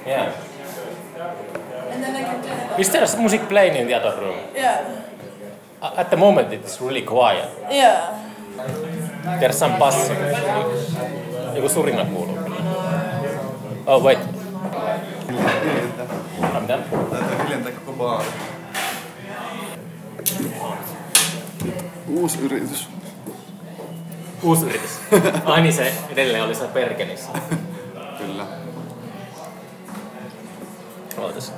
Yeah. And then I can turn it Is there music playing in the other room? Yeah. At the moment it's really quiet. Yeah. There's some buzzing. Joku surina kuuluu. Oh wait. I'm done. Täytyy hiljentää koko baari. Uusi yritys. Uusi yritys. Ai niin, se edelleen oli se Bergenissä. Kyllä. Ootas.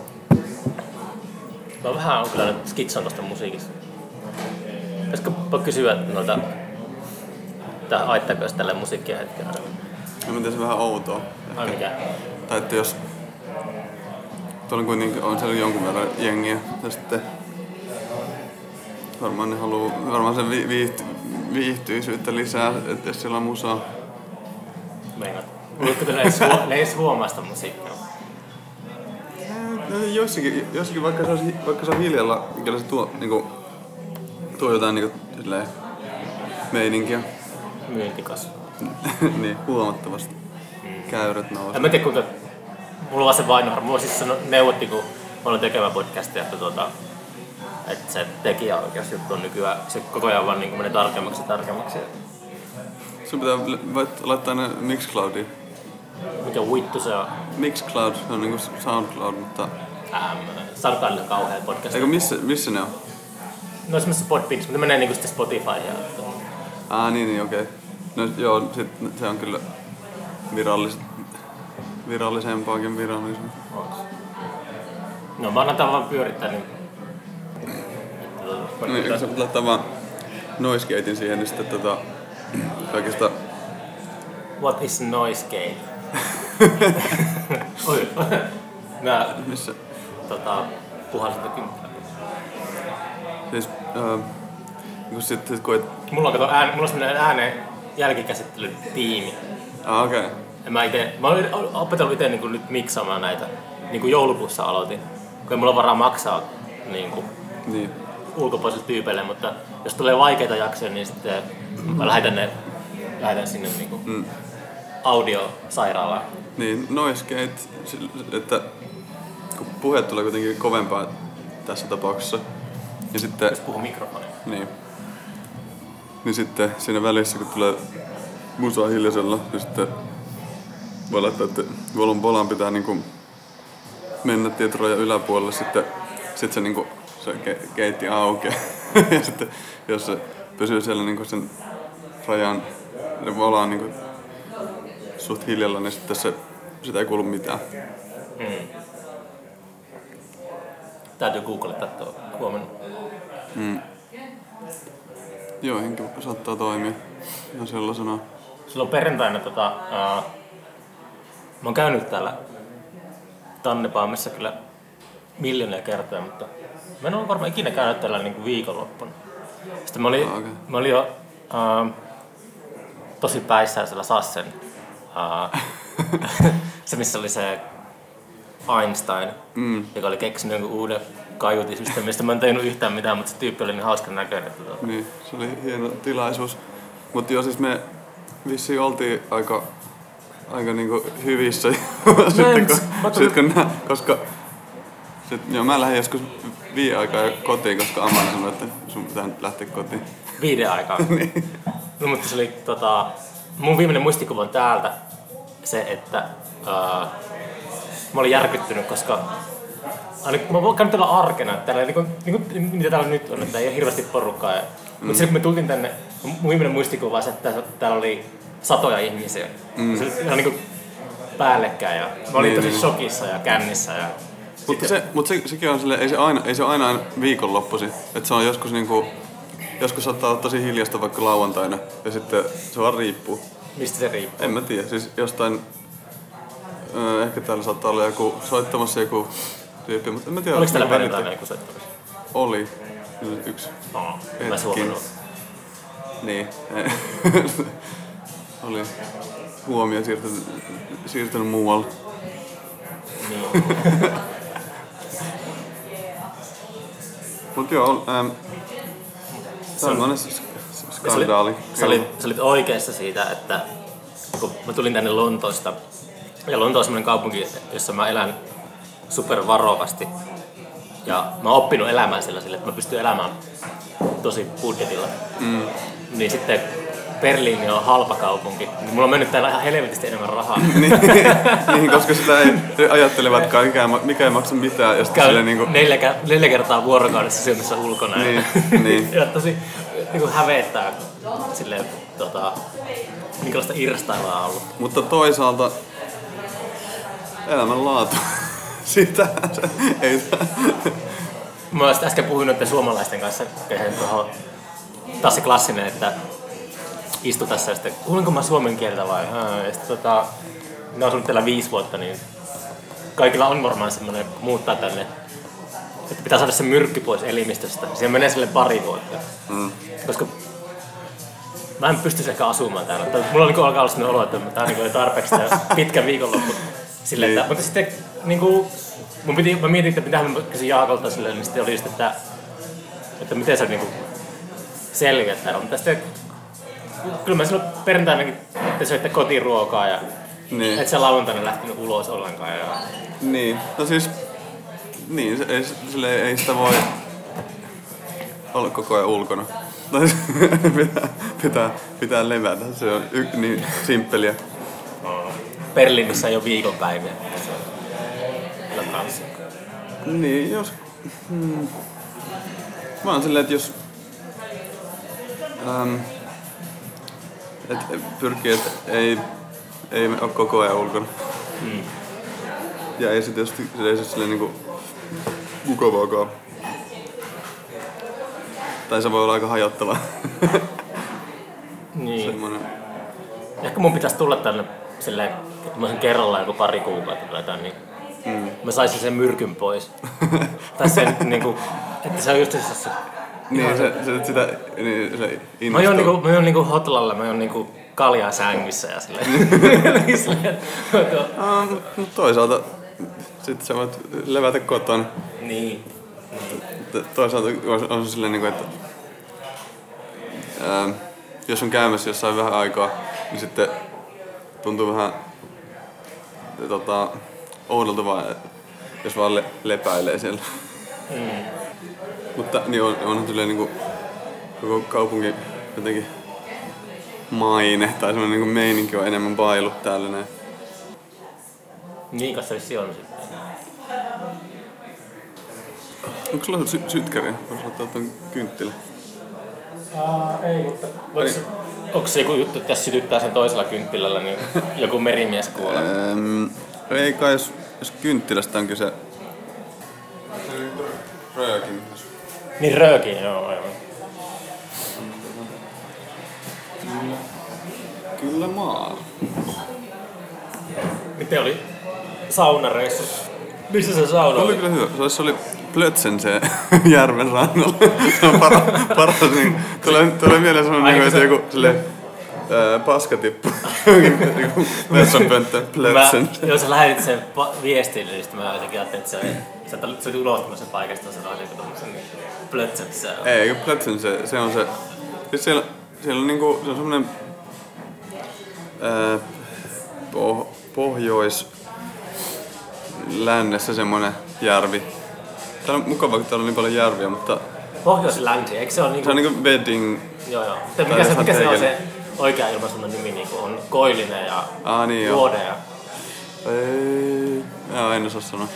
Mä vähän on kyllä nyt skitsan tosta musiikista. Pitäisikö kysyä noilta, että haittaako jos tälle musiikkia hetken? Ja mä tiedän, se vähän outoa. Ai mikä? Tai että jos... Tuolla kuitenkin on siellä jonkun verran jengiä. Ja sitten... Varmaan ne haluu... Varmaan sen viihtyisyyttä lisää, että jos siellä on musaa. Meinaat. Luuletko, että ne edes huomaa sitä musiikkia? No, jossakin vaikka se on hiljalla, kyllä se tuo, niinku, tuo jotain niinku, silleen, meininkiä. Myyntikas. Niin, huomattavasti. Käyrät nousee. En mä tiedä kuinka... Mulla on vaan se vainoharmi. Mulla siis neuvotti, kun mä olin tekemään podcastia, että se tekijäoikeusjuttu on nykyään se koko ajan vaan niin menee tarkemmaksi ja tarkemmaksi. Sun pitää laittaa ne Mixcloudiin. Mikä vittu se on? Mixcloud on niinku SoundCloud, mutta... SoundCloudilla on kauhea podcast. Eikö missä ne on? No semmoisessa Podbeans, mutta ne menee niinku sitten Spotifyhin. Niin, okei. No joo, se on kyllä virallisempaakin virallisempaa. No mä annan vaan pyörittää, niin... Eikö sä laittaa vaan noise gatein siihen, niin sitten kaikista... What is noise gate? Oi, mä... Missä? Puhalsin kymppää. Siis... kun sit kun et... Mulla on semmonen äänen jälkikäsittelytiimi. Okei. Mä olen opetellut ite niin nyt miksaamaan näitä. Niin joulukuussa aloitin. Kun ei mulla ole varaa maksaa niin. Ulkopuolisille tyypeille, mutta jos tulee vaikeita jaksoja, niin sitten mä lähetän sinne niin audiosairaalaan. Niin, noise gate, että kun puhe tulee kuitenkin kovempaa tässä tapauksessa. Ja sitten... Jos puhuu mikrofoniin. Niin sitten siinä välissä, kun tulee musaa hiljaisella, niin sitten voi laittaa, että volon pitää niinku mennä tietorajan yläpuolelle, sitten se niinku se keitti aukeaa. Ja sitten jos se pysyy siellä niinku sen rajan volaan niinku suht hiljalla, niin sitten sitä ei kuulu mitään. Täytyy googleta tuo huomenna. Joihinkin saattaa toimia ihan sellaisena. Silloin perjantaina mä oon käynyt täällä Tannepaamessa kyllä miljoonia kertoja, mutta mä en ole varmaan ikinä käynyt täällä niinku viikonloppuna. Sitten mä olin jo tosi päissään siellä Sassen. Se missä oli se Einstein, joka oli keksinyt jonkun uuden kaiutisysteemin, mistä mä en tajunnut yhtään mitään, mutta se tyyppi oli niin hauskan näköinen. Niin, se oli hieno tilaisuus. Mutta joo, siis me vissiin oltiin aika niinku hyvissä koska mä lähdin joskus 5 aikaa kotiin, koska Amanda sanoi, että sun pitää nyt lähteä kotiin. 5 aikaa? Niin. No, mutta se oli mun viimeinen muistikuva on täältä se, että mä olin järkyttynyt, koska mä voin käynyt täällä arkena, että täällä, mitä täällä nyt on, että ei ole hirveästi porukkaa. Mutta kun me tultiin tänne, mun viimeinen muistikuva on se, että täällä oli satoja ihmisiä. Se oli ihan niin päällekkäin ja mä olin tosi shokissa ja kännissä. Ja mutta sekin on silleen, ei se aina viikonloppuisin. Että se on joskus niinku, joskus saattaa olla tosi hiljasta vaikka lauantaina ja sitten se vaan riippuu. Mistä se riippuu? En mä tiedä, siis jostain, ehkä täällä saattaa olla soittamassa joku tyyppi, mutta en mä tiedä. Oliko täällä perjantaina joku soittamassa? Oli. Yksi. Mä suomannut. Niin. Oli huomio siirtynyt muualle. Niin. Mut joo, tämmönen skandaali. Sä olit oikeassa siitä, että kun mä tulin tänne Lontoosta Ja Lonto on semmoinen kaupunki, jossa mä elän supervarovasti. Ja mä oon oppinut elämään sillä, että mä pystyn elämään tosi budjetilla. Niin sitten Berliini on halpa kaupunki. Niin mulla on mennyt täällä ihan helvetisti enemmän rahaa. niin, koska sitä ei ajattelevatkaan, mikä ei maksa mitään. Ja Käy niinku... 4 kertaa vuorokaudessa syömässä ulkona. Niin. Ja tosi niinku hävettää silleen, minkälaista irstailua on ollut. Mutta toisaalta elämänlaatu. Sitä ei... Mä oon äsken puhuin noiden suomalaisten kanssa, taas se klassinen, että istu tässä ja sitten kuulenko mä suomen kieltä vai? Ja sitten ne on asunut täällä 5 vuotta, niin kaikilla on varmaan semmoinen muuttaa tänne, että pitää saada se myrkky pois elimistöstä. Siihen menee sille 2 vuotta. Koska mä en pystyisi ehkä asumaan täällä. Mulla on alkaa olla sellainen olo, että tää on tarpeeksi pitkä viikonloppu. Silleen, että, mutta sitten mä mietin, että mitä mä kysyin Jaakolta silleen, niin sitten oli just, että miten sä selviät täällä. Mutta sitten kyllä mä silloin perjantainakin te söitte kotiruokaa ja et sä lauantaina lähtenyt ulos ollenkaan. Niin, no siis ei sitä voi olla koko ajan ulkona. pitää levätä, se on niin simppeliä. Berliinissä ei ole viikonpäiviä. Niin, jos... Mä oon silleen, että jos... pyrkii, että ei ole koko ajan ulkona. Ja ei se tietysti ei se silleen niinku mukavaakaan. Tai se voi olla aika hajottavaa. Niin. Semmoinen. Ehkä mun pitäisi tulla tänne silleen, että mä olisin kerrallaan joku 2 kuukautta tai jotain, niin mä saisin sen myrkyn pois. Tai sen niinku, että se on just se... Niin, se innostuu. Mä oon niinku hotlalla, mä oon niinku kaljaa sängyssä ja silleen. Toisaalta sit sä voit levätä kotona. Niin. Toisaalta on se silleen niinku, että jos on käymässä jossain vähän aikaa, niin sitten tuntuu vähän oudolta vaan, jos vaan lepäilee siellä. Mutta niin onhan silleen niinku koko kaupunki jotenkin maine tai semmonen niinku meininki on enemmän bailu täällä näin. Niin, kas se vissi on sitten. Onko sulla sytkäriä? Voisi ottaa ton kynttilä. Ei, mutta onko se joku juttu, että jos sytyttää sen toisella kynttilällä, niin joku merimies kuolee? Ei kai, jos kynttilästä on kyse. Röökin. Niin röökin, joo, aivan. Kyllä maa. Miten oli saunareissu? Missä se sauna oli? Oli kyllä hyvä. Se oli Plötsen se järven rannalla. Se on paras niin. Tulee mieleen semmonen että joku silleen paskatippu. Vessanpönttö Plötsen. Jos sä lähetit sen viestiin, niin mä jotenkin ajattelin, että se oli ulohtamassa paikasta, se oli joku tommosen Plötsen. Ei, Plötsen se on se. Siis siellä on niinku, se on semmonen pohjois-lännessä semmonen järvi. Täällä on mukavaa, kun täällä on niin paljon järviä, mutta... Pohjois-länsi, eikö se ole niinku... Se on niinku Wedding... Joo. Mikä se on se oikea ilmaisunnan nimi? Niinku on Koillinen ja Vuode ja... Ei... Joo, en osaa sanoa.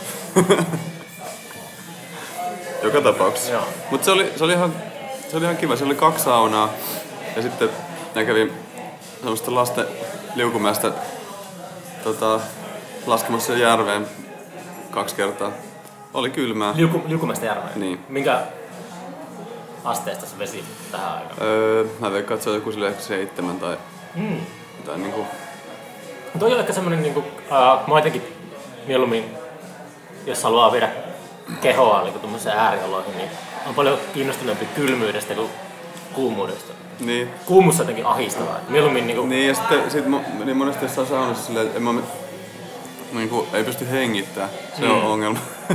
Joka tapauksessa. Joo. Mut se oli ihan kiva. Se oli 2 saunaa. Ja sitten mä kävin semmoista lasten liukumäestä laskemassa järveen 2 kertaa. Oli kylmää. Liukumäestä järveen? Niin. Minkä asteesta se vesi tähän aikaan? Mä veikkaan, että se on joku 7 tai niinku... Toi on ehkä semmonen niinku... mä jotenkin mieluummin, jos haluaa viedä kehoa niinku tummmoiseen äärioloihin, niin on paljon kiinnostuneempi kylmyydestä kuin kuumuudesta. Niin. Kuumuus on jotenkin ahistavaa. Mieluummin niinku... Niin, ja sitten niin monesti jossain saunassa silleen, että niinku, ei pysty hengittämään. Se on ongelma.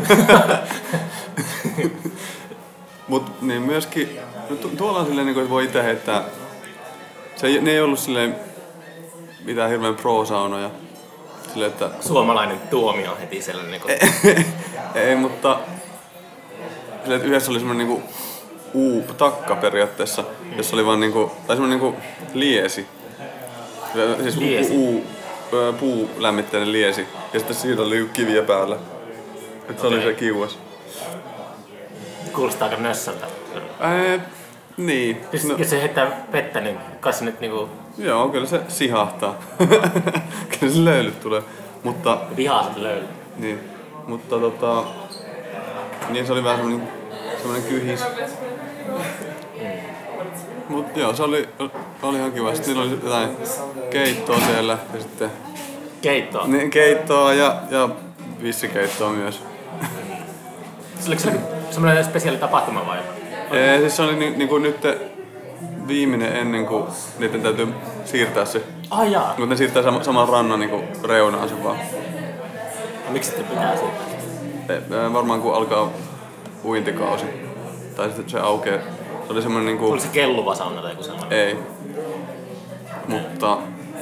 Mut niin myöskin, no tuolla on silleen, että voi itse heittää. Ne ei ollut silleen mitään hirveän pro-saunoja. silleen, että... Suomalainen tuomio heti sellainen niinku... Ei, mutta... Silleen, että yhdessä oli semmonen niinku takka periaatteessa, jossa oli vaan niinku... Tai semmonen niinku liesi. Siis liesi? Puulämmitteinen liesi. Ja sitten siinä oli kiviä päällä. Et se oli se kiuas. Kuulostaa aika nössältä. Niin. Siis, no, jos se heittää vettä, niin kai se nyt niinku... Joo, kyllä se sihahtaa. Kyllä se löylyt tulee. Mutta... Vihaaset löylyt. Niin. Mutta niin se oli vähän semmonen kyhis. Mut joo, se oli ihan kiva. Sitten niillä oli jotain keittoa siellä ja sitten... Keittoa? Niin, keittoa ja vissikeittoa myös. Oliko se semmoinen spesiaali tapahtuma vai? Siis se oli niinku nyt viimeinen ennen kuin niiden täytyy siirtää se. Ai jaa. Kun ne siirtää saman rannan niinku reunaan se vaan. No, miksi sitten pitää siirtää? Varmaan kun alkaa uintikausi. Tai sitten se aukeaa. Se oli semmonen niinku... Oli se kelluva sauna tai joku sellainen? Ei. Mutta...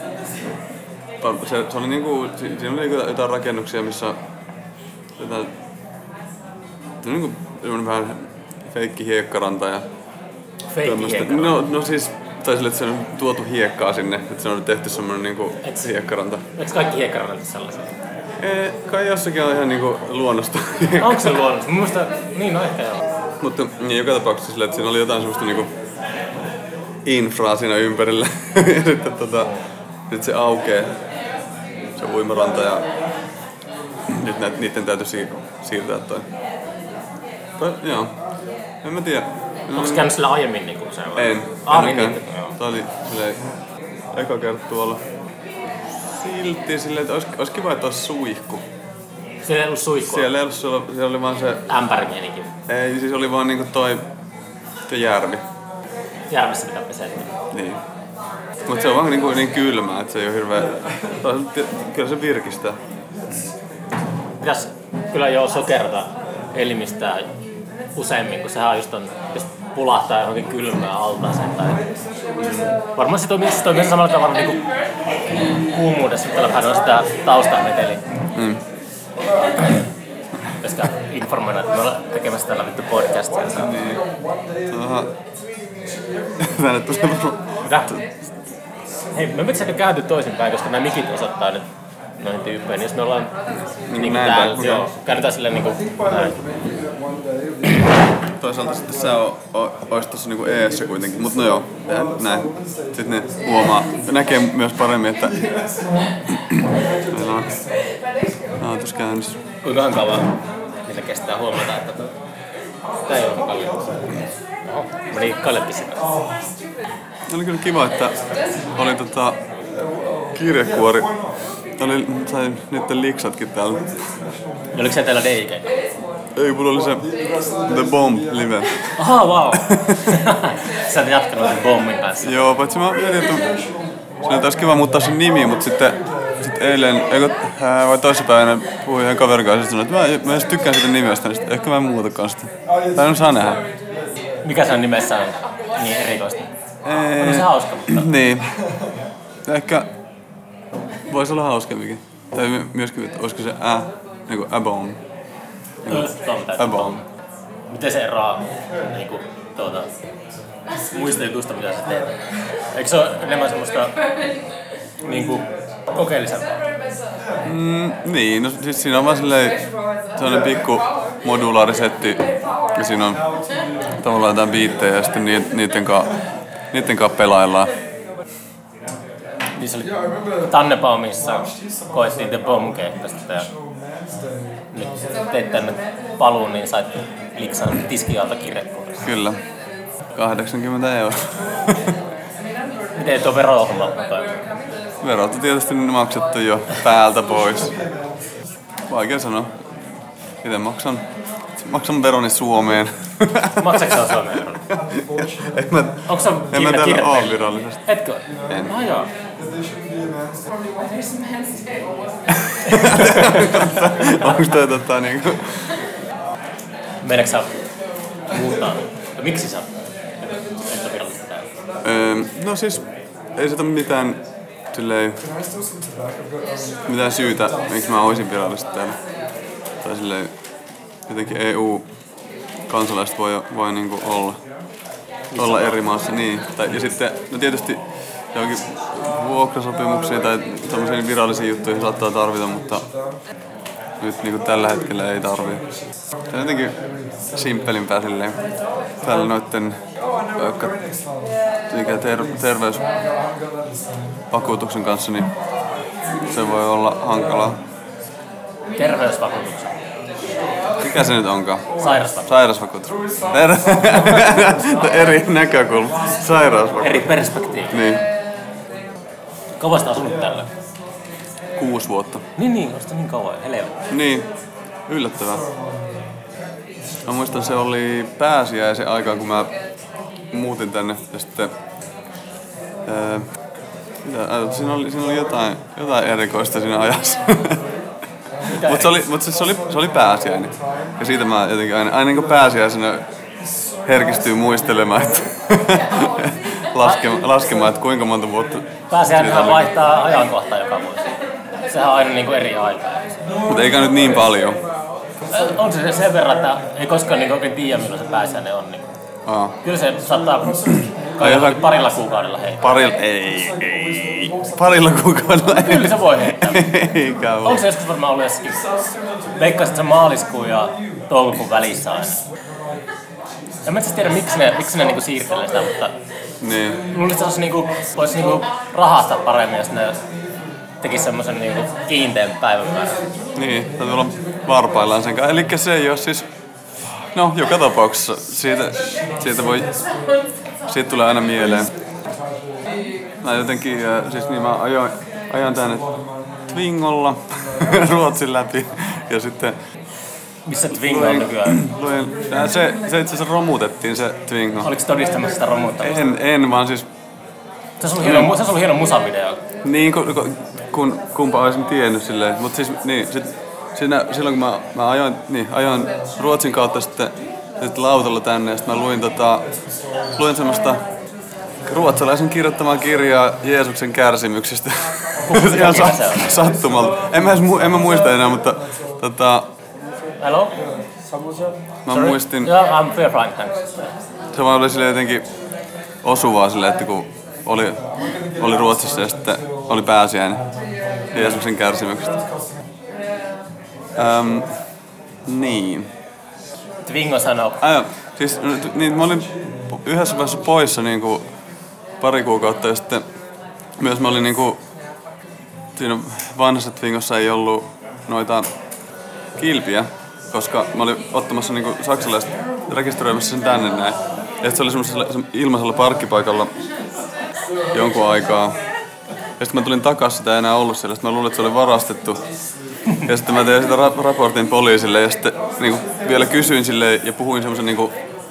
Se oli niinku... Siinä oli jotain rakennuksia, missä... Jotain... Se oli niinku semmonen vähän feikki hiekkaranta ja... Feikki hiekkaranta? No siis... Tai sille, että se on tuotu hiekkaa sinne. Että se on tehty semmonen niinku hiekkaranta. Eikö kaikki hiekkarannat sellaisia? Kai jossakin on ihan niinku luonnosta. Onko se luonnosta? Mun mielestä... Niin, no ehkä joo. Mutta niin joka tapauksessa silleen, että siinä oli jotain semmoista niinku infraa siinä ympärillä. Ja sitten sit se aukee, se uimaranta ja nyt niitten täytyy siirtää toi. Joo, en mä tiedä. Onko se käynyt sillä aiemmin niinku se? En. Niin. Tää oli silleen eka kerta tuolla. Silti silleen, että ois kiva, että ois suihku. Siellä ei ollut suihkua? Siellä ei ollut, siellä oli vaan se... Ämpärimieninkin. Ei, siis oli vaan niinku toi järvi. Järvessä pitää pesetä. Niin. Mut se on vaan niin kylmää, että se ei oo hirveä... Kyllä se virkistää. Pitäis kyllä jo sokerata elimistää useammin, kun sehän just on, jos pulahtaa johonkin kylmään altaaseen tai... Varmaan se toimii myös samalla tavalla niinku kuumuudessa, että vähän on sitä taustameteliä. Koska informoidaan, että me ollaan tekemässä tällä vittu podcastia. Niin. Tänne tulee Mitä? Hei, me pitäisikö käyty toisinpäin, koska nämä mikit osoittaa nyt noihin tyyppeihin. Jos me ollaan niinku täällä, joo, käännetään silleen niinku näin. Toisaalta sitten sä ois tossa niinku eessä kuitenkin, mut no joo, näin. Sitten ne näkee myös paremmin, että meillä on nautus käynnissä. Kuinkahan kauan niitä kestää huomata, että tää ei ole kalliota. Oho, meni kalletkin sitä. Oli kyllä kiva, että oli kirjekuori. Sain niitten liksatkin täällä. Oliko se täällä DJ? Ei, mulla oli se The Bomb live. Aha, wow. Sä oot jatkanut sen Bombin kanssa. Joo, paitsi mä mietin, että se olisi kiva muuttaa sen nimi, mutta sitten eilen, vai toissapäivänä puhuin ihan kaverin kanssa, että mä edes tykkään siitä nimestä, niin ehkä mä muutakaan sitä. Tai no saa nähdä. Mikä sen nimessä on niin erikoista? On se hauska, mutta... Niin. Ehkä voisi olla hauskempikin. Tai myöskin, että olisiko se niinku A-bomb. A-bomb. Miten se eroaa niinku muista jutusta, mitä sä teet? Eikö se ole enemmän semmoista niinku kokeellisempaa? Niin, no siis siinä on vaan sellainen pikku modulaarisetti ja siinä on tavallaan jotain biittejä ja sitten niitten kanssa pelaillaan. Niin se oli Tannebaumissa koettiin The Bomb-keikkoista ja nyt teit tänne paluun, niin sait liksan tiskialta kirjekuoressa. Kyllä. 80 €. Miten tuo vero-ohjelma toimii? Verot on tietysti maksettu jo päältä pois. Vaikea sanoa. Itse maksan veroni Suomeen. Maksatko sä Suomeen veroni? Onko sä en mä täällä oo virallisesti. Etkö? En. Ah joo. Onks toi niinku... Meidätkö sä muuttaa? Miksi sä et ole virallista täällä? No siis, ei sitä mitään silleen mitään syytä, miksi mä olisin virallisesti täällä. Tai silleen jotenkin EU-kansalaiset voi niinku olla eri maassa, niin. Ja sitten, no tietysti johonkin vuokrasopimuksiin tai tämmöisiin virallisiin juttuihin saattaa tarvita, mutta nyt niinku tällä hetkellä ei tarvii. Se on jotenkin simppelimpää silleen. Täällä noitten terveysvakuutuksen kanssa, niin se voi olla hankalaa. Terveysvakuutuksen? Mikä se nyt onkaan? Sairausvakuutus. Eri näkökulma. Sairausvakuutus. Eri perspektiivi. Niin. Kauan sitä asunut täällä? 6 vuotta. Niin, on sitä niin kauan, helvetti. Niin, yllättävää. Mä muistan, se oli pääsiäisen aikaan, kun mä muutin tänne ja sitten siinä oli jotain erikoista siinä ajassa. Mutta se oli pääsiäinen. Ja siitä mä jotenkin aina niin kuin pääsiäisenä herkistyy muistelemaan, että laskemaan, että kuinka monta vuotta. Pääsiäinenhän vaihtaa ajankohtaa joka vuosi. Sehän on aina niin kuin eri aikaa. Mutta eikä nyt niin paljon. On se sen verran, että ei koskaan niin oikein tiedä, milloin se pääsiäinen on. Niin. Kyllä se saattaa parilla kuukaudella heittää. Ei. Parilla kuukaudella ei. Kyllä se voi heittää. Eikä ole. Onko se joskus varmaan ollut jossakin? Veikkaisit se maaliskuun ja toukokuun välissä aina. En mä itse tiedä, miksi ne niinku siirtelee sitä, mutta niin. luulisin, että se voisi niinku rahastaa paremmin, jos ne tekisi semmoisen niinku kiinteän päivämäärän. Niin, täytyy olla varpaillaan sen kanssa. Elikkä se ei oo siis. No, joka tapauksessa. Siitä tulee aina mieleen. Mä jotenkin, siis niin mä ajoin tänne Twingolla Ruotsin läpi ja sitten. Missä Twingo on nykyään? Se itse asiassa romutettiin se Twingo. Oliko se todistamassa sitä romuttamista? En vaan siis. Se on ollut hieno musavideo. Niin, kumpa olisin tiennyt silleen. Mut siis niin, silloin kun mä ajoin Ruotsin kautta sitten lautalla tänne ja sitten mä luin semmoista ruotsalaisen kirjoittamaa kirjaa Jeesuksen kärsimyksistä. Ihan sattumalta. En mä muista enää, mutta Hello? mä muistin. Yeah, I'm very fine, thanks. Se vaan oli silleen jotenkin osuvaa silleen, että kun oli Ruotsissa ja sitten oli pääsiäinen Jeesuksen kärsimyksestä. Niin. Twingo sanoo. Siis niin mä olin yhdessä vaiheessa poissa niinku pari kuukautta ja sitten myös mä olin niinku siinä vanhassa Twingossa ei ollut noita kilpiä, koska mä olin ottamassa niinku saksalaiset rekisteröimässä sen tänne näin. Ja sit se oli semmoisella ilmaisella parkkipaikalla jonkun aikaa. Ja sitten mä tulin takas, sitä ei enää ollut siellä. Sitten mä luulin, että se oli varastettu. Ja sitten mä tein sitä raportin poliisille ja sitten niinku vielä kysyin silleen ja puhuin semmosen niinku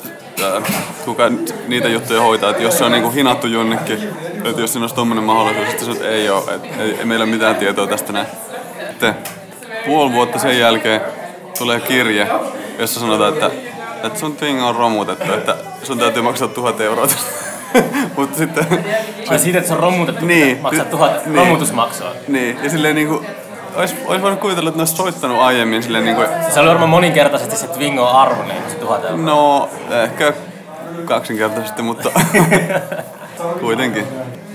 kuka niitä juttuja hoitaa, että jos se on niinku hinattu jonnekin, että jos siinä olisi tommonen mahdollisuus, sitten se että ei oo, että ei meillä ole mitään tietoa tästä näin. Sitten puoli vuotta sen jälkeen tulee kirje, jossa sanotaan, että sun Twingo on romutettu, että sun täytyy maksaa 1 000 euroa tästä. Mutta sitten. Siitä, että se on romutettu, niin, maksaa 1 000 romutusmaksua. Niin, ja silleen niinku. Ois voinut kuvitella, että ne ois soittanut aiemmin silleen niinku. Se oli varmaan moninkertaisesti se Twingon arvo, niin se 1 000 euroa. No, ehkä kaksinkertaisesti, mutta kuitenkin.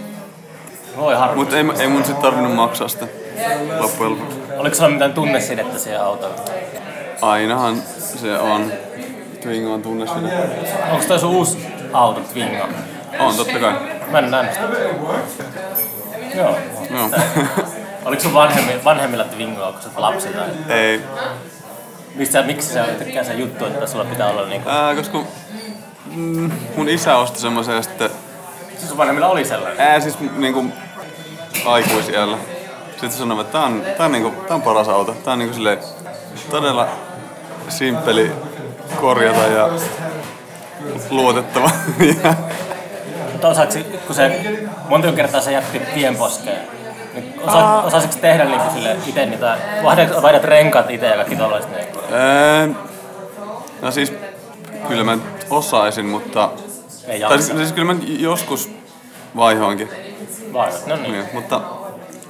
Voi harmi. Mut ei mun sit tarvinnut maksaa sitä loppujen lopuksi. Oliko sulla mitään tunnesidettä siihen autoon? Ainahan se on. Twingo on tunneside. Onko toi sun uusi auto Twingo? On, totta kai. Mä en nähnyt sitä. Joo. Oliko sun vanhemmilla Twingoa, kun sä oot lapsi tai? Ei. Miksi sä tykkää se juttu, että sulla pitää olla niinku? Koska mun isä osti semmoisen ja sitten. Siis sun vanhemmilla oli sellainen? Siis niinku aikuisiällä. Sitten se sanoi, että tää on paras auto. Tää on niinku silleen todella simppeli korjata ja luotettava. Mutta kun se monta kertaa se jätti tienposkeen, niin osaisitko tehdä niinku sille ite niitä, vaihdat renkaat ite ja kaikki tollaiset? No siis, kyllä mä osaisin, mutta. Ei jaksa. Siis kyllä mä joskus vaihoinkin. Vaihdat, no niin. Mutta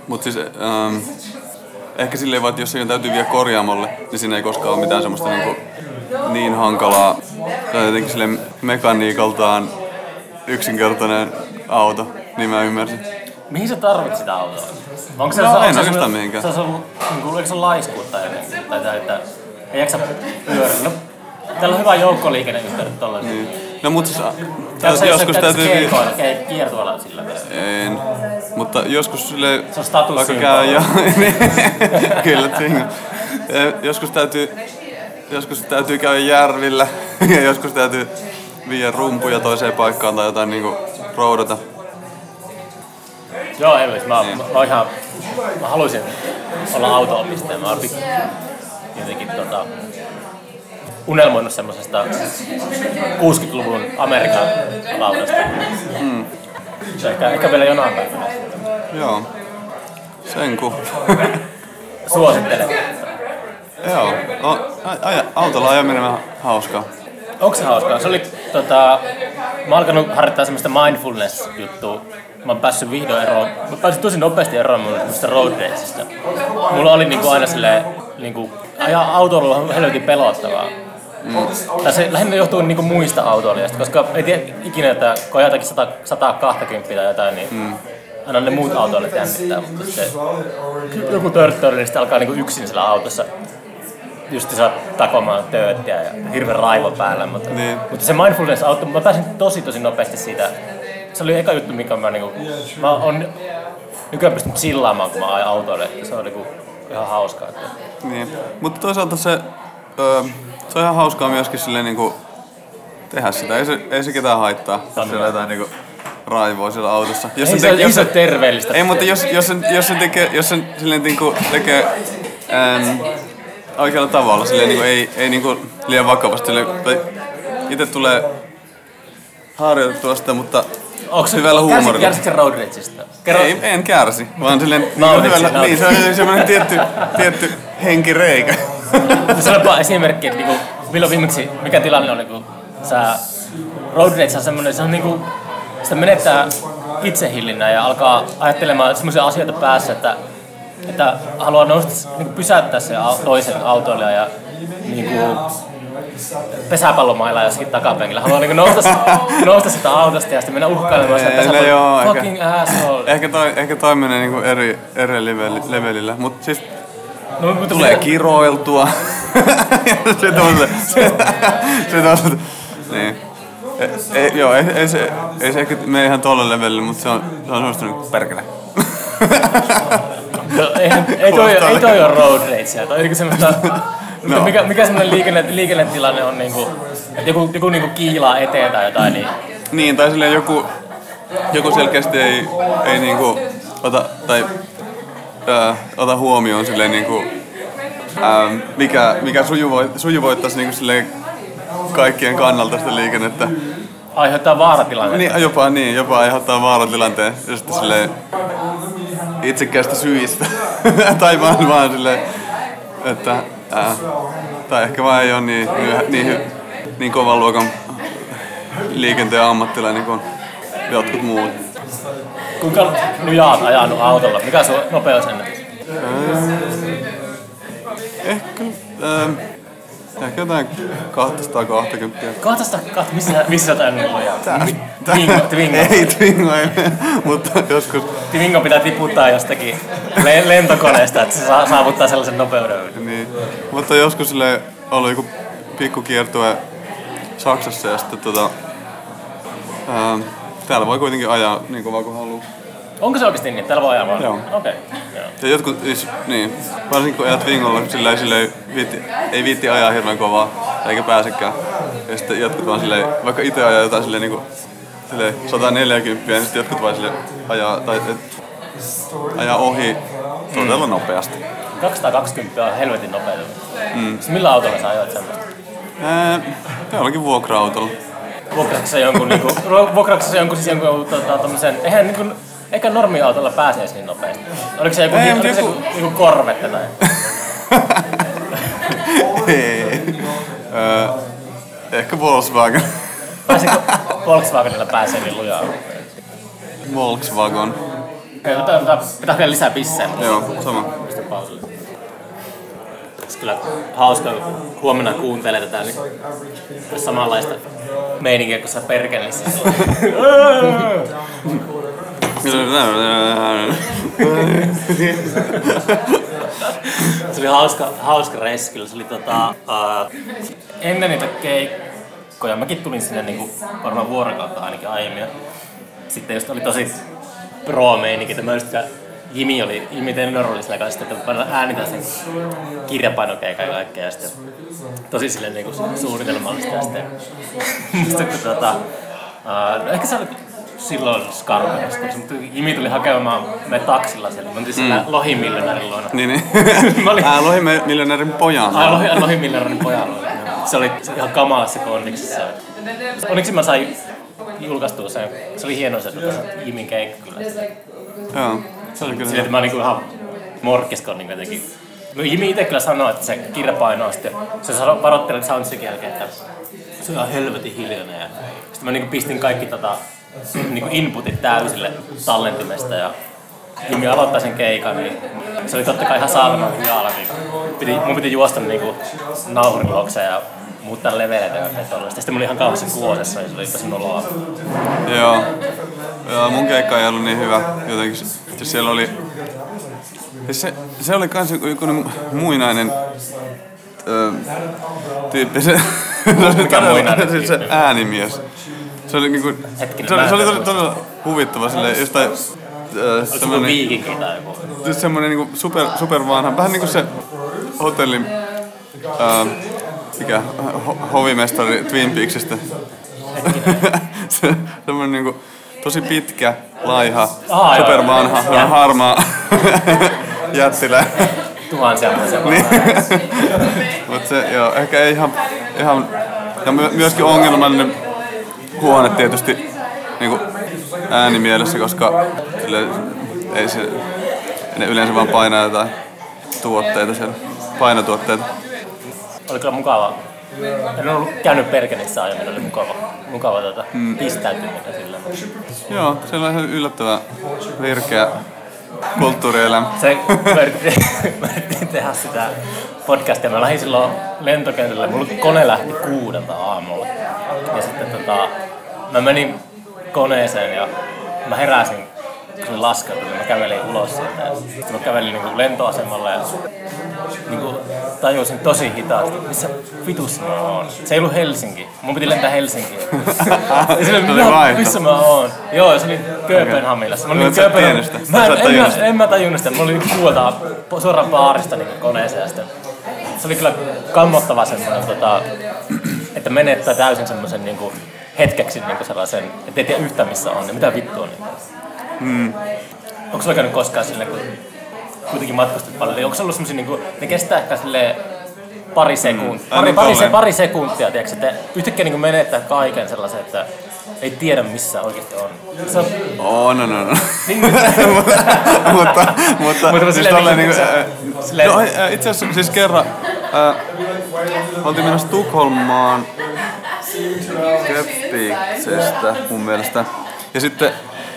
Mut siis ehkä silleen vaan, että jos siihen täytyy vielä korjaamolle, niin siinä ei koskaan ole mitään semmoista niin hankalaa tai jotenkin silleen mekaniikaltaan yksinkertainen auto, niin mä ymmärsin. Mihin sä tarvit sitä autoa? Onko se, No, en oikeastaan mihinkään. Se on eikö se on laiskuutta jotenkin? Tai että ei jaksa pyörä. No, täällä on hyvä joukkoliikenneyhteydet tollaisia. Niin. No mut siis joskus täytyy kiertualla sillä tavalla. En. Mutta joskus silleen Se on status käy ja kyllä tingo. Joskus täytyy käydä järvillä ja joskus täytyy viedä rumpuja toiseen paikkaan tai jotain niinku roudata. Joo, mä haluaisin olla auto-omistaja. Mä oon jotenkin unelmoinut semmosesta 60-luvun Amerikan laudasta. Ehkä vielä jonain päivänä. Joo. Sen ku. Suosittelen. Joo. Autolla ajaminen on hauskaa. Onko se hauskaa? Se oli mä oon alkanut harjoittaa semmoista mindfulness-juttua. Mä oon päässyt vihdoin eroon. Mä pääsin tosi nopeasti eroon mun road raceista. Mulla oli niinku aina silleen ajaa autolla on helvetin pelottavaa. Tai se lähinnä johtuu niinku muista autoilijoista, koska ei tiedä ikinä, että kun ajatakin 120 tai jotain, niin aina ne muut autoilijat jännittää, mutta sitten joku törttöri, niin sitten alkaa niinku yksin siellä autossa just saa takomaan tööttiä ja hirveän raivo päällä, mutta se mindfulness-auto, mä pääsin tosi nopeasti siitä. Se oli eka juttu, mikä mä oon nykyään pystynyt chillaamaan, kun mä ajan autoille, että se on ihan hauskaa. Niin, mutta toisaalta se on ihan hauskaa myöskin silleen niinku tehdä sitä. Ei se ketään haittaa. Siellä jotain niinku raivoa siellä autossa. Ei se ole terveellistä. Ei, mutta jos sen silleen niinku tekee oikealla tavalla, silleen niinku ei niinku liian vakavasti. Silleen, itse tulee harjoitettua sitä, mutta hyvällä huumorilla. Kärsitkö road rageista? Ei, en kärsi, vaan silleen hyvällä. Niin, se on semmoinen tietty henkireikä. Sanoppa esimerkki, että milloin viimeksi, mikä tilanne on, kun sä road rage on semmoinen, se on niinku, sitä menettää itsehillinnää ja alkaa ajattelemaan semmoisia asioita päässä, että haluaa nousta, niinku pysäyttää se toisen autoilijan ja niinku pesäpallomailla jossakin takapenkillä. Haluaa niinku nousta sitä autosta ja sitten mennä uhkailemaan sitä pesäpalloa. Fucking asshole. Ehkä toi menee niinku eri levelillä, mut siis tulee kiroiltua. Se niin. Ei se ehkä mene ihan tolle levelille, mutta se on semmoista niinku perkele. Ei toi ole road ragea. Toi on semmoista. No. Mikä semmoinen liikennetilanne on niinku, että joku niinku kiilaa eteen tai jotain niin. Niin, tai silleen joku selkeästi ei niinku ota huomioon silleen niinku mikä sujuvoittaisi niinku silleen kaikkien kannalta sitä liikennettä. Aiheuttaa vaaratilannetta. Jopa aiheuttaa vaaratilanteen just silleen itsekkäästä syistä. Tai vaan silleen, että tai ehkä vaan ei ole niin kovan luokan liikenteen ammattilainen kuin jotkut muut. Kuinka lujaa olet ajanut autolla? Mikä sun nopeusennätys? Ehkä jotain 220. 220? Missä olet ajanut lujaa? Twingo. Ei Twingo, mutta joskus. Twingo pitää tiputtaa jostakin lentokoneesta, että se saavuttaa sellaisen nopeuden. Niin, mutta joskus oli joku pikku kiertue Saksassa ja sitten täällä voi kuitenkin ajaa niin kovaa kuin haluaa. Onko se oikeasti niin, että täällä voi ajaa vaan? Joo. Okei. Ja jotkut, niin, varsinkin kun ajat Twingolla, sillä ei viitti ajaa hirveän kovaa, eikä pääsekään. Ja sitten jotkut vaan silleen, vaikka itse ajaa jotain silleen niinku 140, niin sitten jotkut vaan silleen ajaa ohi todella nopeasti. 220 on helvetin nopeita. Millä autolla sä ajoit semmoista? Jollakin vuokra-autolla. Vuokrauksessa jonkun tommosen, eikä normi-autolla pääsee niin nopeasti. Oliko se joku Corvette tai? Ei. Ehkä Volkswagen. Pääsikö Volkswagenilla pääsee niin lujaa? Volkswagen. Pitää vielä lisää pissejä. Joo, sama. Pistä pausille. Se kyllä hauska, kun huomenna kuuntelee tätä, niin samanlaista meininkiä kuin sä perkelissä. Se oli hauska reissi kyllä. Se oli ennen niitä keikkoja, mäkin tulin sinne niinku varmaan vuorokautta ainakin aiemmin. Sitten just oli tosi pro-meininki, että mä just Jimmy Tenor oli sillä kanssa, että äänitään sen kirjapainokeikan ja kaikkea ja sitten tosi silleen niinku suunnitelmallista ja sitten musta kun no ehkä se oli silloin Skarpeessa, mutta Jimmy tuli hakemaan me taksilla siellä, mä oltiin sillä Lohimiljonäärin luona. Niin. Lohimiljonäärin pojan. Lohimiljonäärin pojan luona. Se oli ihan kamalassa kondiksessa. Onneksi mä sain julkaistua sen, se oli hieno se Jimin keikka kyllä. Joo. Se oli kyllä. Että mä niinku ihan morkkiskon niin jotenkin. No Jimmy itse kyllä sanoi, että se kirja painoi sitten. Se varoitteli soundcheckin jälkeen, että se on ihan helvetin hiljainen. Ja sitten mä niinku pistin kaikki niinku inputit täysille tallentimesta ja Jimmy aloittaa sen keikan, niin se oli totta kai ihan saatanan hyvällä. Niin mun piti juosta niinku nauhurin luokse ja muuttaa leveleitä ja tollaista. Sitten mulla oli ihan kauheassa kuosessa ja se oli tosi noloa. Joo. Joo, mun keikka ei ollut niin hyvä jotenkin. Siellä oli... Se oli kans joku muinainen tyyppi. Mikä muinainen tyyppi? Se äänimies. Se oli niinku... Se oli todella huvittava silleen jostain... Oliko se viikinki tai joku? Semmonen niinku super vanha. Vähän niinku se hotellin... hovimestari Twin Peaksista. Semmonen niinku tosi pitkä, laiha, supervanha, harmaa jättilä. Tuhansia vuosia niin. Mut se joo, ehkä ei ihan ja myöskin ongelmallinen huone tietysti niinku äänimielessä, koska ei se ne yleensä vaan painaa jotain tuotteita siellä, painotuotteita. Oli kyllä mukava. En ollut käynyt Bergenissä aiemmin, oli mukava pistäytyminen sillä. Joo, siellä on ihan yllättävän virkeä kulttuurielämä. Me yritettiin tehdä sitä podcastia. Mä lähdin silloin lentokentälle. Mulla kone lähti 6 aamulla. Ja sitten mä menin koneeseen ja mä heräsin, kun se laskeutui. Mä kävelin ulos sieltä. Sitten mä kävelin niinku lentoasemalle ja niinku tajusin tosi hitaasti, missä vitussa mä oon. Se ei ollut Helsinki. Mun piti lentää Helsinkiin. Ja silleen, missä mä oon? Joo, se oli Kööpenhaminassa. En mä tajunnut sitä. Mä olin puolta suoraan baarista niin koneeseen. Se oli kyllä kammottava semmoinen, että menettää täysin semmoisen niinku hetkeksi niinku sellaisen, että ei tiedä yhtään missä on. Ja mitä vittua on niin. Onko sulla käynyt koskaan silleen, kun kuitenkin matkustat paljon, onko se ollut semmosia niinku, ne kestää ehkä silleen pari sekuntia, tiiäks, että yhtäkkiä niinku menettää kaiken sellaisen, että ei tiedä missä oikeesti on. Se on... No. mutta siis tolleen niinku... Itse asiassa siis kerran oltiin menossa Tukholmaan Köpiksestä mun mielestä. Ja sitten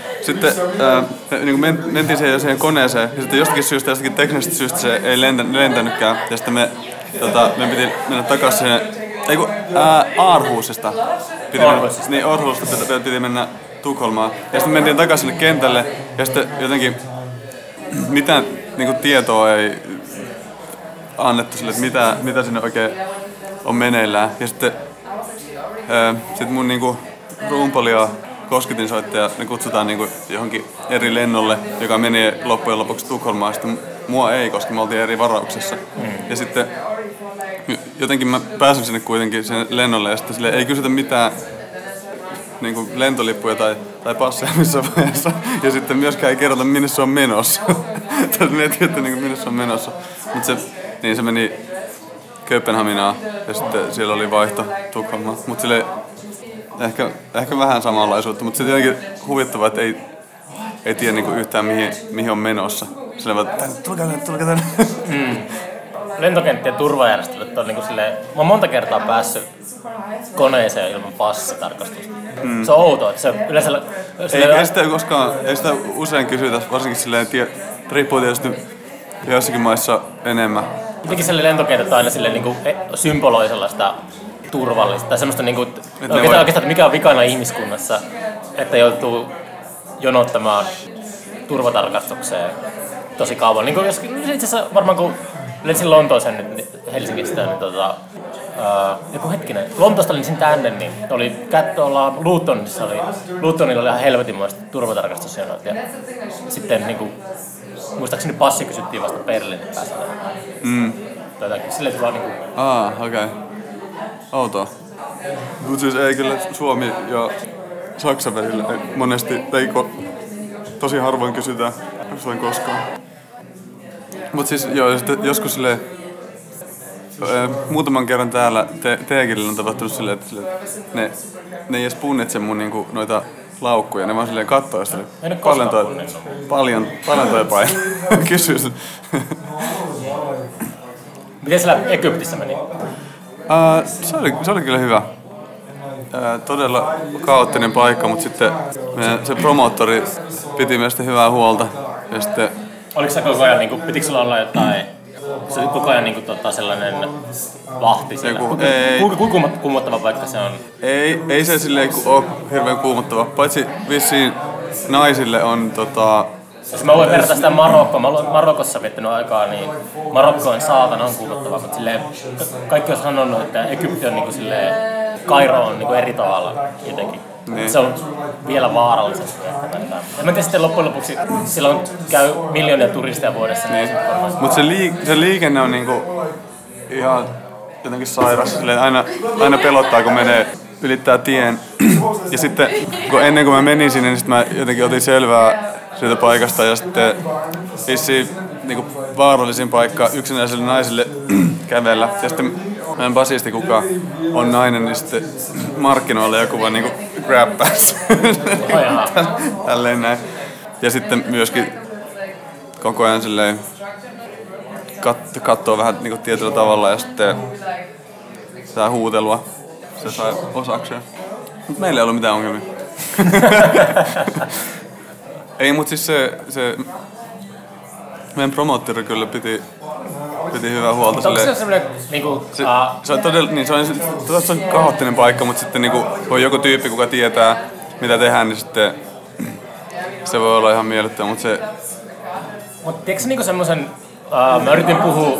niin mentiin siihen koneeseen ja sitten jostakin teknisestä syystä se ei lentänytkään. Ja sitten me piti mennä takaisin sinne, Aarhusista. Aarhusista piti mennä Tukholmaan. Ja sitten mentiin takaisin sinne kentälle ja sitten jotenkin mitään niin tietoa ei annettu sille, että mitä sinne oikein on meneillään. Ja sitten mun niinku rumpali ja kosketinsoittaja, ne kutsutaan niinku johonkin eri lennolle, joka menee loppujen lopuksi Tukholmaan. Sitten mua ei, koska me oltiin eri varauksessa. Ja sitten jotenkin mä pääsin sinne kuitenkin sinne lennolle ja sitten sille ei kysytä mitään niinku lentolippuja tai passeja missään vaiheessa. Ja sitten myöskään ei kerrota minne se on menossa. Mietin, että niinku minne se on menossa. Mut se meni Kööpenhaminaan ja sitten siellä oli vaihto Tukholmaan. Mut sille ehkä vähän samanlaisuutta, mutta se on jotenkin huvittavaa, että ei tiedä niinku yhtään mihin on menossa. Sillä vaan, tulkaa tänne. lentokenttien turvajärjestelyt on niinku silleen, mä oon monta kertaa päässyt koneeseen ilman passitarkastusta. Se on outoa, että se yleensä... Ei sitä usein kysytä, varsinkin silleen, riippuu tietysti joissakin maissa enemmän. Jotenkin sellainen lentokentät aina silleen niinku symboloi sellaista turvallista, tai semmoista niinku, oikeastaan, että mikä on vikana ihmiskunnassa, että joutuu jonottamaan turvatarkastukseen tosi kauan. Niin jos, itse asiassa varmaan kun lensin Lontooseen nyt Helsingistä, niin joku hetkinen, Lontoosta lensin tänne, niin oli tuolla Lutonilla oli ihan helvetinmoista turvatarkastusjonot. Ja sitten niin kuin, muistaakseni passi kysyttiin vasta Berliinin päästä. Silleen vaan niinku... okei. Outoa. Mutta siis ei kyllä Suomi ja Saksa välillä monesti, tosi harvoin kysytään jostain koskaan. Mut siis joo, joskus silleen, muutaman kerran täällä Teekillä on tapahtunut silleen, että ne ei edes punnitse mun niinku noita laukkuja, ne vaan silleen kattoo silleen, paljon toi paino. Kysy sen. Miten siellä Egyptissä meni? Se oli kyllä hyvä. Todella kaoottinen paikka, mutta sitten se promoottori piti meistä hyvää huolta. Ja sitten... Oliko se koko ajan, niinku, pitikö sulla olla jotain, se koko ajan niinku, sellainen vahti siellä? Kuinka kuumottava paikka se on? Ei se silleen ole hirveän kuumottava, paitsi vissiin naisille on jos mä voin verrata sitä Marokkoon, mä olen Marokossa viettänyt aikaa, niin Marokko on saatanan kuumottava, mutta silleen, kaikki on sanonut, että Egypti on niinku silleen, Kairo on niinku eri tavalla jotenkin. Niin. Se on vielä vaarallisempi. En mä tiedä sitten loppujen lopuksi, silloin käy miljoonia turisteja vuodessa. Niin. Mutta se liikenne on niinku ihan jotenkin sairas. Aina pelottaa, kun ylittää tien. Ja sitten ennen kuin mä menin sinne, niin sit mä jotenkin otin selvää siitä paikasta. Ja sitten vissiin niinku vaarallisin paikka yksinäiselle naiselle kävellä. Ja sitten meidän basisti, kuka on nainen, niin sitten markkinoilla joku vaan niinku grab pass. Tälleen näin. Ja sitten myöskin koko ajan silleen kattoo vähän niinku tietyllä tavalla ja sitten tää huutelua. Se sai osakseen. Mut meillä ei ollut mitään ongelmia. Ei, mut siis se meidän promoottori kyllä piti hyvää huolta. Onko se semmoinen niinku... Se on todella, niin se on kaoottinen paikka, mutta sitten niinku on joku tyyppi, kuka tietää mitä tehdään, niin sitten se voi olla ihan miellyttävä, mutta se... Mutta tiedätkö niinku semmoisen... mä yritin puhua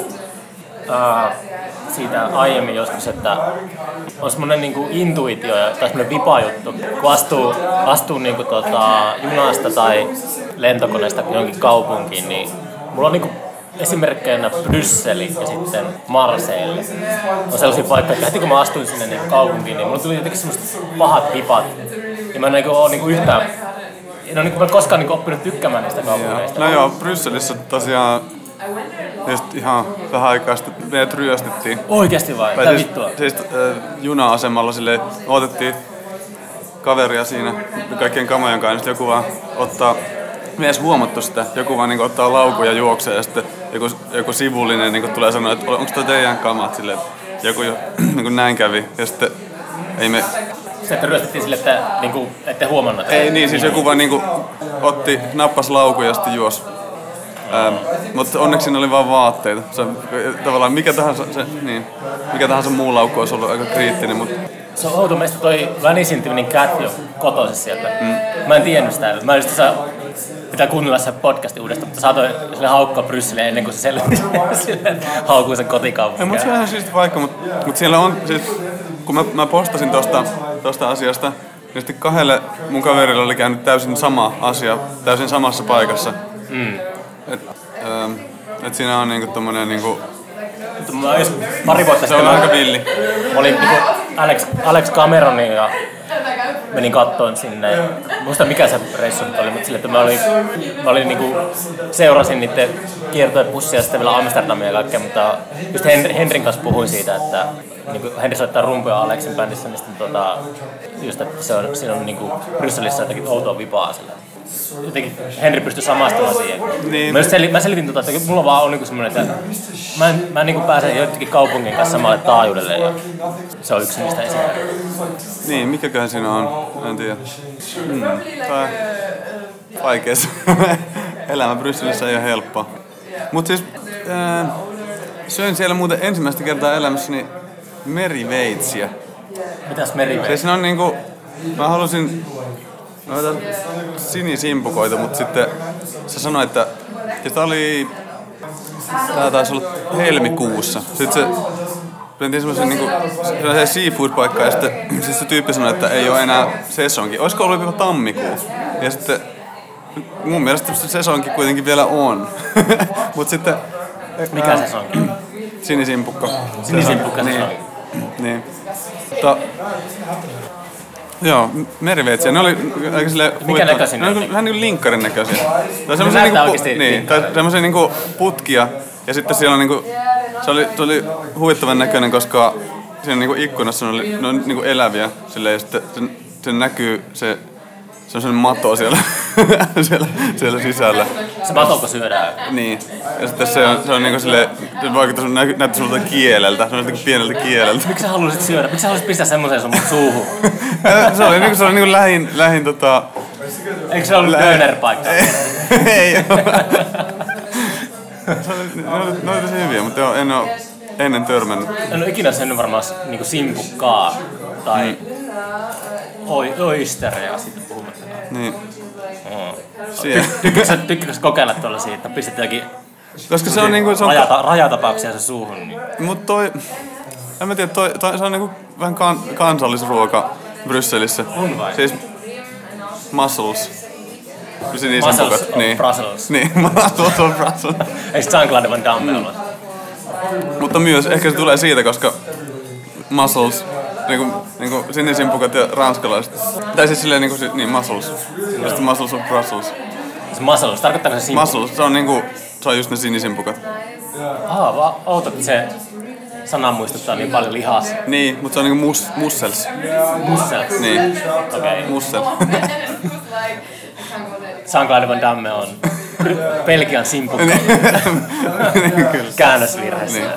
siitä aiemmin joskus, että on semmoinen niinku intuitio tai semmoinen vipa-juttu, kun astuu niinku junasta tai lentokoneesta johonkin kaupunkiin, niin mulla on niinku esimerkkeinä Brysseli ja sitten Marseille. On sellaisia paikkoja, että heti kun mä astuin sinne niin kaupunkiin, niin mulla tuli jotenkin semmoiset pahat vipat. Ja mä en oo niinku yhtään... En oo niinku koskaan niinku oppinut tykkäämään niistä kaupungeista. No joo, Brysselissä tosiaan just ihan vähän aikaa sitten meidät ryöstettiin. Oikeesti vai? Mitä vittua? Siis juna-asemalla silleen otettiin kaveria siinä kaikkien kamojen kanssa, joku vaan ottaa... Me ei edes huomattu sitä. Joku vaan niinku ottaa laukun ja juoksee ja sitten joku sivullinen niinku tulee sanoa, että onko toi teidän kamat silleen. Joku niinku näin kävi ja sitten ei me... Sitten ryöstettiin sille, että niinku, ette huomannut. Ei niin, siis joku vaan niinku nappas laukun ja sitten juosi. Mutta onneksi siinä oli vaan vaatteita. Se, tavallaan mikä tahansa muu laukku olisi ollut aika kriittinen, mutta... Se on outo, meistä toi Vänisin-tyylinen cat jo kotoisin sieltä. Mä en tiennyt sitä. Mä just pitää kuunnella sen podcastin uudestaan, mutta saatoin sille haukkaa Brysseliä ennen kuin se sille haukuu sen kotikaupunkia. Mutta se on ihan siisti paikka, mutta siellä on siis... Kun mä postasin tosta asiasta, niin sitten kahdelle mun kaverille oli käynyt täysin sama asia, täysin samassa paikassa. Et siinä on niinku tommonen niinku... Pari vuotta se on aika villi. Mä olin niinku Alex Cameronin ja menin kattoon sinne. Muista mikä se reissu nyt oli, mutta sille, että mä olin niinku, seurasin niiden kiertuepussia ja sitten vielä Amsterdamia ja kaikkea, mutta just Henrin kanssa puhuin siitä, että niinku Henri soittaa rumpuja Alexin bändissä, niin sitten just, että siinä on niinku Brysselissä jotakin outoa vipaa sillä. jotenkin Henri pystyi samastumaan siihen. Niin. Mä selitin että mulla vaan on niinku semmoinen, että mä niinku pääsen jotenkin kaupungin kanssa samalle taajuudelle ja se on yksi niistä esimerkiksi. Niin, mikäköhän siinä on? En tiedä. Vaikees. Elämä Brysselissä ei ole helppoa. Mut siis söin siellä muuten ensimmäistä kertaa elämässäni meriveitsiä. Mitäs meriveitsi? Siis ne on niinku, mä halusin noita sinisimpukoita, mutta sitten se sanoi, että tää taisi olla helmikuussa. Sitten se mentiin semmoisen niinku seafood-paikkaan ja sitten se tyyppi sanoi, että ei ole enää sesonki. Olisiko ollut jopa tammikuu? Ja sitten mun mielestä se sesonki kuitenkin vielä on. Mut sitten Mikä sesonki? Sinisimpukka. Sinisimpukka sesonki. Niin. Joo, meriveitsiä. Ne oli aika silleen... Mikä näköisiä ne oli? Vähän niinku linkkarin näköisiä. Tai semmosia näyttää oikeesti niin, tai semmosia niinku putkia. Ja sitten siellä on niinku... Se oli huvittavan näköinen, koska siinä niinku ikkunassa ne on niinku eläviä. Silleen, ja sitten se näkyy se... Se on sellainen mato siellä, siellä sisällä. Se matoko syödään. Niin. Ja sitten se on niinku silleen, se vaikuttaa näyttää sulta kieleltä, se on jotenkin pieneltä kieleltä. Miksi sä haluaisit syödä? Miksi sä haluaisit pistää semmoisen sun suuhun? se oli niinku lähin Eikö se ollut dönerpaikka? Ei oo. Ne oli tosi hyviä, mutta joo, en oo ennen törmännyt. En oo ikinä syönyt varmaan niinku simpukkaa tai oisteria sitten puhumattakaan. Niin. Tykkääkö kokeilla tuollaisia, että pistät jokin koska se on niinku... rajatapauksia se suuhun? Niin. Mut en mä tiedä, se on niinku vähän kansallisruoka Brysselissä. On vai? Siis mussels. Mussels of niin. Brussels. Niin, mussels of Brussels. Eikö Jean-Claude Van Damme ollut? Mutta myös ehkä se tulee siitä, koska mussels, niinku sinisimpukat ja ranskalaiset. Tai siis silleen niin mussels. Ja sitten mussels of Brussels. Se mussels, tarkoittaako se simpukka? Mussels, se on just ne sinisimpukat. Vaan outo, että se sana muistuttaa niin paljon lihas. Niin, mutta se on niinku mussels. Mussels? Niin. Okei. Mussel. Jean-Claude Van Damme on Belgian simpukka. Käännösvirheessä. Niin.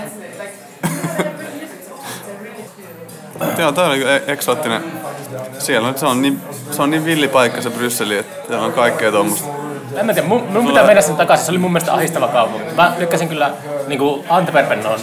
Joo, toi oli eksoottinen. Siellä se on niin villi paikka se Brysseli, että siellä on kaikkea tommoista. En mä tiedä, mun pitää mennä sen takaisin. Se oli mun mielestä ahistava kaupunki. Mä tykkäsin kyllä, niinku Antwerpen on,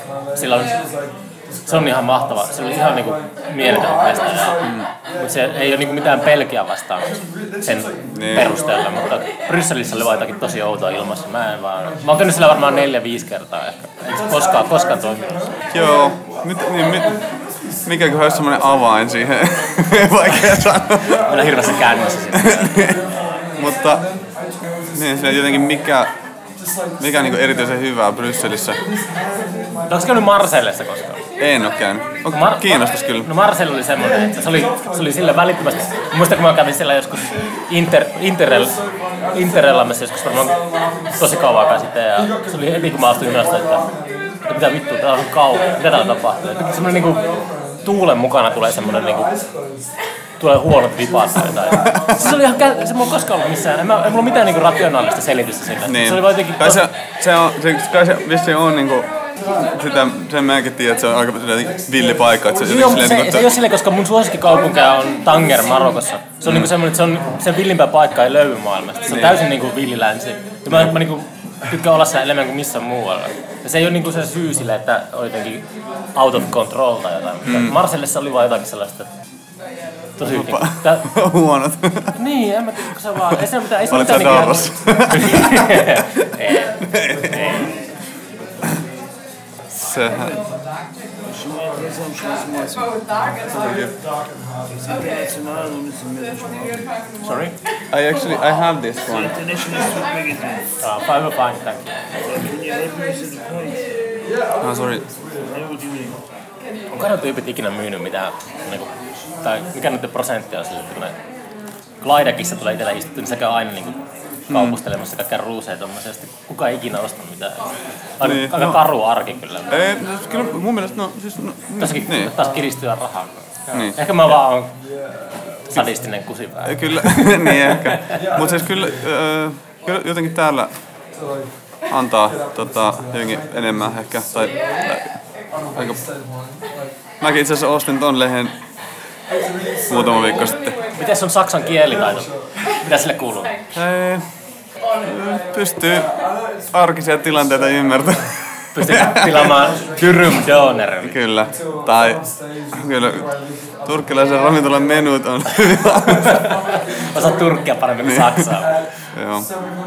se on ihan mahtava. Se oli ihan niinku mieletön mesta. Mutta se ei ole niinku mitään Belgiaa vastaan sen perusteella. Mutta Brysselissä oli vaan jotakin tosi outoa ilmassa. Mä oon käynyt siellä varmaan 4-5 kertaa ehkä. En koskaan toiminut. Joo, mikäköhän olisi semmonen avain siihen? Vaikea sanoa. Meillä on hirveässä käännössä sitten. Mutta niin, se jotenkin mikä niinku erityisen hyvää Brysselissä. Onko käynyt Marseillessa koskaan? En oo käynyt. Kiinnostais kyllä. No Marseille oli semmoinen, että se oli sillä välittömästi. Muistan, kun mä kävin siellä joskus Interrailissa joskus varmaan tosi kauan aikaa sitten. Ja se oli heti, kun mä astuin junasta, että mitä vittua, täällä on kauan, mitä täällä tapahtuu. Semmoinen niinku tuulen mukana tulee semmoinen niinku tulee huonot vipat tai jotain. Se oli ihan se mulla koskaan ollut missään. Ei mulla ole mitään niinku rationaalista selitystä siitä. Niin. Se oli vaan jotenkin kai se vissiin on niinku sitä sen mäkin tiedän, että se on aika villi paikka, että se ei ole silleen, koska mun suosikkikaupunkeja on Tanger Marokossa. Se on niinku semmoinen, että sen villimpää paikkaa ei löydy maailmasta. Se on täysin niinku villilänsi. Ja mä niinku tykkään olla siellä enemmän kuin missään muualla. Ja se ei ole niinku se syy sille, että on jotenkin out of control tai jotain. Marsellessa oli vaan jotakin sellaista. Tosi huonot. Niin, en mä tiedä, kun se vaan... Ei se mitään... Olet sä Davos? Ei. Sehän... Sorry? I have this one. Fine, thank you. Sorry. Onko ne tyypit ikinä myynyt mitään, tai mikä nyt prosentti on sille, että kun ne Glidekissa tulee itsellä istuttu, niin se käy aina niinku kaupustelemassa kaikkea ruuseja tommosesti. Kuka ei ikinä osta mitään. Aika karu arki kyllä. Ei, kyllä mun mielestä Tässäkin taas kiristyy rahaa. Niin. Ehkä mä vaan oon sadistinen kusipää. Kyllä, niin ehkä. Mutta siis kyllä jotenkin täällä antaa jotenkin enemmän ehkä. Aika. Mäkin itse asiassa ostin ton lehen muutama viikko sitten. Miten sun saksan kielitaito? Mitä sille kuuluu? Pystyy arkisia tilanteita ymmärtämään. Pystyy tilaamaan Dürüm-donerin. Kyllä. Tai kyllä turkkilaisen ravintolan menut on Osaat turkkia paremmin kuin saksaa. Joo.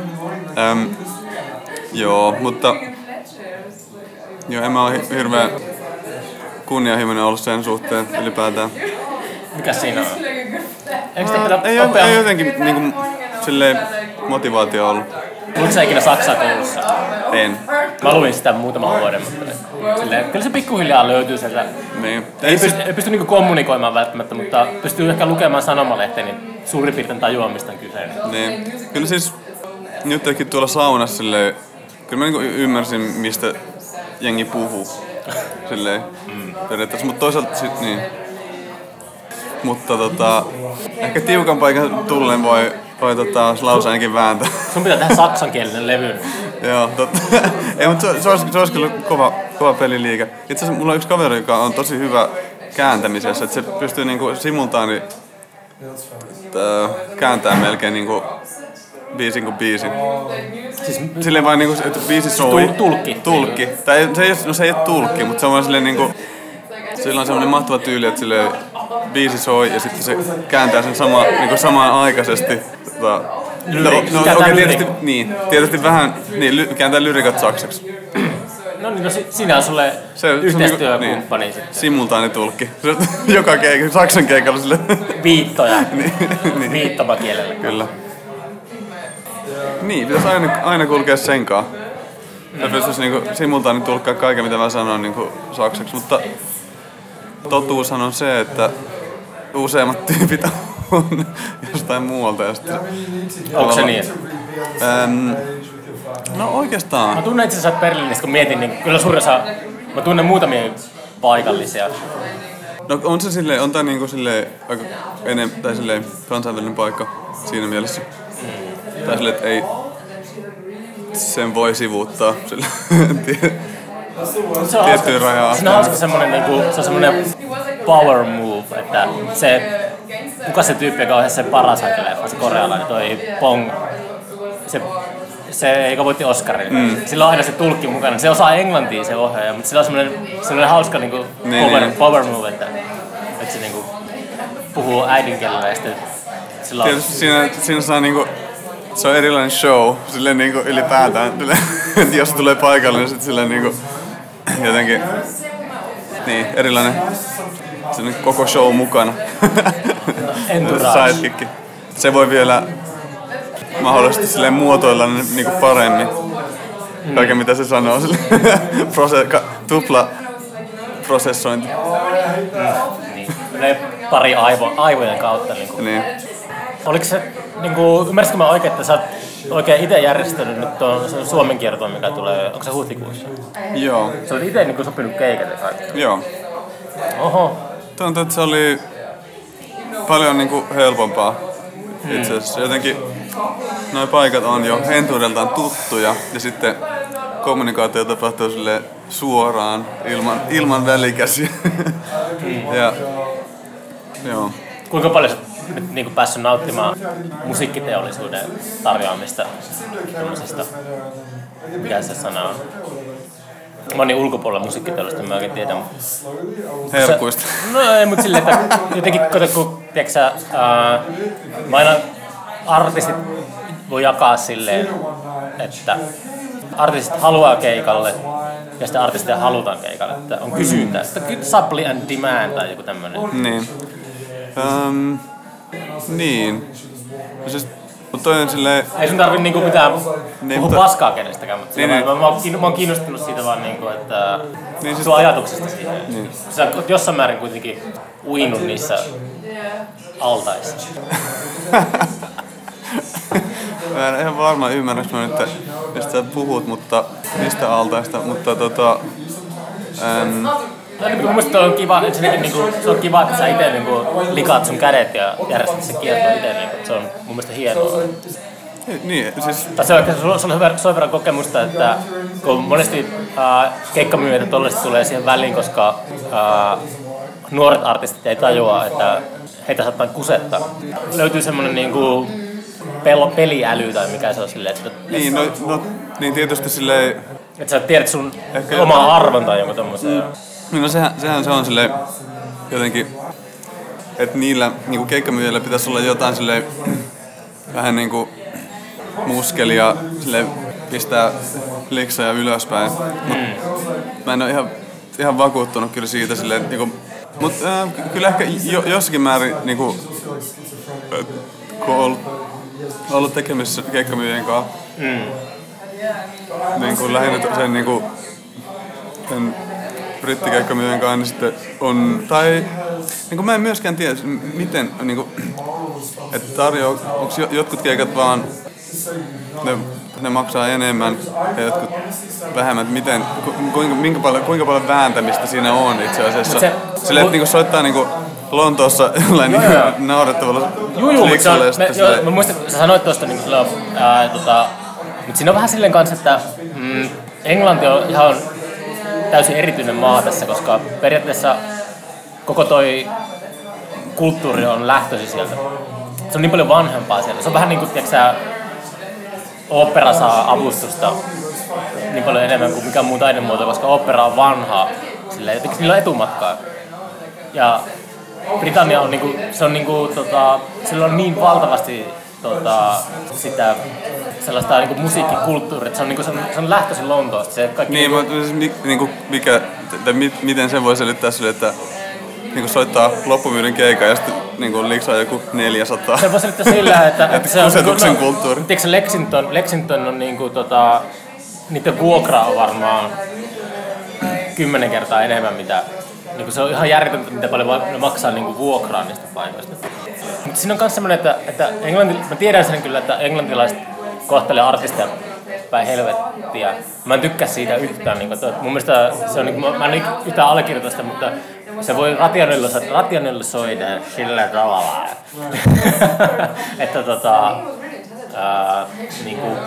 Joo, mutta joo, en mä ole hirveän kunnianhimoinen ollut sen suhteen ylipäätään. Mikä siinä on? Eikö te pitää Ei jotenkin niinku silleen motivaatio ollut. Luitko sä ikinä saksaa koulussa? En. Mä luin sitä muutaman vuoden, mutta silleen, kyllä se pikkuhiljaa löytyy sieltä. Niin. Ei pysty niinku kommunikoimaan välttämättä, mutta pystyy ehkä lukemaan sanomalehteen, niin suurin piirtein tajuaa, mistä on kyse. Niin. Kyllä siis nytkin tuolla saunassa silleen, kyllä mä niinku ymmärsin, mistä jengi puhuu. Silleen periaatteessa, mutta toisaalta sit niin. Mutta ehkä tiukan paikan tullen voi lauseenkin vääntää. Sun pitää tehdä saksankielinen levy. Joo, totta. Ei, mutta se olisi kyllä kova peliliike. Itse asiassa mulla on yksi kaveri, joka on tosi hyvä kääntämisessä, että se pystyy niinku simultaani kääntää melkein niinku biisin kuin biisin. Siis silleen vain niinku, että biisi soi. Tulkki. Tai se ei ole tulkki, mutta se on vaan silleen niinku, sillä on semmoinen mahtava tyyli, että silleen biisi soi ja sitten se kääntää sen niinku samaan aikaisesti. Tietysti vähän kääntää lyrikat saksaksi. No niin, siinä on sulle yhteistyökumppani niin, sitten. Simultaanitulkki. Joka keikalla, saksan keikalla sille. Viittoja. niin. Viittomakielellä. Kyllä. Niin, pitäisi aina kulkea senkaan. Ja pystyisi niinku simultaanitulkkaa kaiken mitä mä sanon niinku saksaksi, mutta totuushan on se, että useimmat tyypit on jostain muualta. Onko se niin? No oikeastaan. Mä tunnen itse asiassa Berliinistä, kun mietin, niin kyllä suurin osa, mä tunnen muutamia paikallisia. No on se silleen, on tää niinku silleen aika tai silleen kansainvälinen paikka siinä mielessä. Tai silleen, että ei sen voi sivuuttaa tiettyyn rajaan. Se on hauska semmonen niinku, se on semmonen power move, että se, kuka se tyyppi, joka on se paras hankileffa, se korealainen, toi Pong, se joka voitti Oscarin. Sillä on aina se tulkki mukana. Se osaa englantia se ohjaaja, mutta sillä on semmoinen hauska niinku power move, että se niinku puhuu äidinkielellä ja sitten sillä on... Tietysti siinä saa niinku, se on erilainen show, silleen niinku ylipäätään, että jos tulee paikalle, niin sit silleen niinku jotenkin niin, erilainen koko show mukana. Sidekick. Se voi vielä mahdollisesti silleen muotoilla niinku paremmin. Kaiken mitä se sanoo tupla prosessointi. Niin. Pari aivojen kautta niinku. Niin. Oliko se niinku, ymmärsitkö mä oikein, että sä oot oikein itse järjestänyt nyt tuon Suomen kiertoon, mikä tulee, onko se huhtikuussa? Joo. Sä olet itse niinku sopinut keikat ja kaikki. Joo. Oho. Tuntuu, että se oli paljon niinku helpompaa itse asiassa. Jotenkin noi paikat on jo entuudeltaan tuttuja ja sitten kommunikaatio tapahtuu silleen suoraan ilman välikäsiä. Ja joo. Kuinka paljon sä nyt niinku päässyt nauttimaan musiikkiteollisuuden tarjoamista tämmöisistä, mikä se sana on? Mä oon niin ulkopuolella musiikkiteollisuudesta, mä oikein tiedän. Herkuista. No ei, mut silleen, että jotenkin kun tiedätkö sä, mä aina artistit voi jakaa silleen, että artistit haluaa keikalle ja sitten artisteja halutaan keikalle, että on kysyntää. Sitten supply and demand tai joku tämmönen. Niin. Niin. No siis, mutta toi on silleen... Ei sun tarvi niinku mitään niin, puhua paskaa kenestäkään, mutta niin, mä oon kiinnostunut siitä vaan niinku, että niin, siis sun ajatuksesta siihen. Niin. Sä oot jossain määrin kuitenkin uinut niissä altaissa. Mä en ihan varmaan ymmärräks mä nyt, mistä sä puhut, mutta mistä altaista, mutta Mun mielestä on kiva, ensinnäkin niinku, se on kiva, että sä ite niinku likaat sun kädet ja järjestät sen kiertoon ite. Niinku, se on mun mielestä hienoa. Niin, siis... Se on sen verran kokemusta, että kun monesti keikkamyyjät ja tollaista tulee siihen väliin, koska nuoret artistit ei tajua, että heitä saattaa kusettaa. Löytyy semmonen niinku peliäly tai mikä se on silleen, että... Niin, niin tietysti silleen... Että sä tiedät sun omaa arvon tai jonkun tommosen. No sehän se on silleen jotenkin, että niillä niinku keikkamyyjillä pitäisi olla jotain silleen vähän niinku muskelia silleen pistää liksoja ylöspäin. Mä en oo ihan vakuuttunut kyllä siitä silleen niinku, mut kyllä ehkä jossakin määrin niinku kun on ollut tekemisissä keikkamyyjien kanssa. Niinku lähinnä sen niinku sen brittikeikkamyyjien kanssa, niin sitten on, tai niinku mä en myöskään tiedä, miten niinku, että onks jotkut keikat vaan ne maksaa enemmän ja jotkut vähemmän, miten, kuinka paljon vääntämistä siinä on itse asiassa. Silleen, että niinku soittaa niinku Lontoossa jollain niinku naurettavalla kliksalla. Mä muistan, että sä sanoit tosta niinku silloin, mutta siinä on vähän silleen kanssa, että Englanti on ihan täysin erityinen maa tässä, koska periaatteessa koko toi kulttuuri on lähtöisin sieltä. Se on niin paljon vanhempaa siellä. Se on vähän niin kuin, tiiäksä, opera saa avustusta niin paljon enemmän kuin mikään muu taidemuoto, koska opera on vanhaa. Silleen, jotenkin niillä on etumatkaa. Ja Britannia on niinku, se on niinku, sillä on niin valtavasti sitä sellaista niinku musiikkikulttuuria, että se on lähtöisin Lontoosta. Se kaikki niin, niinku, miten sen voi selittää sille, että niinku soittaa loppumyyden keikan ja sitten niinku liksaa joku 400. Se voi selittää sillä, että se on kusetuksen kulttuuri. Tiedätkö Lexington on niinku niiden vuokra on varmaan 10 kertaa enemmän mitä niinku se on ihan järjetöntä, mitä paljon ne maksaa niinku vuokraa niistä paikoista. Mutta siinä on myös semmoinen, että mä tiedän sen kyllä, että englantilaiset kohtelee artisteja päin helvettiä. Mä en tykkää siitä yhtään. Niin kuin, mun mielestä se on, niin kuin, mä en yhtään allekirjoita, mutta se voi rationalisoida sillä tavalla. Että niin kuin,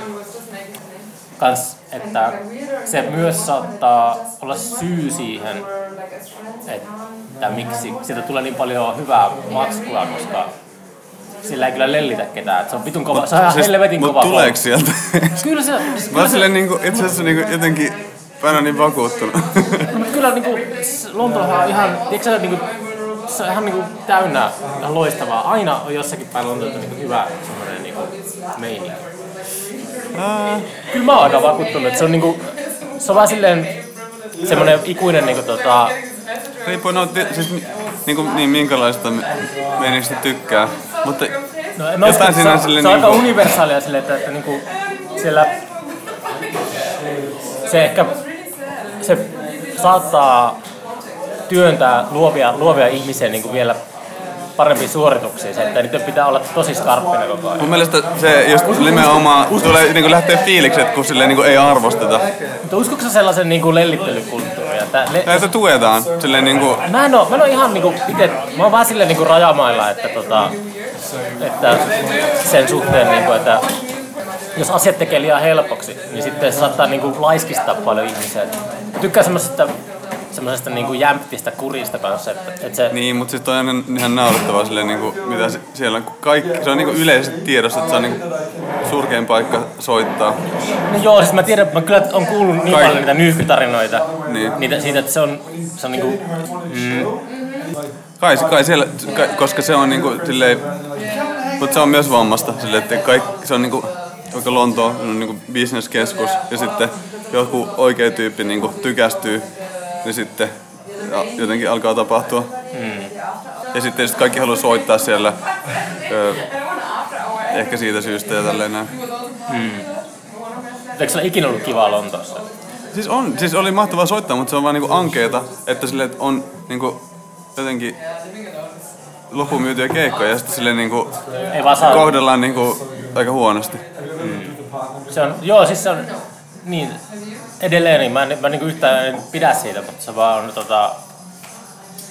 että se myös saattaa olla syy siihen, että miksi siitä tulee niin paljon hyvää matskua, koska sillä ei kyllä lellitä ketään. Se on vitun kova, se on ihan helvetin kova. Mutta tuleeko sieltä? Kyllä se... Mä oon silleen niinku, itse asiassa niinku jotenkin vähän niin vakuuttunut. No, mutta kyllä niinku, Lontoohan on ihan, tiiäksä, niinku, se on ihan niinku täynnä ihan loistavaa. Aina on jossakin päin Lontoota niinku hyvä semmoinen niinku meininki. Kyllä mä oon aika vakuuttunut, että se on niinku, se on vaan silleen semmoinen ikuinen niinku riippuu, no siis niinku niin minkälaista meiningistä tykkää, mutta no, en mä usko, se on niinku aika universaalia silleen, että niinku siellä se ehkä se saattaa työntää luovia ihmisiä niinku vielä parempiin suorituksiin, se, että niiden pitää olla tosi skarppina koko ajan. Mun mielestä se just nimenomaan tulee niinku lähtee fiilikset, kun silleen niinku ei arvosteta. Mutta uskotko sä sellaisen niinku lellittelykulttuuria? Että tuetaan silleen niinku... Mä en oo ihan niinku ite, mä oon vaan silleen niinku rajamailla, että sen suhteen niinku, että jos asiat tekee liian helpoksi, niin sitten se saattaa niinku laiskistaa paljon ihmisiä. Tykkää semmoisesta niinku jämptistä kurista kanssa, että se... Niin, mutta siis toi on ihan naurettavaa silleen niinku, mitä siellä on kaikki, se on niinku yleisesti tiedossa, että se on niinku surkein paikka soittaa. No joo, siis mä tiedän, mä kyllä on kuullut niin paljon niitä nyyhkytarinoita, niitä siitä, että se on niinku... Kai siellä, koska se on niinku silleen, mutta se on myös vammasta silleen, että se on niinku, vaikka Lonto on niinku bisneskeskus ja sitten joku oikea tyyppi niinku tykästyy, niin sitten jotenkin alkaa tapahtua. Ja sitten kaikki haluaa soittaa siellä ehkä siitä syystä ja tälleen näin. Eikö sulla ikinä ollut kivaa Lontoossa? Siis oli mahtavaa soittaa, mutta se on vaan niinku ankeeta, että silleen, että on niinku jotenkin loppumyytyjä keikkoja ja sitten silleen niinku kohdellaan niinku aika huonosti. Se on, joo, siis se on niin edelleen, niin mä niinku yhtään en pidä siitä, mutta se vaan on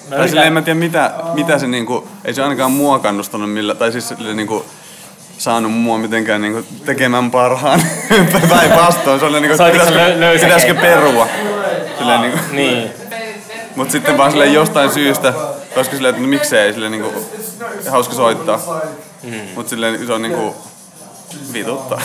Tai silleen en mä tiedä mitä se niinku, ei se ainakaan mua kannustanut millä, tai siis silleen niinku saanut mua mitenkään niinku tekemään parhaan. Päinvastoin, se oli niinku, pitäisikö perua. Silleen niinku. Niin. Mut sitten vaan silleen jostain syystä, koska silleen, että no miksei silleen niinku hauska soittaa. Mut silleen se on niinku vituttaa.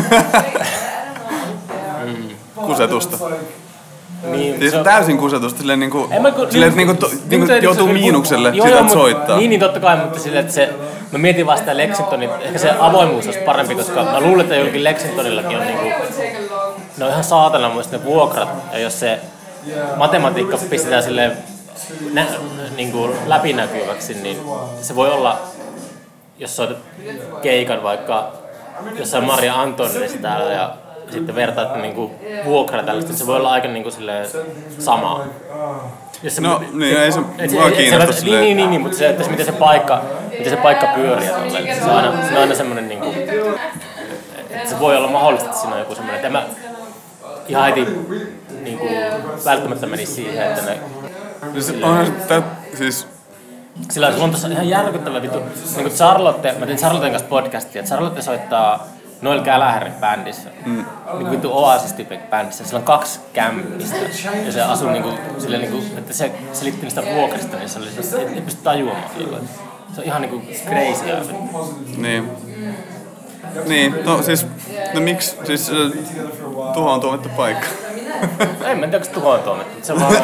Kusetusta. Niin, siis täysin kusetusta, silleen niinku, joutuu miinukselle sitä, että soittaa. Niin totta kai, mutta silleen, että se, mä mietin vaan sitä Lexingtonin, ehkä se avoimuus olisi parempi, koska mä luulen, että jollakin Lexingtonillakin on niinku, ne on ihan saatana mun ne vuokrat, ja jos se matematiikka pistetään silleen niinku läpinäkyväksi, niin se voi olla, jos soitat keikan vaikka jossain Maria Antonissa täällä ja sitten vertaat niinku vuokraa tällaista, niin se voi olla aika niinku silleen samaa. No niin, ei se mua kiinnosta silleen. Niin, mutta se, että miten se paikka pyörii tolleen. Se on aina semmoinen niinku, että se voi olla mahdollista, että siinä on joku semmoinen, että en mä ihan heti niinku välttämättä menisi siihen, että ne siis sillä on tuossa ihan järkyttävä vittu. Niin kuin Charlotte, mä tein Charlotten kanssa podcastia, että Charlotte soittaa Noel Gallagherin bändissä. Niin vittu Oasis-tyyppi bändissä. Sillä on 2 kämpistä. Ja se asuu niinku, silleen niinku, että se selitti niistä vuokrista, niin se oli se, ei pysty tajuamaan. Se on ihan niinku crazy. Niin, no siis, no miksi, siis tuhoon tuomittu paikka. En mä tiedä, onko tuhoon tuomittu. Se on vaan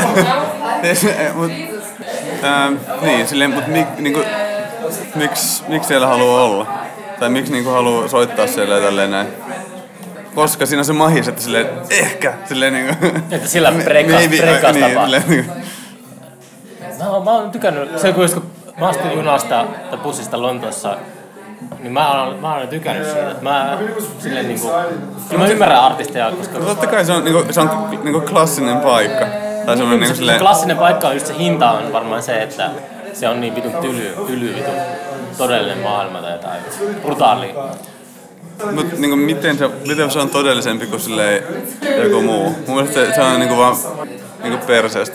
niin, silleen, mutta miksi siellä haluaa olla? Tai miksi niinku haluaa soittaa siellä ja tälleen näin? Koska siinä on se mahis, että silleen, ehkä, silleen niinku että sillä prekas tapaa. Niin, mä oon tykännyt, se kun mä astin junasta tai bussista Lontoossa, niin mä oon tykännyt siitä, että mä silleen niinku, kyllä mä ymmärrän artisteja, koska totta kai se on niinku klassinen paikka. Tai se on niinku silleen klassinen paikka on just se hinta on varmaan se, että se on niin vitun tyly vitun todellinen maailma tai jotain brutaalia. Mut niinku miten se on todellisempi kuin silleen joku muu? Mun mielestä se on niinku vaan niinku perseestä.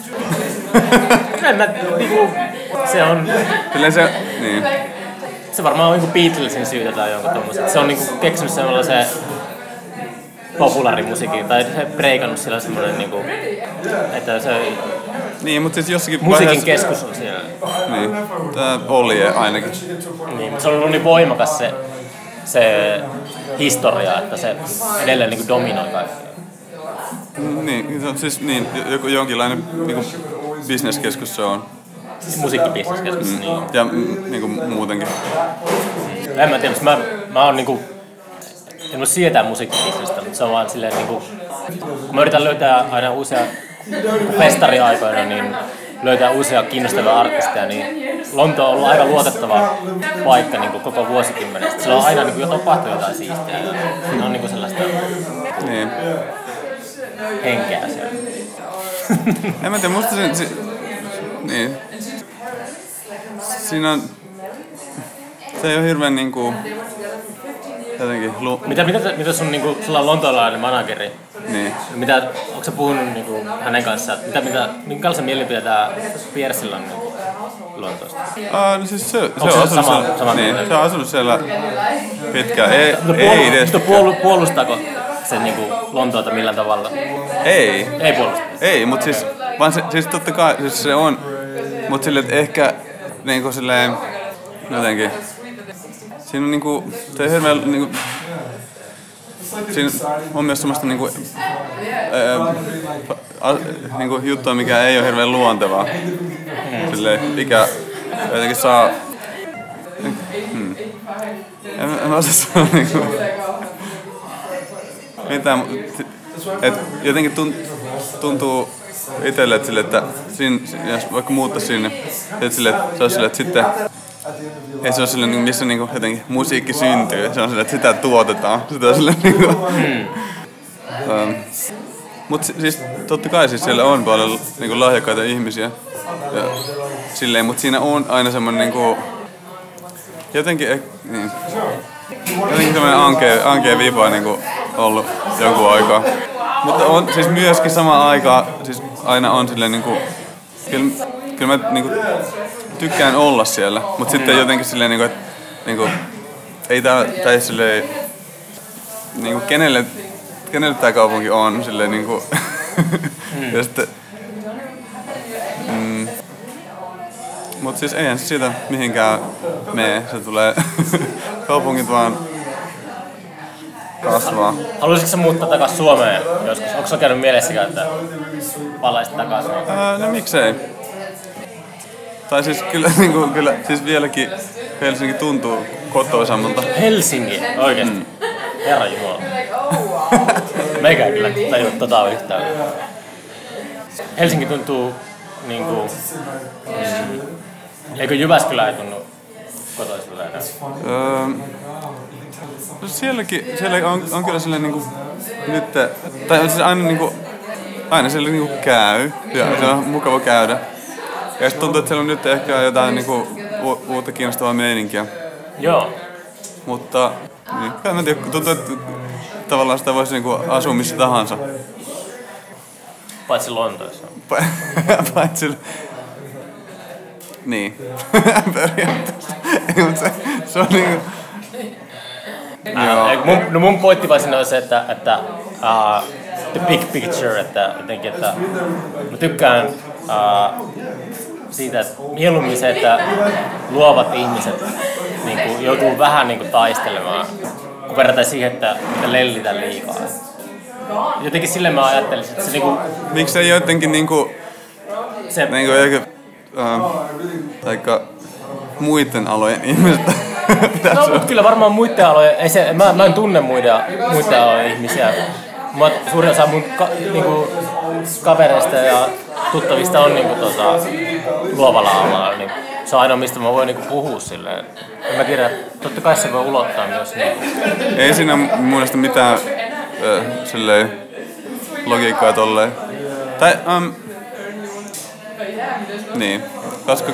En mä niinku, se on silleen se, niin. Se varmaan on niinku Beatlesin syytä tai jonkun tommosen. Se on niinku keksinyt se populaarimusiikin tai se breikannut sillä semmoinen niinku, että se niin, mutta siis jossakin musiikin keskus on siellä. Niin, tää oli ainakin. Niin, mutta se on ollut niin voimakas se historia, että se edelleen niinku dominoi kaikkea. Niin, siis niin, jonkinlainen niinku bisneskeskus se on. Musiikkibisneskeskus, niin. Ja niinku muutenkin. En mä tiedä, mä oon niinku, en voi sietää musiikkibisnestä, mutta se on vaan silleen niinku, kun mä yritän löytää aina uusia festariaikoina, niin löytää uusia kiinnostavia artisteja, niin Lonto on ollut aika luotettava paikka niin kuin koko vuosikymmenestä. Sillä on aina niin kuin, jo tapahtunut jotain siistiä. Siinä on niin kuin sellaista niin. henkeä siellä. En mä tiedä, musta niin. Siinä on, se ei ole hirveän niinku jotenkin mitä sun niinku, sulla on lontoolainen manageri? Niin. Onko sä puhunut niinku hänen kanssaan, minkälaisen mielipide tää Piersillä on niinku Lontoosta? No siis se on asunut siellä pitkään. Ei edes. Puolustaako se niinku Lontoota millään tavalla? Ei. Ei puolusta. Ei, mut siis totta kai siis se on, mut silleen, että ehkä niinku silleen jotenkin siinä on niinku, se ei hirveän niinku, siinä on myös semmoista niinku, niinku juttua, mikä ei ole hirveän luontevaa. Silleen, mikä jotenkin saa, en osaa sanoa niinku, mitään, et jotenkin tuntuu itselle, että, sille, että siinä, jos vaikka muuttaisi sinne, että sille, että se olisi sille, että sitten ei se ole sille, missä niinku jotenkin musiikki syntyy, se on sille, että sitä tuotetaan. Sitä on sille niinku mut siis totta kai siis siellä on paljon niinku lahjakkaita ihmisiä. Ja silleen, mut siinä on aina semmonen niinku jotenkin niin. Jotenkin semmonen ankea vipa niinku ollut jonkun aikaa. Mutta on siis myöskin samaan aikaan siis aina on silleen niinku kyllä mä niinku tykkään olla siellä, mutta sitten jotenkin silleen niinku, että niinku, ei tää silleen niinku kenelle tää kaupunki on silleen niinku ja sitten mut siis eihän se siitä mihinkään mene, se tulee kaupungit vaan kasvaa. Haluaisitko sä muuttaa takaisin Suomeen joskus? Onko sä käynyt mielessäkään, että palaisit takaisin? No miksei? Tai siis kyllä siis vieläkin Helsinki tuntuu kotoisammalta. Helsinki? Oikeesti? Herra Jumala. Meikä ei kyllä tajua tota yhtään. Helsinki tuntuu niinku... Eikö Jyväskylä ei tunnu kotoiselta enää? No siellä on kyllä silleen niinku nyt, tai siis aina siellä niinku käy ja se on mukava käydä. Ja sitten tuntuu, että siellä on nyt ehkä jotain niinku uutta kiinnostavaa meininkiä. Joo. Mutta niin, en mä tiedä, tuntuu, että tavallaan sitä voisi niinku asua missä tahansa. Paitsi Lontoossa. Paitsi... Niin. Periaatteessa. Ei, mutta se on niinku... Mun pointti vaan siinä on se, että the big picture, että jotenkin, että mä tykkään siitä, että mieluummin se, että luovat ihmiset niin joutuu vähän niin taistelemaan, kun verrataan siihen, että lellitään liikaa. Jotenkin silleen mä ajattelisin, että se niinku... Miksei jotenkin niinku... Se... Niinku ehkä... taikka muiden alojen ihmiset. No, mutta kyllä varmaan muiden alojen... Mä en tunne muiden alojen ihmisiä. Suurin osa mun niinku, kavereista ja tuttavista on niinku, luovalla alalla. Niin se on ainoa, mistä mä voin niinku, puhua silleen. En mä tiedä, totta kai se voi ulottaa myös niin. Ei siinä mun mielestä mitään silleen logiikkaa tolleen. Tai niin, koska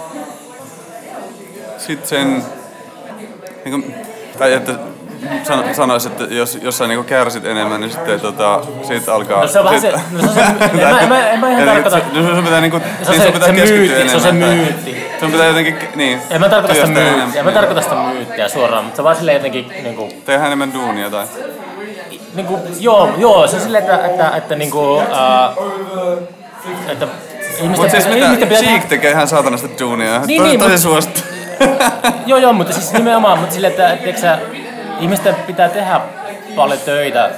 sit sen niinku, tai että sanois, että jos sä niinku kärsit enemmän, niin sitten siitä alkaa... No se on vähän se... En mä ihan tarkoita... Sun pitää niinku... Se on se myytti. Sun pitää jotenkin... Niin. En mä tarkoita sitä myyttiä suoraan, mutta se on vaan silleen jotenkin niinku... Tehdään enemmän duunia tai... Niinku, joo, se on silleen, että niinku... Että mut siis mitä Cheek tekee ihan saatanasta duunia. Niin, tosi suosittu. Joo, mutta siis nimenomaan, mutta silleen, että tiiäksä, ihmisten pitää tehdä paljon töitä,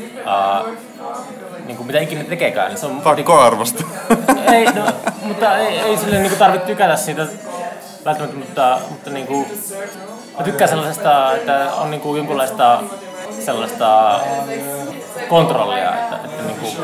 niin kuin mitä ikinä tekeekään. Niin se on pakkoarvosta. Ei, no, mutta ei silleen niin tarvitse tykätä siitä välttämättä, mutta niin kuin, mä tykkään sellaisesta, että on niin kuin jonkunlaista sellaista kontrollia, että niin kuin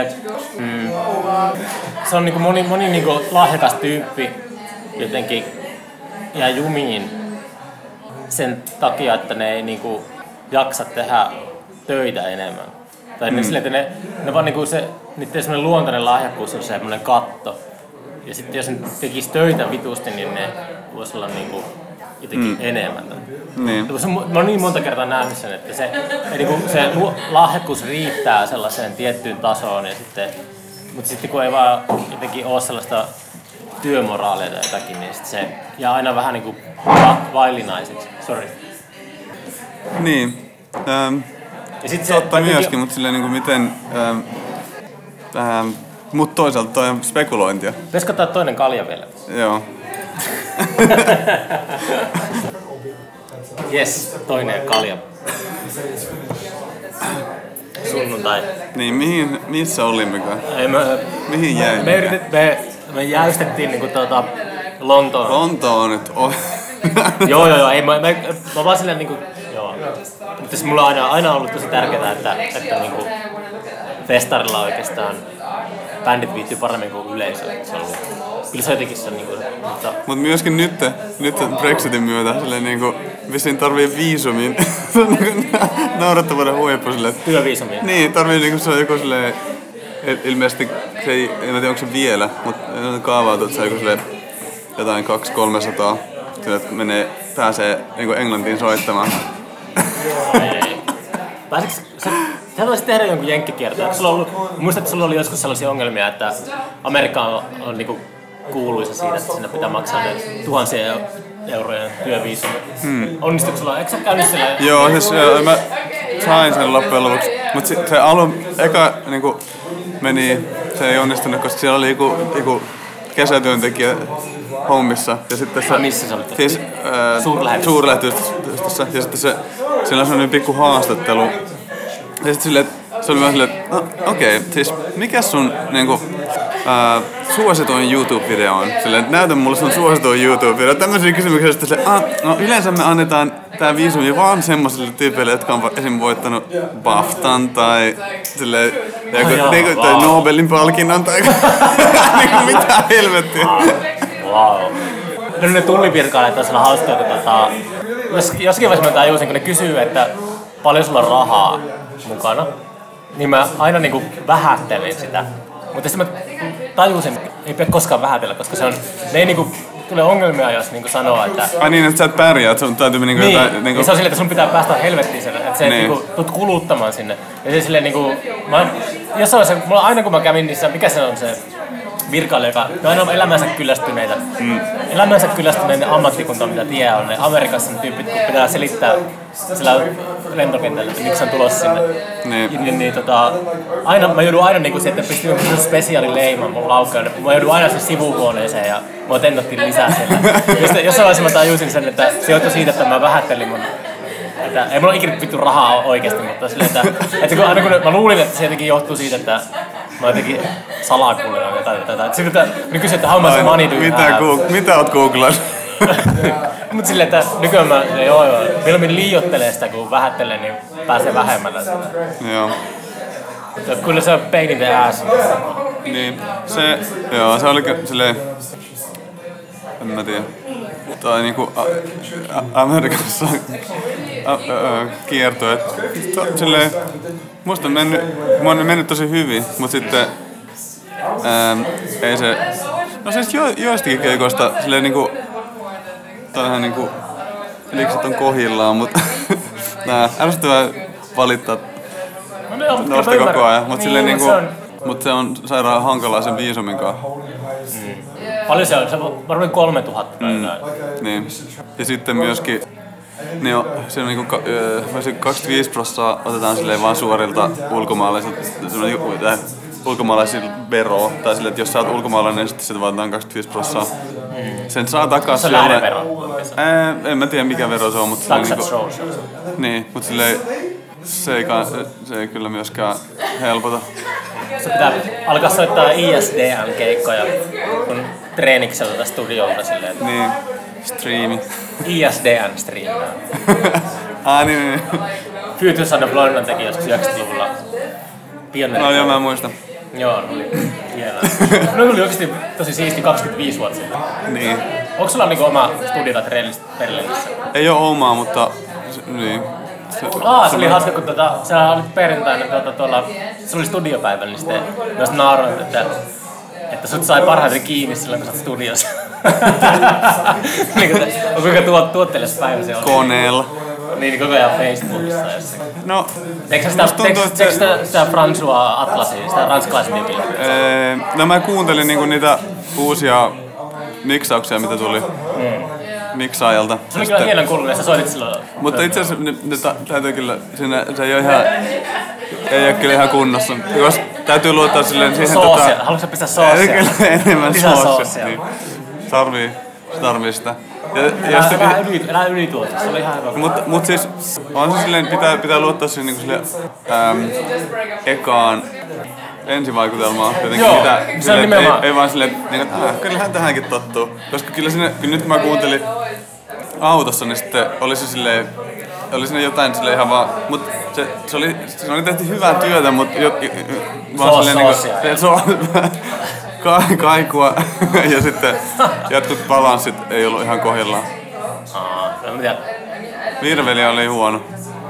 se on niin kuin moni niin kuin lahjakas tyyppi jotenkin jää jumiin sen takia, että ne ei niinku jaksa tehdä töitä enemmän. Tai silleen, että ne vaan niinku niiden semmoinen luontainen lahjakkuus on semmoinen katto. Ja sitten jos ne tekis töitä vitusti, niin ne vois olla niinku jotenkin enemmän. Niin. Mä oon niin monta kertaa nähnyt sen, että se lahjakkuus riittää sellaiseen tiettyyn tasoon. Ja mutta sitten kun ei vaan jotenkin ole sellaista työmoraalia tai jotakin, niin se jää aina vähän niinku vaillinaiseksi. Sori. Niin. Ja sit totta myöskin, mutta silleen niinku miten... mut toisaalta toi on spekulointia. Pitäisikö ottaa toinen kalja vielä? Joo. Jes, toinen kalja. Sunnuntai. Niin, missä olimmekaan? Mihin jäimme? Me jäystettiin niinku Lontoon. Lontoon nyt on. Joo, ei mä vaan silleen niinku, joo. Mutta siis mulla on aina ollut tosi tärkeää, että niinku festarilla oikeastaan bändit viittyy paremmin kuin yleisö. Kyllä se jotenkin se niinku, mutta myöskin nyt Brexitin myötä silleen niinku vissiin tarvii viisumin. Se on niinku naurettavuuden huippu silleen. Työviisumia. Niin, tarvii niinku se on joku silleen ilmeisesti se ei, en tiedä onko se vielä, mutta on kaavautu, että se on joku silleen jotain 200-300. Sillä, että pääsee niinku Englantiin soittamaan. Pääsitkö sä haluaisit tehdä jonkun jenkkikiertoa? Muistat, että sulla oli joskus sellaisia ongelmia, että Amerikka on niinku kuuluisa siitä, että sinne pitää maksaa ne tuhansia eurojen työviisumi. Onnistuiko sulla? Eikö sä käynyt siellä? Joo, siis mä sain sen loppujen lopuksi. Mut se eka niinku meni, se ei onnistunut, koska siellä oli joku kesätyöntekijä hommissa. Ja sitten se, missä se oli? Siis suurlähetystössä. Ja sitten siellä on sellainen pikku haastattelu. Ja sitten se oli vähän silleen, että okei, siis mikä sun niinku, suosituin YouTube-video on? Silleen, että näytä mulle sun suosituin YouTube-video. Tämmöisiä kysymyksiä, että no yleensä me annetaan tää viisumi vaan semmoisille tyypeille, jotka on esim. Voittanut BAFTAn tai silleen, tai Nobelin palkinnon tai niinku mitä helvettiä. Wow. No ne tullipirkailijat on sellainen hauska, että jossakin vaiheessa mä tajusin, kun ne kysyy, että paljon sulla on rahaa mukana, niin mä aina niinku vähättelin sitä. Mutta sitten mä tajusin, että ei pidä koskaan vähätellä, koska se on, ne ei niinku tule ongelmia, jos niinku sanoo, että... Ai niin, että sä et pärjää, että sun täytyy niinku niin, jotain... Niinku... Ja se on silleen, että sun pitää päästä helvettiin sen, että se niinku, tulet kuluttamaan sinne. Ja se silleen niinku... mulla aina kun mä kävin niissä, mikä se on se virkailija, joka ne aina on elämänsä kyllästyneitä. Elämänsä kyllästyneiden ammattikunta, mitä tie on. Ne Amerikassa ne tyypit, kun pitää selittää sillä lentokentällä, että miksi on tulossa sinne. Aina, mä joudun aina niinku se, että pystyy spesiaali leiman mun laukkaan. Mä joudun aina sen sivuhuoneeseen ja mua tennottiin lisää siellä. Jossain vaiheessa mä tajusin sen, että se johtui siitä, että mä vähättelin mun... Että, ei mulla ikinä vittu rahaa oikeesti, mutta silleen, että aina kun mä luulin, että se jotenkin johtuu siitä, että mä jotenkin salakuljetan jotain. Sitten ne kysyivät, että how much money do you have? Mitä oot googlannut? Mut silleen, että nykyään mä mieluummin liioittelee sitä, kun vähättelee, niin pääsee vähemmällä sitä. Joo. Kyllä se on pain in the ass. Niin, se oli silleen... En mä tiedä. Tai niinku Amerikassa kiertui, että silleen... Musta on mennyt tosi hyvin, mut sitten... ei se... No siis joistakin keikoista silleen niinku... Tää on ihan niinku... Likset on kohillaan, mut... Nää, ärsyttävää valittaa noista koko ajan, mut silleen niinku... Mut se on sairaan hankalaa sen viisumin kanssa. Paljon se on? Se on varmaan 3000 tai jotain. Niin. Ja sitten myöskin... Niin se on niinku 25% otetaan silleen vaan suorilta ulkomaalaisilta veroa. Tai silleen, että jos sä oot ulkomaalainen, niin sitten sitä vaan 25%. Sen saa takas... Se on lähdevero. En mä tiedä mikä vero se on, mutta... Taxat shows. Niin, mutta silleen... Se ei kyllä myöskään helpota. Se pitää alkaa soittaa ISDN-keikkoja kun treenikseltä studiolta silleen. Niin, striimi. ISDN-striimää. Niin. Future Son of London teki joskus 90-luvulla pioneeri. No joo, mä muistan. Joo, ne oli hienoa. Ne oli oikeesti tosi siisti 25 vuotta sitten. Niin. Onko sulla niinku oma studio tai treenistä Berliinissä? Ei oo omaa, mutta... Niin. Se oli hauska, kun sä olit perjantaina tuolla, se oli studiopäivä, niin sitten myös naaroit, että sut sai parhaiten kiinni silloin, kun sä oot studiossa. Kuinka tuottelias päivä se oli? Koneella. Niin, koko ajan Facebookissa jossakin. No, teekö sitä François Atlasia, sitä ranskalaisen tyypillä? No mä kuuntelin niinku niitä uusia miksauksia, mitä tuli. Miksaajalta. Se oli kyllä hienon kuulunut, sä soitit silloin. Mutta itse asiassa täytyy kyllä, se ei ole ihan, ei ole kyllä ihan kunnossa. Jos täytyy luottaa silleen siihen... Soosia, haluatko sä pistää soosia? Kyllä enemmän soosia. Niin. Tarvii sitä. Elää ylituotus, se oli ihan hyvä. Mut siis on se silleen, pitää luottaa siihen niinku silleen ekaan ensivaikutelmaa jotenkin. Joo, se on nimenomaan. Ei vaan silleen, että kyllähän tähänkin tottuu. Koska kyllä siinä, nyt kun mä kuuntelin autossa, niin sitten oli siinä jotain silleen ihan vaan, mut se oli tehty hyvää työtä, mut vaan silleen kaikua ja sitten jotkut balanssit ei ollut ihan kohdillaan. Virveli oli huono.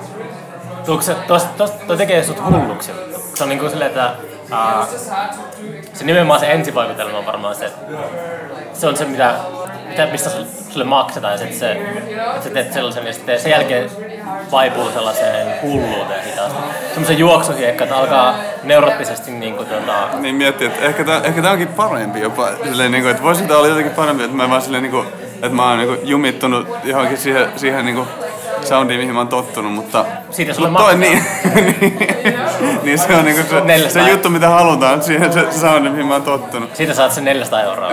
Toi tekee sut hulluksi. Se on niinku silleen, että se nimenomaan se ensivaikutelma on varmaan se on se mistä sulle maksetaan ja sitten sä teet sellaisen ja sitten sen jälkeen vaipuu sellaiseen hulluuteen hitaasti. Semmoisen juoksuhiekka, että alkaa neuroottisesti niinku Niin miettii, että ehkä tää onkin parempi jopa. Silleen niinku, että voisi tää olla jotenkin parempi, että mä vaan silleen niinku, että mä oon niinku jumittunut johonkin siihen niinku soundiin, mihin mä oon tottunut, mutta siitä sulle toi niin, niin se on niinku se juttu, mitä halutaan, siihen se soundi, mihin mä oon tottunut. Siitä saat sen 400 €.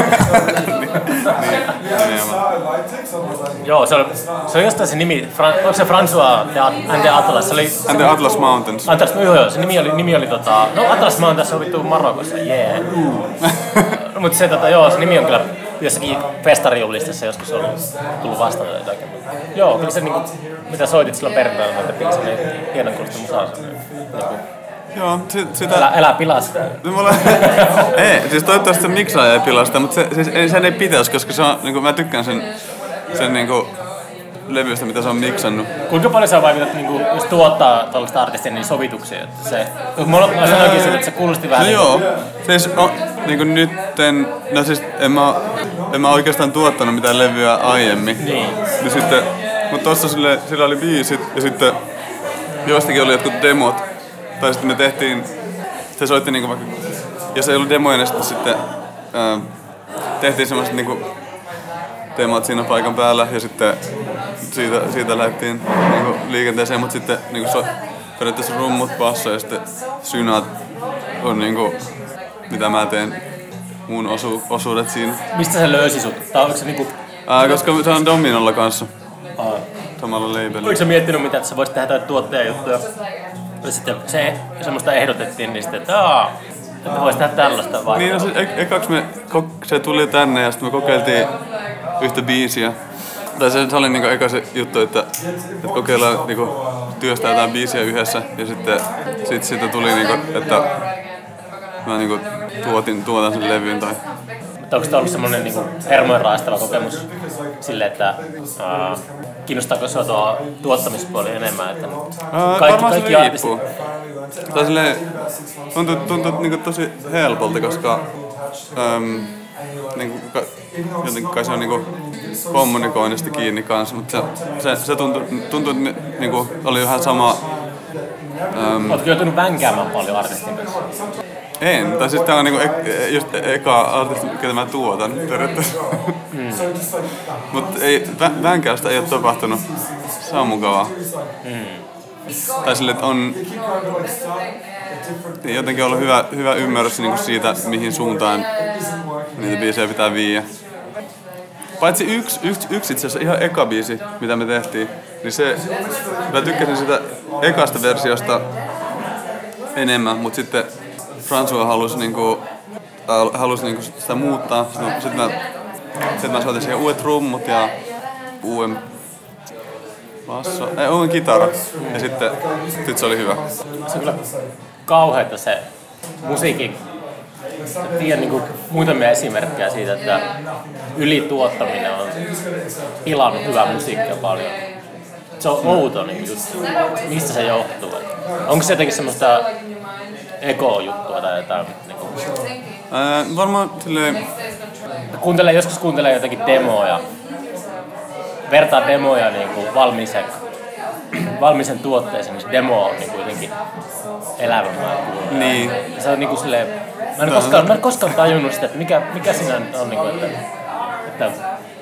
Joo, se oli jostain se nimi, onko se François and the Atlas? Se oli, And the Atlas Mountains. Atlas, joo, se nimi oli no Atlas Mountains on vittu Marokossa, jee. Mutta se joo, se nimi on kyllä jossakin festarijulistassa joskus tullut vastaan tai jotakin. Joo, kyllä se niinku, mitä soitit silloin perjantaina noita biisejä, niin hienon kuulosta musaa. Niinku, joo, sitä... Älä pilaa sitä. Ei, siis toivottavasti se miksaaja ei pilaa sitä, mutta sen ei pitäisi, koska se on, niinku, mä tykkään sen niinku levystä, mitä se on miksannut. Kuinka paljon sä vaikutat, niinku, jos tuottaa tällaista artistia, niin sovituksia? Että se, mä sanoinkin sitä, että se kuulosti vähän... No joo, siis niinku nytten, no siis en mä oikeastaan tuottanut mitään levyä aiemmin. Niin. Sitten, mutta tossa sillä oli biisit ja sitten joistakin oli jotkut demot. Tai sitten me tehtiin, se soitti niinku vaikka, jos ei ollut demoja, niin sitten tehtiin semmoset niinku demot siinä paikan päällä ja sitten siitä lähdettiin niinku liikenteeseen, mutta sitten niinku periaatteessa rummut, basso ja sitten synat on niinku, mitä mä teen, mun osuudet siinä. Mistä se löysi sut? Tai oliko se niinku... Koska se on Dominolla kanssa. Samalla labelilla. Oliko sä miettinyt mitä, että sä voisit tehdä tuottajajuttuja? Ja sitten se semmoista ehdotettiin, niin sitten, että vois tehdä tällaista vai? Niin, no ekaks se tuli tänne ja sitten me kokeiltiin yhtä biisiä. Tai se oli niinku eka se juttu, että kokeillaan niinku työstää jotain biisiä yhdessä ja sitten siitä tuli niinku, että mä niinku tuotan sen levyn tai... Mutta onko tämä ollut semmoinen niinku hermojen raastava kokemus silleen, että kiinnostaako se tuo tuottamispuoli enemmän? Että kaikki artistit... Tai silleen tuntuu niinku tosi helpolta, koska niinku, jotenkin kai se on niinku kommunikoinnista kiinni kanssa, mutta se tuntui että niinku oli vähän sama... Ootko joutunut vänkäämään paljon artistin kanssa? En, tai siis tää on niinku just eka artisti, ketä mä tuotan periaatteessa. Mut vänkäystä ei oo tapahtunut. Se on mukavaa. Tai sille, että on jotenkin ollut hyvä ymmärrys niinku siitä, mihin suuntaan niitä biisejä pitää viiä. Paitsi yksi itse asiassa ihan eka biisi, mitä me tehtiin, niin se, mä tykkäsin sitä ekasta versiosta enemmän, mut sitten François halusi niinku sitä muuttaa. Sitten mä soitin siihen uudet rummut ja uuden uuden kitara. Ja sitten se oli hyvä. Se on kyllä kauheeta se musiikin. Tiedän niinku muutamia esimerkkejä siitä, että ylituottaminen on pilannut hyvää musiikkia paljon. Se on outo niin juttu. Mistä se johtuu? Onko se jotenkin semmoista ego-juttua tai jotain? Niinku... Varmaan silleen... Joskus kuuntelee jotakin demoja. Vertaa demoja niinku valmiisen tuotteeseen, niin se demo on niinku jotenkin elävämpää kuulla. Niin. Ja se on niinku silleen... Mä en koskaan tajunnut sitä, että mikä siinä on niinku, että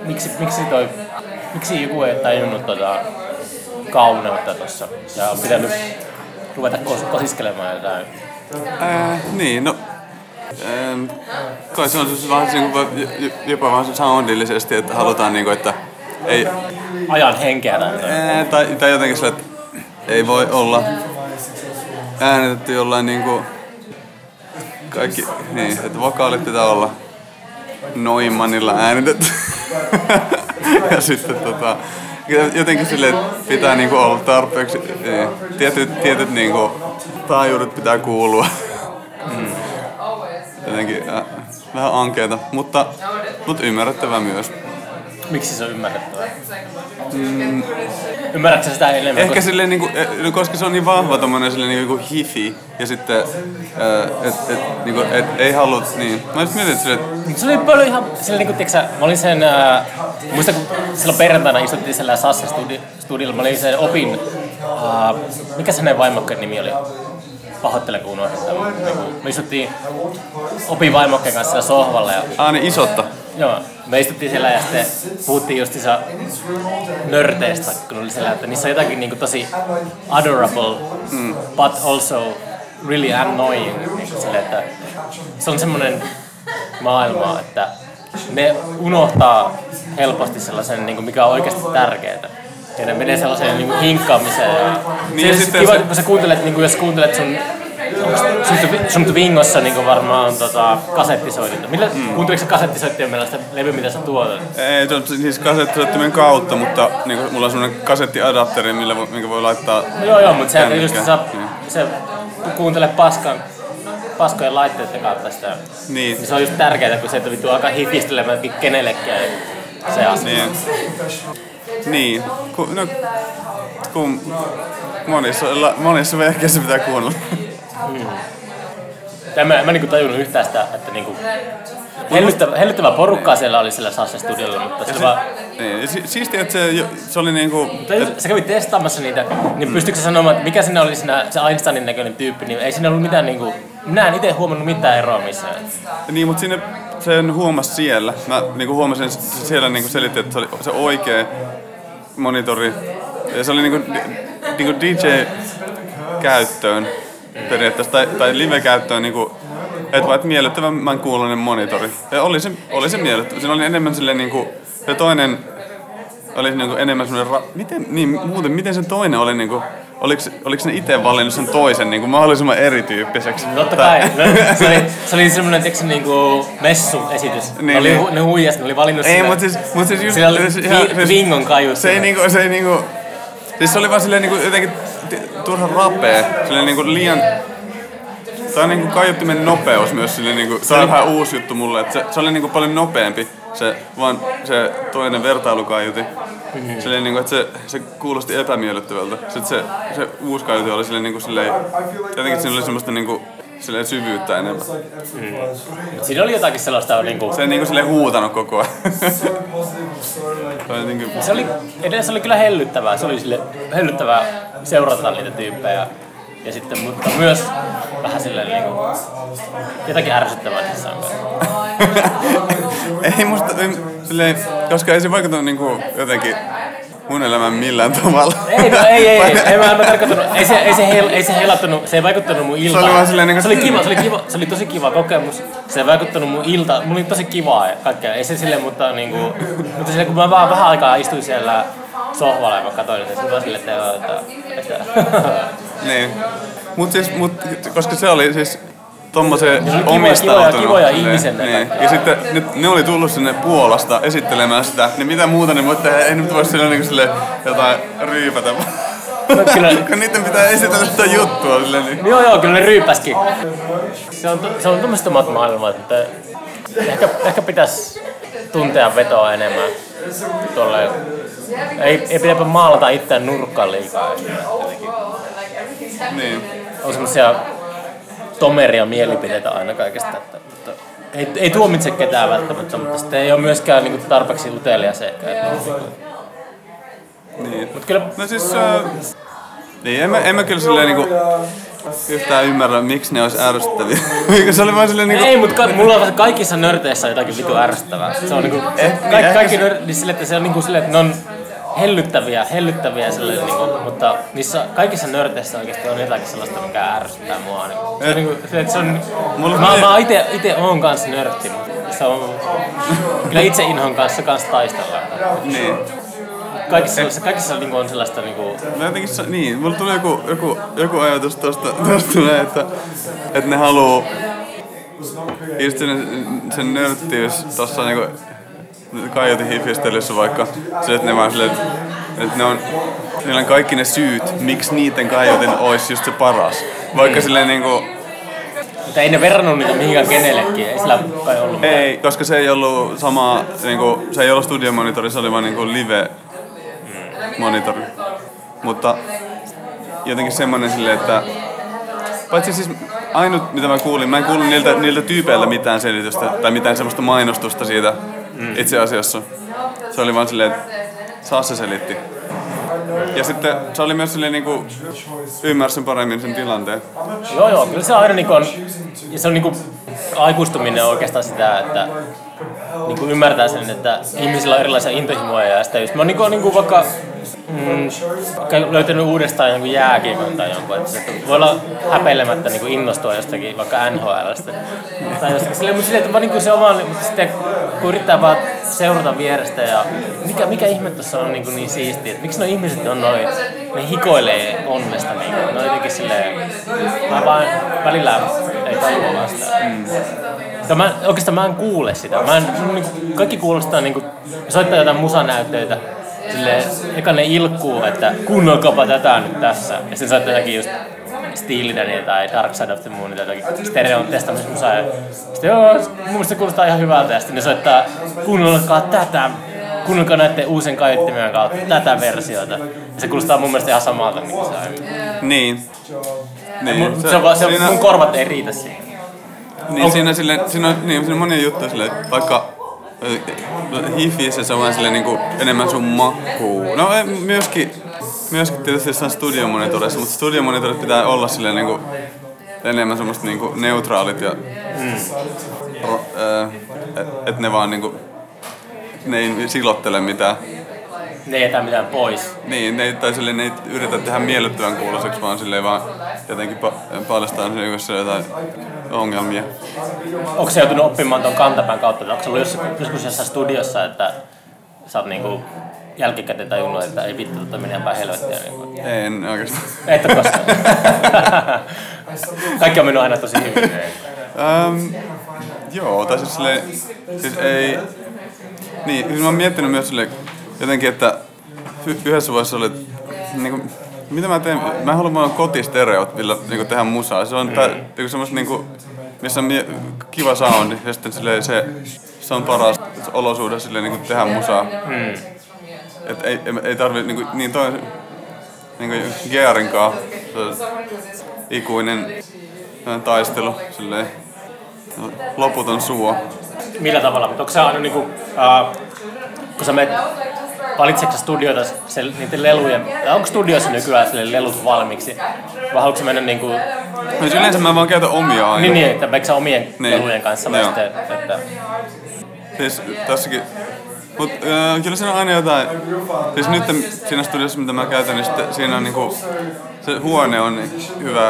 miksi joku ei tajunnut kauneutta tossa ja on pitänyt ruveta kosiskelemaan jotain. Niin, no... kai se on siis vähän jopa vähän soundillisesti, että halutaan niinku, että ei... Ajan henkeä tai jotenkin sille, että ei voi olla äänitetty jollain niinku... Kaikki, niin, että vokaalit pitää olla Neumannilla äänitetty. Ja sitten jotenkin silleen, että pitää niinku olla tarpeeksi, tietyt niinku taajuudet pitää kuulua. Jotenkin vähän ankeeta, mutta ymmärrettävää myös. Miksi se on ymmärrettävää? Ymmärrätkö sitä enemmän? Ehkä silleen niinku, koska se on niin vahva tommonen silleen niinku hifi ja sitten niinku, ei halua niin. Mä just mietin, että se oli paljon ihan silleen niinku, tiiäksä, mä olin sen, muistan kun silloin perjantaina istuttiin siellä Sassen studiolla, mä olin sen opin, mikä se hänen vaimokkeen nimi oli? Pahoittelen kun unohdin sitä. Me istuttiin opin vaimokkeen kanssa siellä sohvalla. Ja niin Isotta. Joo, me istuttiin siellä ja sitten puhuttiin justiinsa nörteistä, kun oli siellä, että niissä on jotakin niinku tosi adorable, but also really annoying. Niin sille, että se on semmoinen maailma, että ne unohtaa helposti sellaisen, niinku, mikä on oikeasti tärkeää. Ja ne menee sellaiseen niinku hinkkaamiseen. Niin, se kiva, kun sä kuuntelet, niinku, jos kuuntelet sun Twingossa niinku varmaan kasettisoitinta. Kuunteliko sä kasettisoittien meillä sitä levy, mitä sä tuotat? Ei, se on siis kasettisoittimen kautta, mutta niinku, mulla on semmonen kasettiadapteri, minkä voi laittaa. Joo, mutta se just se kuuntele paskojen laitteiden kautta sitä. Niin se on just tärkeää, kun se et vittu alkaa hifistelemään kenellekään se asia. Niin. Kun monissa vehkeissä pitää kuunnella. Mä niinku tajunnut yhtään sitä, että niinku hellyttävää porukkaa siellä oli siellä Sassen studiolla, mutta se vaan... Niin, siistiä, että se oli niinku... Sä kävit testaamassa niitä, niin pystytkö sä sanomaan, että mikä siinä oli siinä, se Einsteinin näköinen tyyppi, niin ei siinä ollut mitään niinku... Minä en itse huomannut mitään eroa missään. Niin, mutta sen huomasi siellä. Mä niinku huomasin, siellä niinku selitti, että se oli se oikea monitori. Ja se oli niinku DJ-käyttöön periaatteessa, tai live-käyttöön niinku, että vaan miellyttävän kuuloinen monitori. Ja oli se miellyttävä. Siinä oli enemmän silleen niinku, se toinen oli niinku enemmän semmoinen, miten se toinen oli niinku, oliko ne itse valinnut sen toisen niinku mahdollisimman erityyppiseksi? Totta kai. Se oli semmoinen niinku messuesitys. Ne huijas, ne oli valinnut ei, mutta siis just... Sillä oli Twingon kaiut. Se ei niinku... Siis se oli vaan silleen niinku jotenkin turhan rapea. Silleen niinku liian... Tää on niinku kaiuttimen nopeus myös silleen niinku... Se on vähän uusi juttu mulle, että se oli niinku paljon nopeampi. Se toinen vertailukaiuti. Silleen niinku, että se kuulosti epämiellyttävältä. Sitten se uusi kaiuti oli silleen niinku silleen... Jotenkin siinä oli semmoista niinku... Silleen syvyyttä enemmän. Siinä oli jotakin sellaista niinku... Se ei niinku silleen huutanut koko ajan. Se oli kyllä hellyttävää. Se oli sille hellyttävää seurata niitä tyyppejä. Ja sitten, mutta myös vähän silleen niinku... Jotakin ärsyttävää niissä on. Ei musta... Silleen, koska ei se vaikuttanut niinku jotenkin... mun elämän millään tavalla. Ei mä tarkoittanut, ei se helattanut, se ei vaikuttanut mun iltaan. Se oli vaan silleen se oli tosi kiva kokemus. Se ei vaikuttanut mun iltaan, mun oli tosi kivaa ja kaikkea. Ei se silleen, mutta niinku, mutta silleen kun mä vaan vähän aikaa istuin siellä sohvalla ja mä katsoin, niin se vaan silleen, että niin. Mut koska se oli siis tommosen omistautunut. Kivoja ihmisen. Niin. Ja sitten ne oli tullut sinne Puolasta esittelemään sitä, niin mitä muuta ne voi tehdä, ei nyt voi sille niinku sille jotain ryypätä. Kun niiden pitää esitellä sitä juttua silleen niin. Joo, kyllä ne ryypäskin. Se on tommoista maailmaa, että ehkä pitäisi tuntea vetoa enemmän. Tolleen. Ei pidäpä maalata itseään nurkkaan liikaa. Niin. On semmosia tomeria mielipiteitä aina kaikesta. Mutta ei tuomitse ketään välttämättä, mutta sitten ei ole myöskään niinku tarpeeksi utelias ehkä. Niin. Mut kyllä... No siis... Niin, en mä kyllä silleen niinku... Yhtään ymmärrä, miksi ne olisi ärsyttäviä. Se oli vaan silleen niinku... Ei, mutta mulla on kaikissa nörteissä jotakin vitu ärsyttävää. Se on niinku... Kaikki nörtit, niin että se on niinku silleen, että ne on hellyttäviä silleen niinku... Mutta niissä kaikissa nörteissä oikeesti on jotakin sellaista, mikä ärsyttää mua. Niinku. Se on niinku... Se on... Mä ite oon kans nörtti, mutta se on... Kyllä itse inhon kanssa taistellaan. Niin. Kaikissa niinku on sellaista niinku... No jotenkin niin, mulla tuli joku ajatus tosta näin, että ne haluu... Just sen nörttiys tossa niinku... Kaiutin hifistelyssä vaikka se, että ne vaan silleen, että niillä on kaikki ne syyt, miksi niiden kaiutin ois just se paras. Vaikka silleen niinku... Mutta ei ne verrannut niitä mihinkään kenellekin, ei sillä kai ollut mitään. Ei, koska se ei ollut sama, niinku, se ei ollut studiomonitori, se oli vaan niinku live-monitori. Mutta jotenkin semmonen silleen, että paitsi siis ainut mitä mä kuulin, mä en kuullut niiltä tyypeiltä mitään selitystä tai mitään semmoista mainostusta siitä itse asiassa. Se oli vaan silleen, että Sasse selitti. Ja sitten se oli myös silleen niinku ymmärsin paremmin sen tilanteen. Joo, kyllä se aina niinku on, ja se on niinku aikuistuminen on oikeastaan sitä, että niinku ymmärtää sen, että ihmisillä on erilaisia intohimoja ja sitä just mä oon niinku vaikka löytänyt uudestaan jonkun jääkiekon tai jonkun, että voi olla häpeilemättä niinku innostua jostakin vaikka NHL:stä tai jostakin silleen, mutta silleen, että vaan niinku se oman, sitten kun yrittää vaan seurata vierestä ja mikä ihme tuossa on niin siistiä, että miksi nuo ihmiset on noin, ne hikoilee onnesta niinku, ne on jotenkin silleen, mä vaan välillä ei tajua sitä. Oikeastaan mä en kuule sitä, kaikki kuulostaa niinku, soittaa jotain musanäytteitä, silleen, eka ne ilkkuu, että kuunnelkaapa tätä nyt tässä. Ja sitten soittaa jotakin just Steely Dan tai Dark Side of the Moon tai jotakin stereon testaamista musaa. Sitten joo, mun mielestä se kuulostaa ihan hyvältä. Ja sitten ne soittaa, kuunnelkaa tätä, kuunnelkaa näiden uusien kaiuttimien kautta tätä versiota. Ja se kuulostaa mun mielestä ihan samalta, niin kuin se on. Niin. Mun korvat ei riitä siihen. Niin, siinä on monia juttuja silleen, vaikka hifissä se on vaan silleen niinku enemmän sun makuun. No myöskin tietysti jossain studiomonitorissa, mutta studiomonitorit pitää olla silleen niinku enemmän semmoista niinku neutraalit ja et ne vaan niinku ne ei silottele mitään. Ne ei jätä mitään pois. Niin, ne ei yritä tehdä miellyttävän kuuloiseksi, vaan silleen vaan jotenkin paljastaa jos jotain ongelmia. Onko se joutunut oppimaan tuon kantapään kautta? Onko se ollut joskus jossain studiossa, että sä oot niinku jälkikäteen tajunnut, että ei vittu, että menee päin helvettiä? Niin en oikeastaan. Et ole koskaan. Kaikki on mennyt aina tosi hyvin. Joo, tai siis ei. Niin, siis mä oon miettinyt myös silleen jotenkin, että yhdessä vaiheessa oli, niinku, mitä mä teen? Mä haluan vaan kotistereot, millä niinku tehdä musaa. Se on niinku semmoista niinku, missä on kiva soundi ja sitten silleen se on paras olosuhde silleen niinku tehdä musaa. Et ei tarvi niinku niin toi niinku Gearinkaan ikuinen taistelu silleen loputon suo. Millä tavalla? Onko se aina niinku kun sä menet valitseeko sä studioita niiden lelujen, onko studioissa nykyään lelut valmiiksi? Vai haluatko mennä niinku... No yleensä mä vaan käytän omia aina. Niin, että vaikka sä omien lelujen kanssa vai sitten, että... Siis tässäkin... Mut kyllä siinä on aina jotain... Siis nyt siinä studiossa mitä mä käytän, niin sitten siinä on niinku... Se huone on hyvä...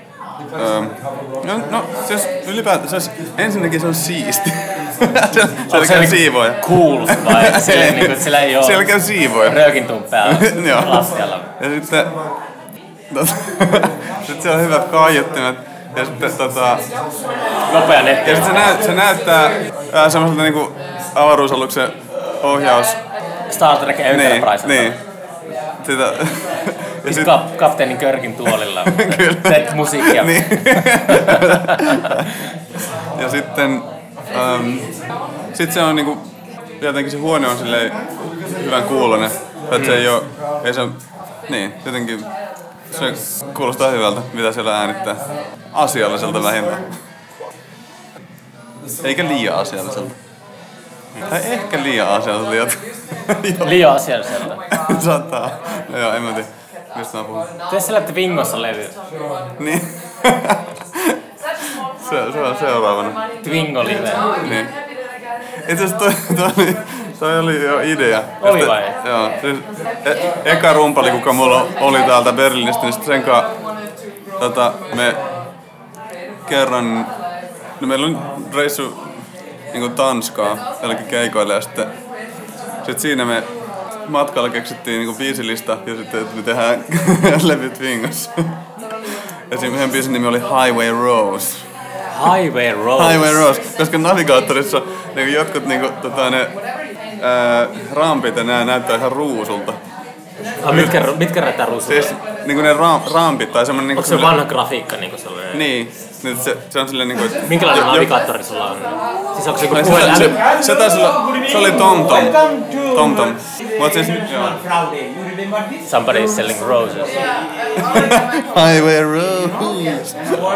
No siis ylipäätään, ensinnäkin se on siisti. Siellä käy siivoja. Cool vai? Sillä ei oo... Siellä käy siivoja. Röökintun päällä lattialla. Ja sitten... Sitten siellä on hyvät kaiuttimet. Ja sitten nopea netti. Ja sitten se näyttää semmoiselta niinku avaruusaluksen ohjaus... Star Trek Enterprise. Niin. Sitä... Kapteenin Körkin tuolilla. Kyllä. Teet musiikkia. Niin. Ja sitten... Sitten se on niinku... Jotenkin se huone on silleen hyvän kuulonen. Että se ei oo... Ei se... Niin, jotenkin... Se kuulostaa hyvältä, mitä siellä äänittää. Asialliselta vähintään. Eikä liian asialliselta. Tai ehkä liian asialliselta. Liian asialliselta. Saattaa. No joo, en mä tiedä. Mistä mä puhun? Tee sillä Twingossa levy. Niin. Se on seuraavana. Twingo live. Niin. Itse asiassa toi oli jo idea. Oli vai? Joo. Siis eka rumpali, kuka mulla oli täältä Berliinistä, niin sen kanssa me kerran... No meillä on reissu niinku Tanskaa jälläkin keikoille ja sitten siinä me matkalla keksittiin niinku biisilista ja sitten että me tehdään levy Twingossa. Ja sen biisin nimi oli Highway Rose. Highway Rose? Highway Rose, koska navigaattorissa niinku jotkut niinku ne rampit ja nää näyttää ihan ruusulta. Mitkä rättää ruusulla? Siis niinku ne rampit tai semmonen niinku... Onko se vanha grafiikka niinku sellainen? Niin. Se on silleen niinku... Minkälainen navigaattori sulla on? Siis onko se joku puheläly? Se taisi olla... Se oli TomTom. TomTom. Mut siis... Joo. Somebody is selling roses. Highway rose.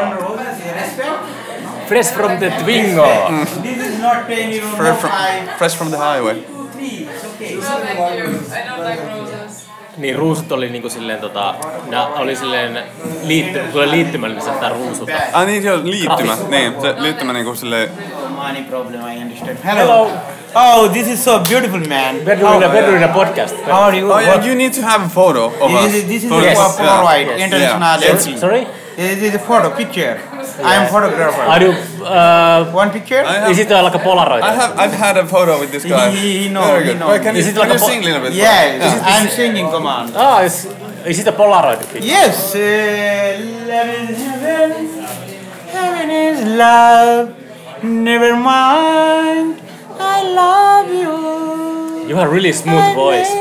Fresh from the Twingo. This is not 10 euro, Fresh from the highway. Please, okay. No, thank you. I don't like roses. Niin ruusut oli niinku silleen nää oli silleen liittymällä, niin se ottaa ruusut. Niin se on liittymä. Niin, se liittymä niinku silleen... Money problem, I understand. Hello. Oh, this is so beautiful, man. We're doing a podcast. How are you? Oh yeah, you need to have a photo of us. This is Yes. a Polaroid, Yes. international. Yes. Sorry? This is a photo, picture. I am photographer. Are you, One picture? is it like a Polaroid? I've had a photo with this guy. He know, Very he good. know. Wait, can Is you, it like can a you sing a little bit? Yeah, I'm singing, come on. Is it a Polaroid picture? Yes, love is heaven, heaven is love. Never mind, I love you. You have really smooth voice.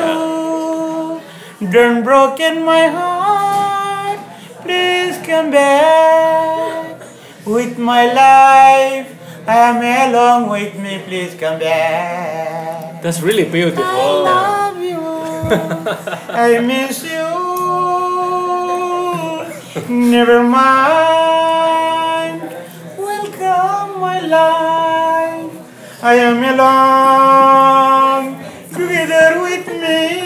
Don't broken my heart. Please come back with my life. I am along with me. Please come back. That's really beautiful. I love you. I miss you. Never mind. Welcome my life. I am alone together with me.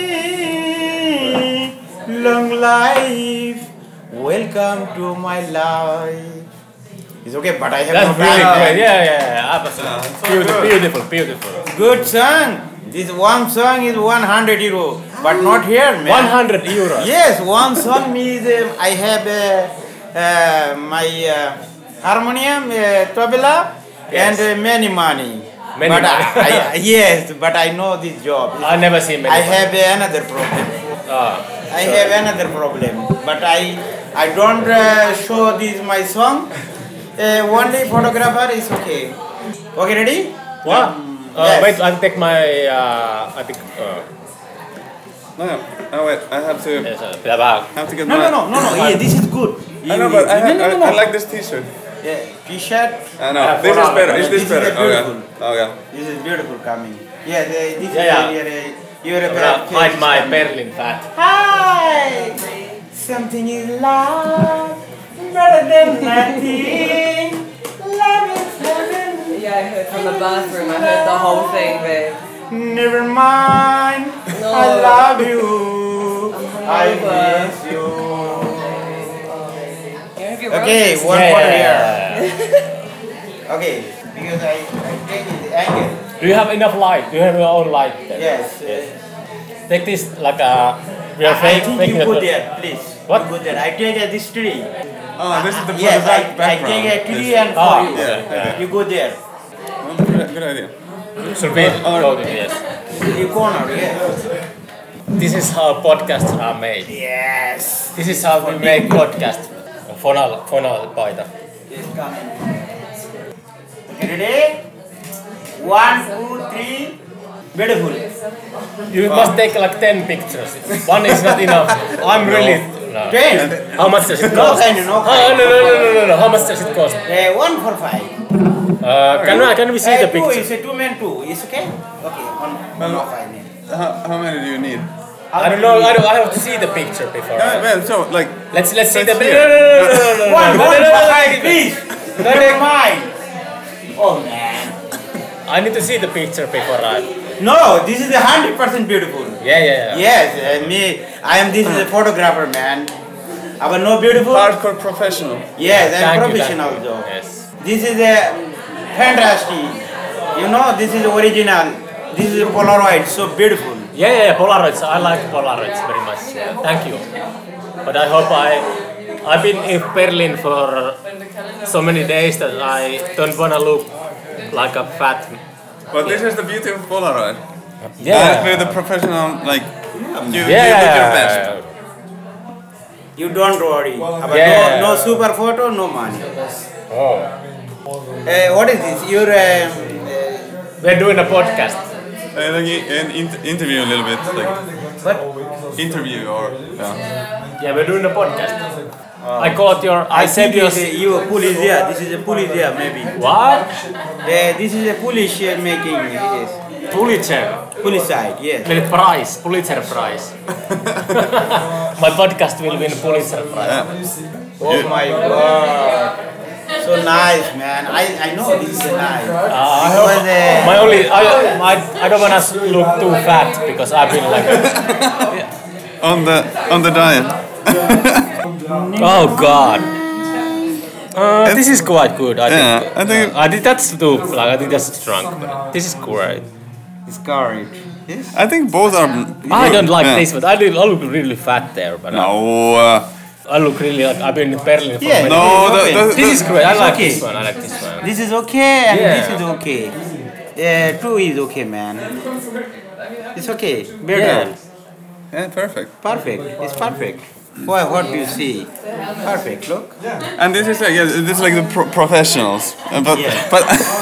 Long life. Welcome to my life. It's okay, but I have That's no really time. great. Yeah. Beautiful. Good song. This one song is 100 euro, but not here, man. 100 euros. Yes, one song is I have my harmonium, tabla, Yes. and many money. Many but money. Yes, but I know this job. I never seen many. I have another problem. I have another problem, but I don't show this my song. Only photographer is okay. Okay, ready? What? Yes. Wait, I'll take my. I think. No, wait, I have to Pitää vähän. have to get No. my... Yeah, this is good. I know, but I like this t-shirt. Yeah, t-shirt. I know. This is better. Is this This is better? beautiful. Okay. This is beautiful coming. Yeah, this Yeah. is your Hide my Berlin fat. Hi! Something is love, better than nothing. Love is heaven. Yeah, I heard from the bathroom. I heard the whole thing, babe. Never mind, No. I love you. I miss you. Have your Okay, roses. one more here. Yeah. Okay, because I take the angle. Do you have enough light? Do you have your own light? Then? Yes. Take this like a. We are I fake. think faking you it. go there, please. What? You go there. I take this tree. Oh, this is the Yes, I background. take a tree and Ah, for you. yeah. You go there. Good idea. Should we go to yes. You corner, yes. This is how podcasts are made. Yes. This is how we make podcasts. Fonal paita. Ready? 1, 2, 3. Beautiful. You must take like 10 pictures. One is not enough. I'm really. No. 10. How much does it No cost? kind, no Oh, kind. no. How much does it cost? 1 for 5. Can we see the 2 picture? is a 2 man 2. Is okay? Okay, 1 for 5. How many do you need? I don't know. I have to see the picture before. Well, so like Let's see the Let's picture. hear. No. 1 for No. 5, please. Never mind. Oh man. I need to see the picture before I. No, this is 100% beautiful. Yeah. Yes, this is a photographer, man. I will know beautiful. hardcore professional. Yes, I'm Thank you, professional thank you. though. Yes. This is a fantastic. You know, this is original. This is a Polaroid, so beautiful. Yeah. Polaroids. I like Polaroids very much. Yeah. Thank you. But I hope I've been in Berlin for so many days that I don't wanna look like a fat. But this is the beauty of Polaroid. Yeah. With the professional, like you look your Yeah. best. You don't worry. But Yeah. no super photo, no money. Oh. What is this? Your We're doing a podcast. Like interview a little bit, like Interview or Yeah, we're doing the podcast. I caught I said You police here. This is a police here, maybe. What? This is a police making this. Pulitzer. Police side, yes. Pulitzer Prize. My podcast will win Pulitzer Prize. Oh my god. So nice, man. I know this is nice. I don't wanna look too fat because I've been like on the diet. Oh god. This is quite good. I think that's too. Like, I think that's drunk. But this is great. It's correct. Yes? I think both are. I don't like this, but I look really fat there. But no. I look really like I've been in Berlin for Yeah, no, this is great. I like okay. this one. I like this one. This is okay and Yeah. this is okay. Yeah, two is okay, man. It's okay. Better. Yeah. Yeah, perfect. Perfect. It's perfect. Why? What do you see? Perfect. Look. And this is like the professionals, but Yeah. but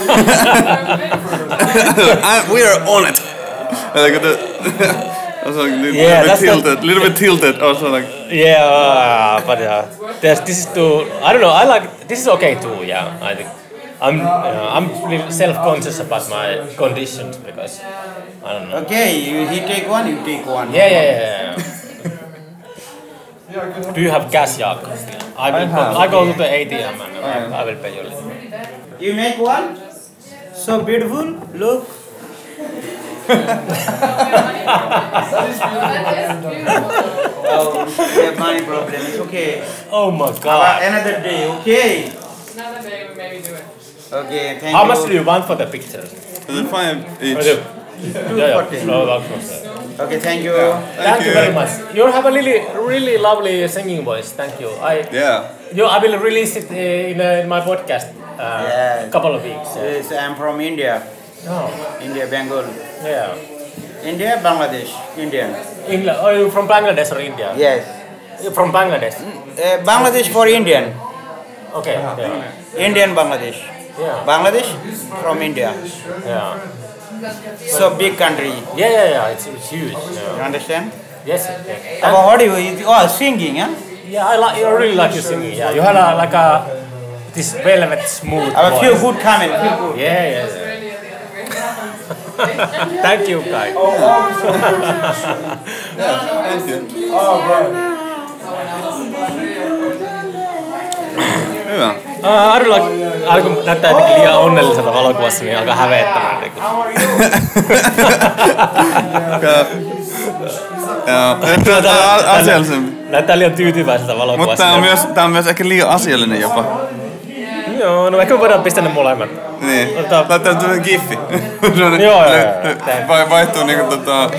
we are on it. Like also like little bit tilted. Also like Yeah, but this is too. I don't know. I like this is okay too. Yeah, I think I'm really self-conscious about my conditions because I don't know. Okay, he take one, you take one. Yeah. Do you have cash, Jaakko? I go to the ATM and I will pay you later. You make one. So beautiful. Look. Oh, we have money problem. It's okay. Oh my god. Another day, okay? Another day we maybe do it. Okay, thank you. How much do you want for the pictures? 5 each. Okay, thank you. Thank you very much. You have a really lovely singing voice. Thank you. Yeah. I will release it in my podcast Yeah. couple of weeks. Yes, I'm from India. Oh, India, Bengal. yeah. India, Bangladesh. Indian. Are you from Bangladesh or India? Yes. You're from Bangladesh. Bangladesh for Indian. Okay. Yeah. Indian, Bangladesh. Yeah. Bangladesh from India. Yeah. So big country. Yeah. It's huge. You Yeah. understand? Yes. What do you? Oh, singing, huh? Yeah, I really like your singing. Yeah, you had this velvet smooth I voice. feel good coming. Feel good. Yeah. Thank you, Kai. Thank you. Hyvä. Arilla alkoi näyttää jotenkin liian onnelliselta valokuvassa, niin alkaa hävettämään. Asiallisempi. Näyttää liian tyytyväiseltä valokuvassa. Mutta tää on myös ehkä liian asiallinen jopa. Joo, no ehkä me voidaan pistää ne molemmat. Niin. Laittaa tämmönen giffi. Joo. Vaihtuu niinku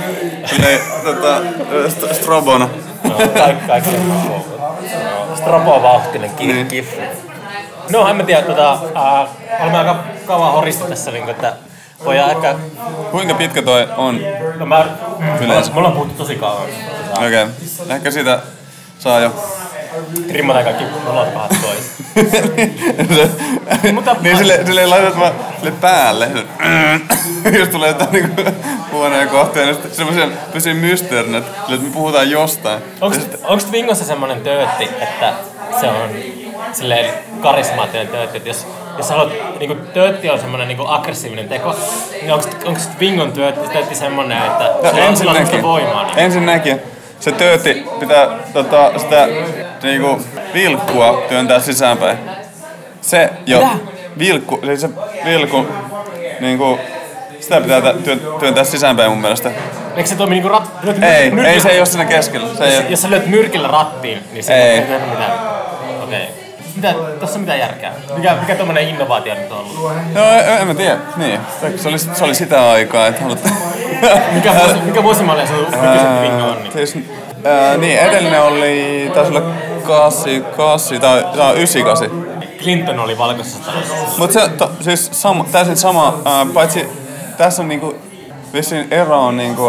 strobona. Kaikki. Strobo-vauhtinen giffi. No, en mä tiedä, olemme aika kauan horistu tässä, niin että voidaan ehkä... Kuinka pitkä toi on? No Yleensä. mulla on puhuttu tosi kauan. Okei. Ehkä siitä saa jo... Trimmataan kaikki mulla pahat pois. Niin silleen laitat vaan sille päälle. Jos tulee jotain niinku huoneen kohteen, niin semmoisen pysyy mysteerinä, että me puhutaan jostain. Onko Twingossa semmonen töötti, että se on silleen karismaattinen töötti, että jos haluat, niinku töötti on semmonen niinku aggressiivinen teko, niin onko Twingon töötti semmonen, että sillä on semmoista voimaa? Niin? Ensinnäkin se töötti pitää sitä niinku vilkkua työntää sisäänpäin. Se jo vilkku niinku sitä pitää työntää sisäänpäin mun mielestä. Eikö se toimi niinku Ei se ei oo siinä keskellä. Jos sä lyöt nyrkillä rattiin, niin se ei tehdä mitään. Okei. Tossa on mitään järkeä. Mikä tommonen innovaatio nyt on ollut? No en mä tiedä. Niin. Se oli sitä aikaa, että haluat... Mikä vuosimalli se on nykyiset Twingo on? Niin, edellinen oli, taisi olla 88 tai 98. Clinton oli valkoisessa talossa. Mut se siis täysin sama, paitsi tässä on niinku vissiin ero on niinku,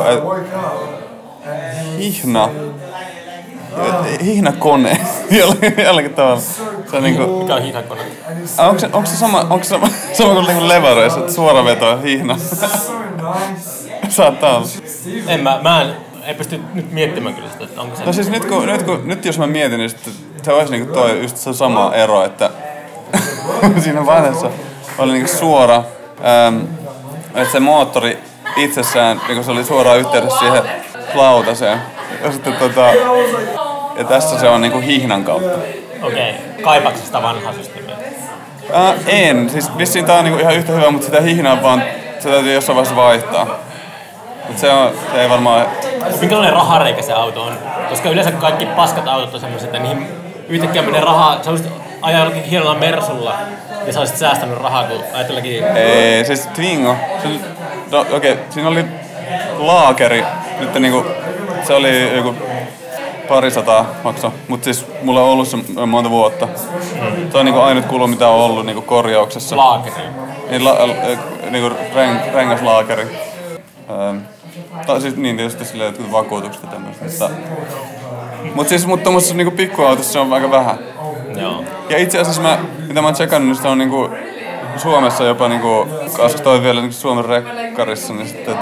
hihnakone jollakin tavalla. Se on niinku... Mikä on hihnakone? Onko se sama kuin niinku levareissa, että suora veto hihna? Saattaa olla. ei pysty nyt miettimään kyllä sitä, että onko se... No siis nyt jos mä mietin, niin se olisi niinku toi just se sama ero, että siinä vaiheessa oli niinku suora, että se moottori itsessään, niinku se oli suoraan yhteydessä siihen lautaseen. Ja sitten ja tässä se on niinku hihnan kautta. Okei, kaipaatko sitä vanhaa systeemiä? En, siis vissiin tää on niinku ihan yhtä hyvä, mutta sitä hihnaa vaan se täytyy jossain vaiheessa vaihtaa. Mut se ei varmaan... Minkälainen rahareikä se auto on? Koska yleensä kaikki paskat autot on semmoiset, että niihin yhtäkkiä menee rahaa. Sä olisit ajaa jollakin hienolla Mersulla ja sä olisit säästänyt rahaa, kun ajatellakin... Ei, siis Twingo. No okei, siinä oli laakeri. Nyt niinku, se oli joku 200 makso, mut siis mulla on ollut se monta vuotta. Se on niinku ainut kulu, mitä on ollut niinku korjauksessa. Laakeri. Niin, niinku rengaslaakeri. Siis niin tietysti silleen jotkut vakuutukset ja tämmöistä. Mut tommosessa niinku pikkuautossa se on aika vähän. Joo. Ja itse asiassa mitä mä oon tsekannut, niin se on niinku Suomessa jopa niinku, koska toi vielä niinku Suomen rekkarissa, niin sitten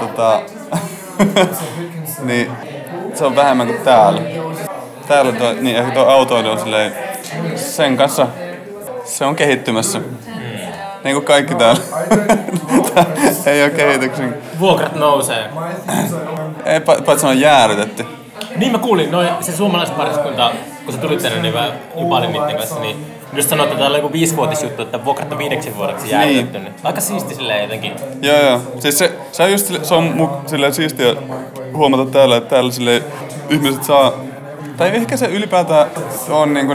niin se on vähemmän kuin täällä. Täällä niin ehkä tuo autoilu on silleen, sen kanssa se on kehittymässä. Niin kuin kaikki täällä. Ei oo kehityksen. Vuokrat nousee. Ei, paitsi on jäädytetty. Niin mä kuulin, se suomalaispariskunta, kun sä tulit tänne, niin mä jupailin niitten kanssa, niin just sanoit, että täällä on joku 5-vuotisjuttu, että vuokrat on 5 vuodeksi jäädytetty. Niin. Aika siisti silleen jotenkin. Joo. Siis se on silleen siistiä huomata täällä, että täällä silleen ihmiset saa... Tai ehkä se ylipäätään on niinku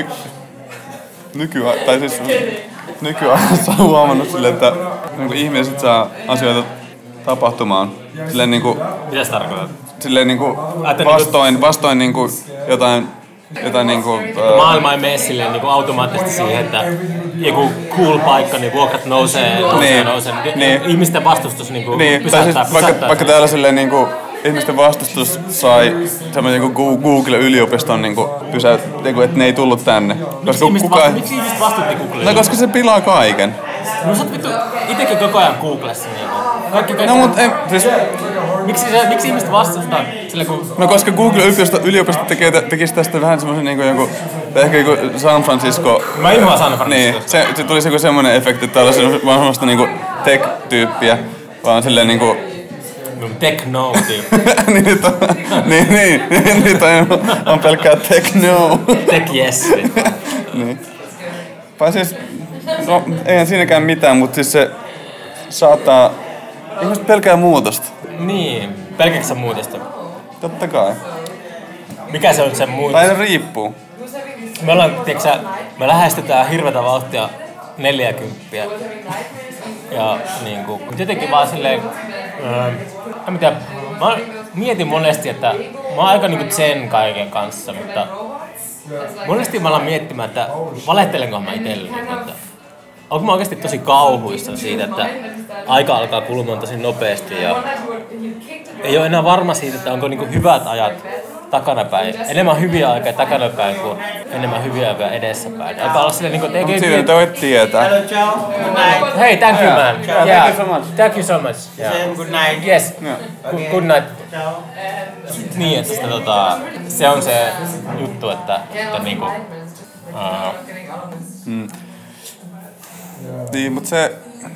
nykyajassa on huomannut silleen, että niinku ihmiset saa asioita tapahtumaan. Silleen niinku... Mitä se tarkoittaa? Silleen niinku vastoin niinku jotain niinku... Maailma ei mene silleen niinku automaattisesti siihen, että joku cool paikka, niin vuokrat nousee. Niin. Ihmisten vastustus niinku pysäyttää. Vaikka täällä silleen niinku... Ihmisten vastustus sai semmoisen niinku Google-yliopiston niinku niinku, että ne ei tullut tänne. Miksi ihmiset vastutti Googlea? No koska se pilaa kaiken. No sä oot vittu itekin koko ajan Googlessa niinku. Kaikki. No mut ei, siis... Miksi ihmiset vastustaa sille kun... No koska Google-yliopisto tekisi tästä vähän semmoisen niinku joku... Ehkä joku San Francisco... Mä inhoan San Francisco. Niin, se tuli joku semmonen efekti, että täällä on vaan semmoista niinku tech-tyyppiä. Vaan silleen niinku... Techno-tyyppi. Niin, toi on pelkkää techno. Tech-yes. Niin. Vai siis, no eihän siinäkään mitään, mutta siis se saattaa... Ihmiset pelkää muutosta. Niin, pelkääkö sä muutosta? Totta kai. Mikä se on se muutos? Tai se riippuu. Me lähestytään hirveätä vauhtia 40. Ja niinku, tietenkin vaan silleen, mä mietin monesti, että mä oon aika niinku zen kaiken kanssa, mutta monesti mä alan miettimään, että valehtelenkohan mä itselleni, että onko mä oikeasti tosi kauhuissa siitä, että aika alkaa kulumaan tosi nopeasti ja ei ole enää varma siitä, että onko niinku hyvät ajat takanapäin. Enemmän hyviä aikoja takanapäin kuin enemmän hyviä aikoja edessäpäin. Alkaa olla silleen niinku... Siitä te voit tietää. Hello, ciao. Good night. Hey, thank you man. Ciao. Yeah. Thank you so much. Thank you so much. Yeah. Same, good night. Yes. Good night. Ciao. Niin, että sitä, se on se juttu, että niinku... Niin, mut se...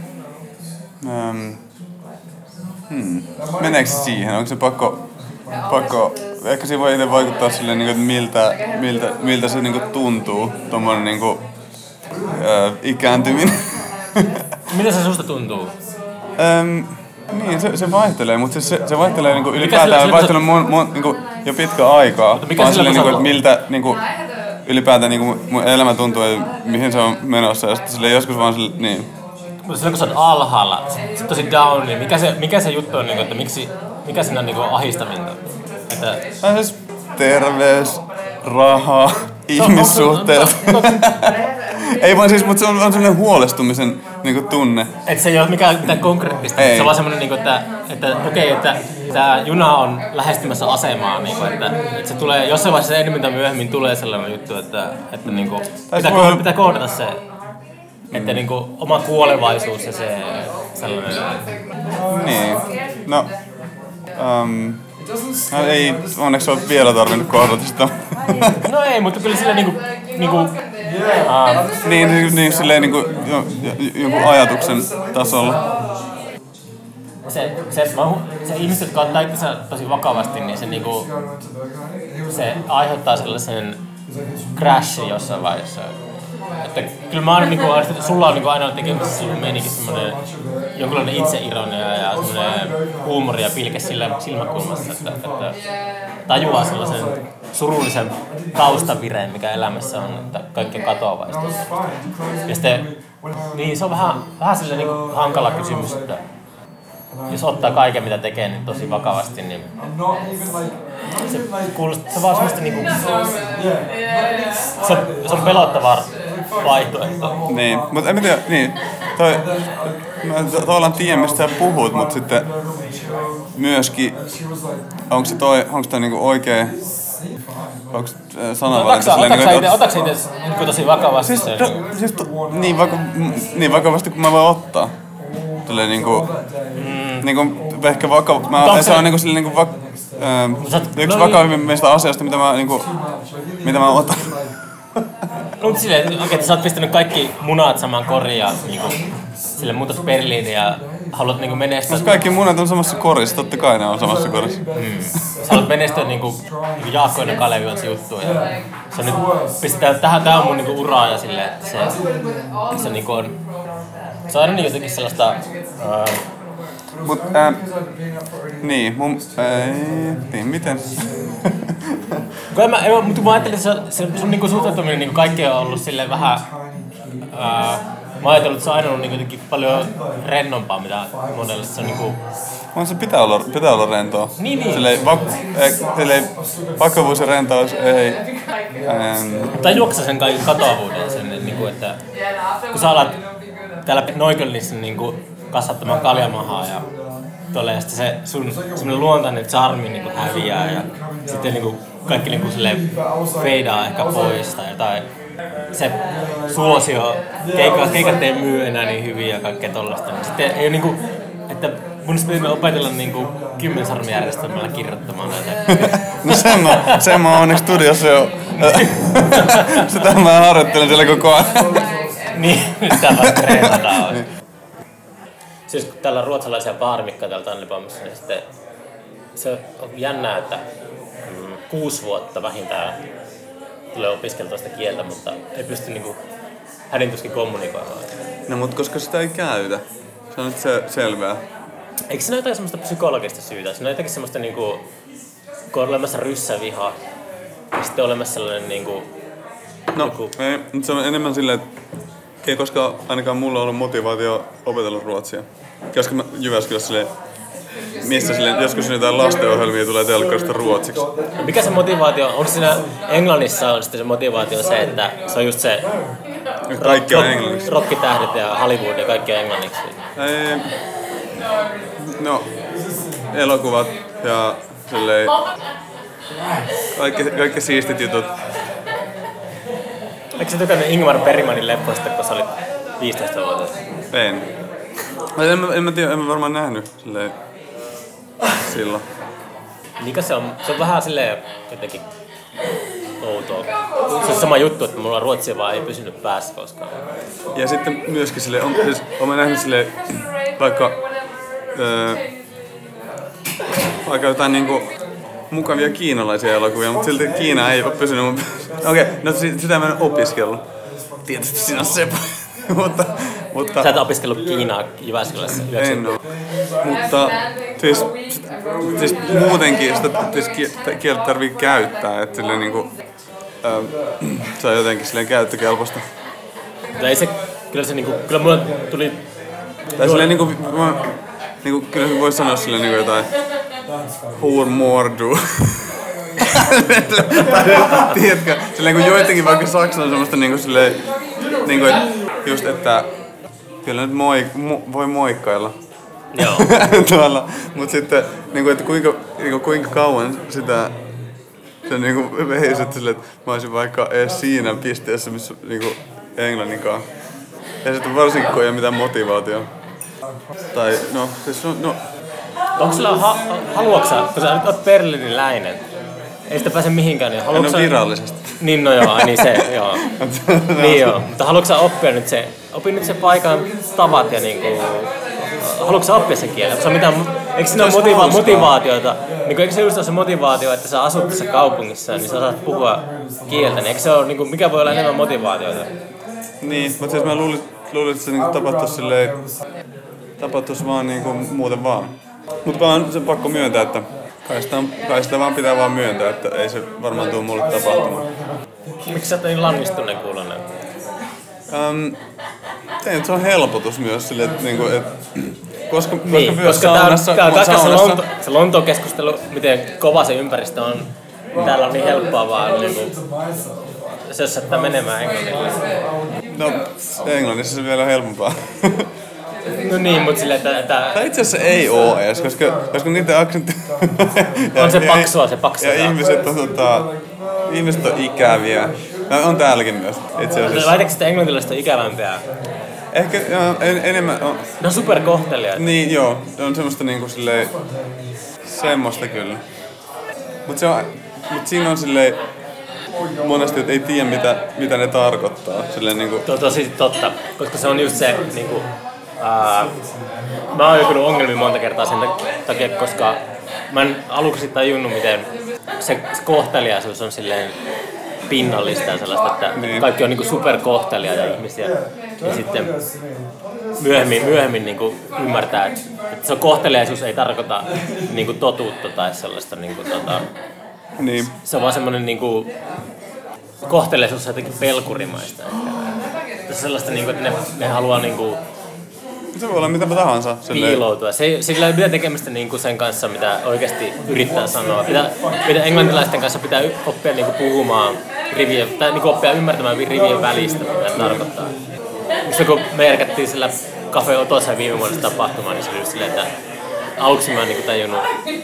Meneekö se siihen? Onko se pakko... Ehkä siinä voi itse vaikuttaa silleen, että miltä se tuntuu, tommonen ikääntyminen. Mitä se susta tuntuu? Niin, se vaihtelee, mutta se vaihtelee ylipäätään vaihtellut jo pitkä aikaa. Vaan silleen, että miltä ylipäätään mun elämä tuntuu ja mihin se on menossa. Ja sitten silleen joskus vaan silleen, niin. Mutta silloin kun sä oot alhaalla, sit tosi down, niin mikä se juttu on, että mikä siinä on ahistavinta? Siis terveys, raha, ihmissuhteet. Ei vaan siis, mutta se on sellainen huolestumisen tunne. Että se ei ole mitään konkreettista, se on vaan semmoinen, että okei, että tämä juna on lähestymässä asemaa, että se tulee jossain vaiheessa enemmän tai myöhemmin tulee sellainen juttu, että pitää koodata se, että oma kuolevaisuus ja se sellainen. Niin, no... No ei onneksi ole vielä tarvinnut kohdata sitä. No ei, mutta kyllä sillä niinku niin silleen niinku jonkun ajatuksen tasolla. Se ihmiset, jotka ottaa itsensä tosi vakavasti, niin se aiheuttaa sellaisen crashin jossain vaiheessa. Että kyllä mä aina että sulla on aina tekemässä silloin meininkin semmoinen jonkinlainen itseironia ja semmoinen huumori ja pilke sillä silmäkulmassa, että tajuaa sellaisen surullisen taustavireen, mikä elämässä on, että kaikki on katoavaista. Ja sitten, niin se on vähän silleen hankala kysymys, että jos ottaa kaiken mitä tekee niin tosi vakavasti, niin se kuulostaa, se vaan semmoista se on pelottava vaihtoehto. Niin, mutta en mä tiedä, niin. Mä tavallaan tiedän mistä sä puhut, mutta sitten myöskin, onko toi niinku oikee, onko sanavalinta silleen Otatko sä itse tosi vakavasti sen? Niin vakavasti kuin mä voin ottaa. Tulee niinku ehkä se on niinku silleen niinku yksi vakavimmista asioista mitä mä otan. No mutta silleen, että sä oot pistänyt kaikki munat samaan koriin ja sille muutos Berliiniin ja haluat menestyä. Kaikki munat on samassa korissa, totta kai ne on samassa korissa. Sä haluat menestyä Jaakko ja Kalevi on se juttu. Ja se nyt pistetään tää on mun uraa ja silleen, että se on se on aina jotenkin sellaista niin, miten? Mutta mä ajattelin, että sun suhtautuminen kaikkeen on ollut silleen vähän mä ajattelin, että se on aina ollut jotenkin paljon rennompaa, mitä monelle se on Se pitää olla rentoa. Niin. Silleen vakavuus ja rentous ei. Tai juoksa sen kaiken katoavuuden sen, että kun sä alat täällä Neuköllnissä kasvattamaan kaljamahaa ja tolleen, ja sitten se sun semmoinen luontainen charmi häviää ja sitten kaikki feidaa ehkä pois tai jotain. Se suosio, keikat ei myy enää niin hyvin ja kaikkea tollaista. Sitten ei ole että mun pitäisi opetella kymmensarmijärjestelmällä kirjoittamaan näitä. No sen mä oon onneksi studiossa jo. Sitä mä harjoittelen siellä koko ajan. Niin, nyt sitä vaan treenataan. Siis kun täällä on ruotsalaisia baarimikkoja täällä Tannenbaumissa, niin sitten se on jännää, että 6 vuotta vähintään tulee opiskeltua sitä kieltä, mutta ei pysty hädintuskin kommunikoimaan. No mutta koska sitä ei käytä, se on nyt selvää. Eikö siinä ole jotain semmoista psykologista syytä? Siinä on jotenkin semmoista kun on olemassa ryssäviha ja sitten on olemassa sellainen ei, mutta se on enemmän silleen, että ei koskaan ainakaan mulla ollut motivaatio opetella ruotsia. Koska mä Jyväskylässä silleen, missä silleen, joskus jotain lastenohjelmia tulee telkkarista ruotsiksi. Mikä se motivaatio on? Onko siinä Englannissa on sitten se motivaatio se, että se on just se kaikki on englanniksi. Rockitähdet ja Hollywood ja kaikki on englanniksi? No, elokuvat ja silleen, kaikki siistit jutut. Eikö sä tykännyt Ingmar Bergmanin leppoista, kun sä olit 15-vuotias? En. En mä tiedä, en mä varmaan nähnyt silleen silloin. Mikä se on? Se on vähän silleen jotenkin outoa. Se on sama juttu, että mulla ruotsia vaan ei pysynyt päässä koskaan. Ja sitten myöskin silleen, oon mä nähnyt silleen vaikka jotain mukavia kiinalaisia elokuvia, mutta silti Kiina ei ole pysynyt mun päässä. Okei, no sitä mä en opiskellut. Tietysti siinä on se mutta sä et opiskellut Kiinaa Jyväskylässä? En oo. Mutta siis muutenkin sitä kieltä tarvii käyttää, että silleen se on jotenkin silleen käyttökelpoista. Ei se, kyllä mulla tuli... Tai silleen kyllä se voisi sanoa silleen jotain Hormordu. Tiedätkö? Silleen kun joitakin vaikka Saksa on semmoista silleen just että kyllä nyt voi moikkailla. Joo. Tuolla. Mut sitten että kuinka kauan sitä se veisit silleen, että mä olisin vaikka edes siinä pisteessä missä englanninkaan. Ja sitten varsinkin kun ei ole mitään motivaatiota. Tai Onko sulla, haluatko kun sä nyt oot berliniläinen, ei sitä pääse mihinkään, niin haluatko En ole virallisesti. Niin no joo, niin se, joo. Niin joo, mutta haluatko sä oppia nyt se paikan tavat ja niinku, haluatko sä oppia sen kielen? Eikö siinä ole motivaatiota, niin eikö se just ole se motivaatio, että sä asut tässä kaupungissa, niin sä saat puhua kieltä, niin eikö se ole, niinku, mikä voi olla enemmän motivaatiota? Niin, mutta siis mä luulin, että se niinku tapahtuisi vaan niinku muuten vaan. Mutta vaan se pakko myöntää, että kai sitä vaan pitää vaan myöntää, että ei se varmaan tule mulle tapahtumaan. Miksi sä oot niin lannistuneen kuulonen? Se on helpotus myös sille, että niinku, koska tää se Lontoon keskustelu, miten kova se ympäristö on. Täällä on niin helppoa vaan niinku sössättää menemään englannille. No, englannissa se vielä helpompaa. No niin, mutta silleen, että tai itse asiassa ei oo edes, koska niiden aksentti... on se paksua. Ja ihmiset on ikäviä. No, on täälläkin myös, itse asiassa. Väitätkö, että englantilaiset on ikävämpiä? Ehkä enemmän on... Ne on superkohteliaita. Niin, joo. On semmoista niinku silleen... Semmoista kyllä. Mut siinä on silleen... Monesti, että ei tiedä mitä ne tarkoittaa. Silleen niinku... Tuo on tosi totta, koska se on just se niinku... mä oon joutunut ongelmiin monta kertaa sen takia, koska mä en aluksi tajunnut, miten se kohteliaisuus on silleen pinnallista ja sellaista, että kaikki on niinku superkohteliaita ihmisiä. Ja sitten myöhemmin niinku ymmärtää, että se kohteliaisuus ei tarkoita niinku totuutta tai sellaista niinku niin. Se on vaan semmonen niinku kohteliaisuus jotenkin pelkurimaista. Se on sellaista niinku, että ne haluaa niinku se voi olla mitä tahansa. Piiloutua. Sillä ei mitään tekemistä niinku sen kanssa, mitä oikeasti yrittää sanoa. Pitää englantilaisten kanssa pitää oppia niinku puhumaan rivien, tai niinku oppia ymmärtämään rivien välistä, mitä se tarkoittaa. Mistä kun me järkättiin sillä Cafe Otossa viime vuonna tapahtumaan, niin se oli just silleen, että aluksi mä en niinku tajunnut,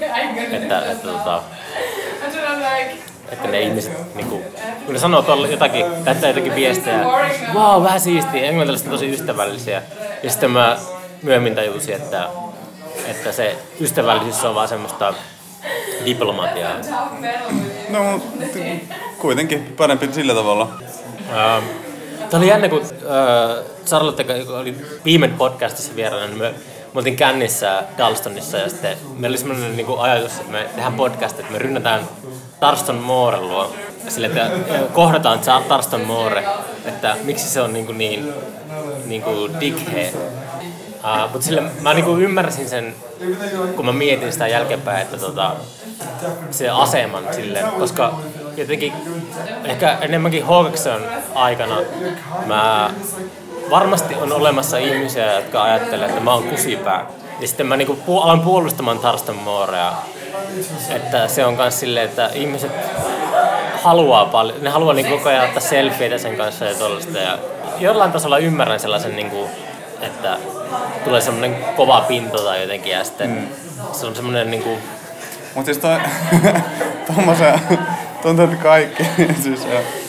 että ne ihmiset, niinku, kun ne sanoo tuolla jotakin, täyttää jotakin viestejä, vau, vähän siistiä, englantilaiset on tosi ystävällisiä. Ja sitten mä myöhemmin tajusin, että se ystävällisyys on vaan semmoista diplomatiaa. No, kuitenkin parempi sillä tavalla. Tämä oli jännä, kun Charlotte oli viime podcastissa vieraana, niin me oltiin kännissä Dalstonissa ja sitten meillä oli semmoinen niin kuin ajatus, että me tehdään podcast, että me rynnätään Tarston Mooren luo. Sille, että kohdataan Tarston Moore, että miksi se on niin kuin dickhead. Mutta sille mä niinku ymmärsin sen, kun mä mietin sitä jälkeenpäin, että se aseman sille, koska jotenkin ehkä enemmänkin Hawkson aikana mä varmasti on olemassa ihmisiä, jotka ajattelee, että mä oon kusipää. Ja sitten mä niinku alan puolustamaan Tarston Moorea, että se on kans silleen, että ihmiset haluaa paljon, ne haluaa niinku koko ajan ottaa selfieitä sen kanssa ja tollaista. Ja jollain tasolla ymmärrän sellaisen, niinku, että tulee semmonen kova pinto tai jotenkin ja sitten se on semmonen niinku... Mut siis tommosen tuntuu, että kaikki siis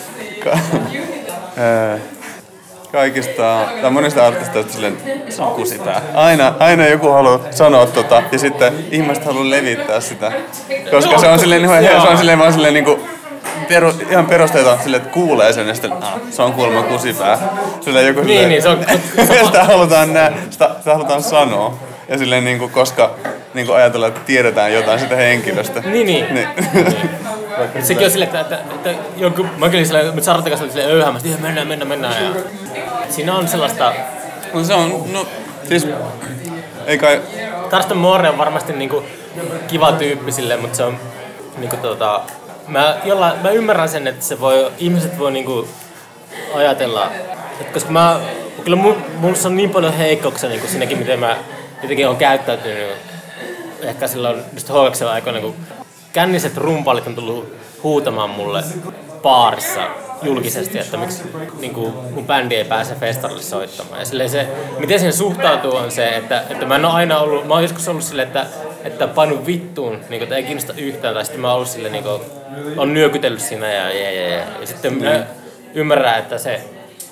kaikista, tai monista artisteista silleen, se on kusipää. Aina joku haluaa sanoa ja sitten ihmiset haluaa levittää sitä. Koska se on silleen vaan silleen niinku ihan perusteita silleen, että kuulee sen ja sitten se on kuulemma kusipää. Silleen joku silleen, niin, se on sitä halutaan sanoa. Ja silleen niinku, koska niinku ajatellaan, että tiedetään jotain sitä henkilöstä. Niin. Sekin on silleen, että joku, mä kyllä silleen, mutta Charlotte kanssa oli silleen öyhämästi, mennään. Ja siinä on sellaista... No se on, siis... Ei kai... Tarston Moore on varmasti niinku kiva tyyppi silleen, mutta se on niinku mä ymmärrän sen, että ihmiset voi niinku ajatella, että koska kyllä mulla on niin paljon heikkouksia niinku siinäkin, miten mä jotenkin olen käyttäytynyt ehkä silloin just Hawksen aikoina, kun känniset rumpalit on tullut huutamaan mulle baarissa julkisesti, että miksi niin mun bändi ei pääse festarille soittamaan. Ja se, miten siihen suhtautuu on se, että mä en ole aina ollut, mä oon joskus ollut silleen, että painu vittuun, niin että ei kiinnosta yhtään, tai sitten mä oon ollut silleen, niin kuin, on nyökytellyt siinä ja sitten mä ymmärrän, että se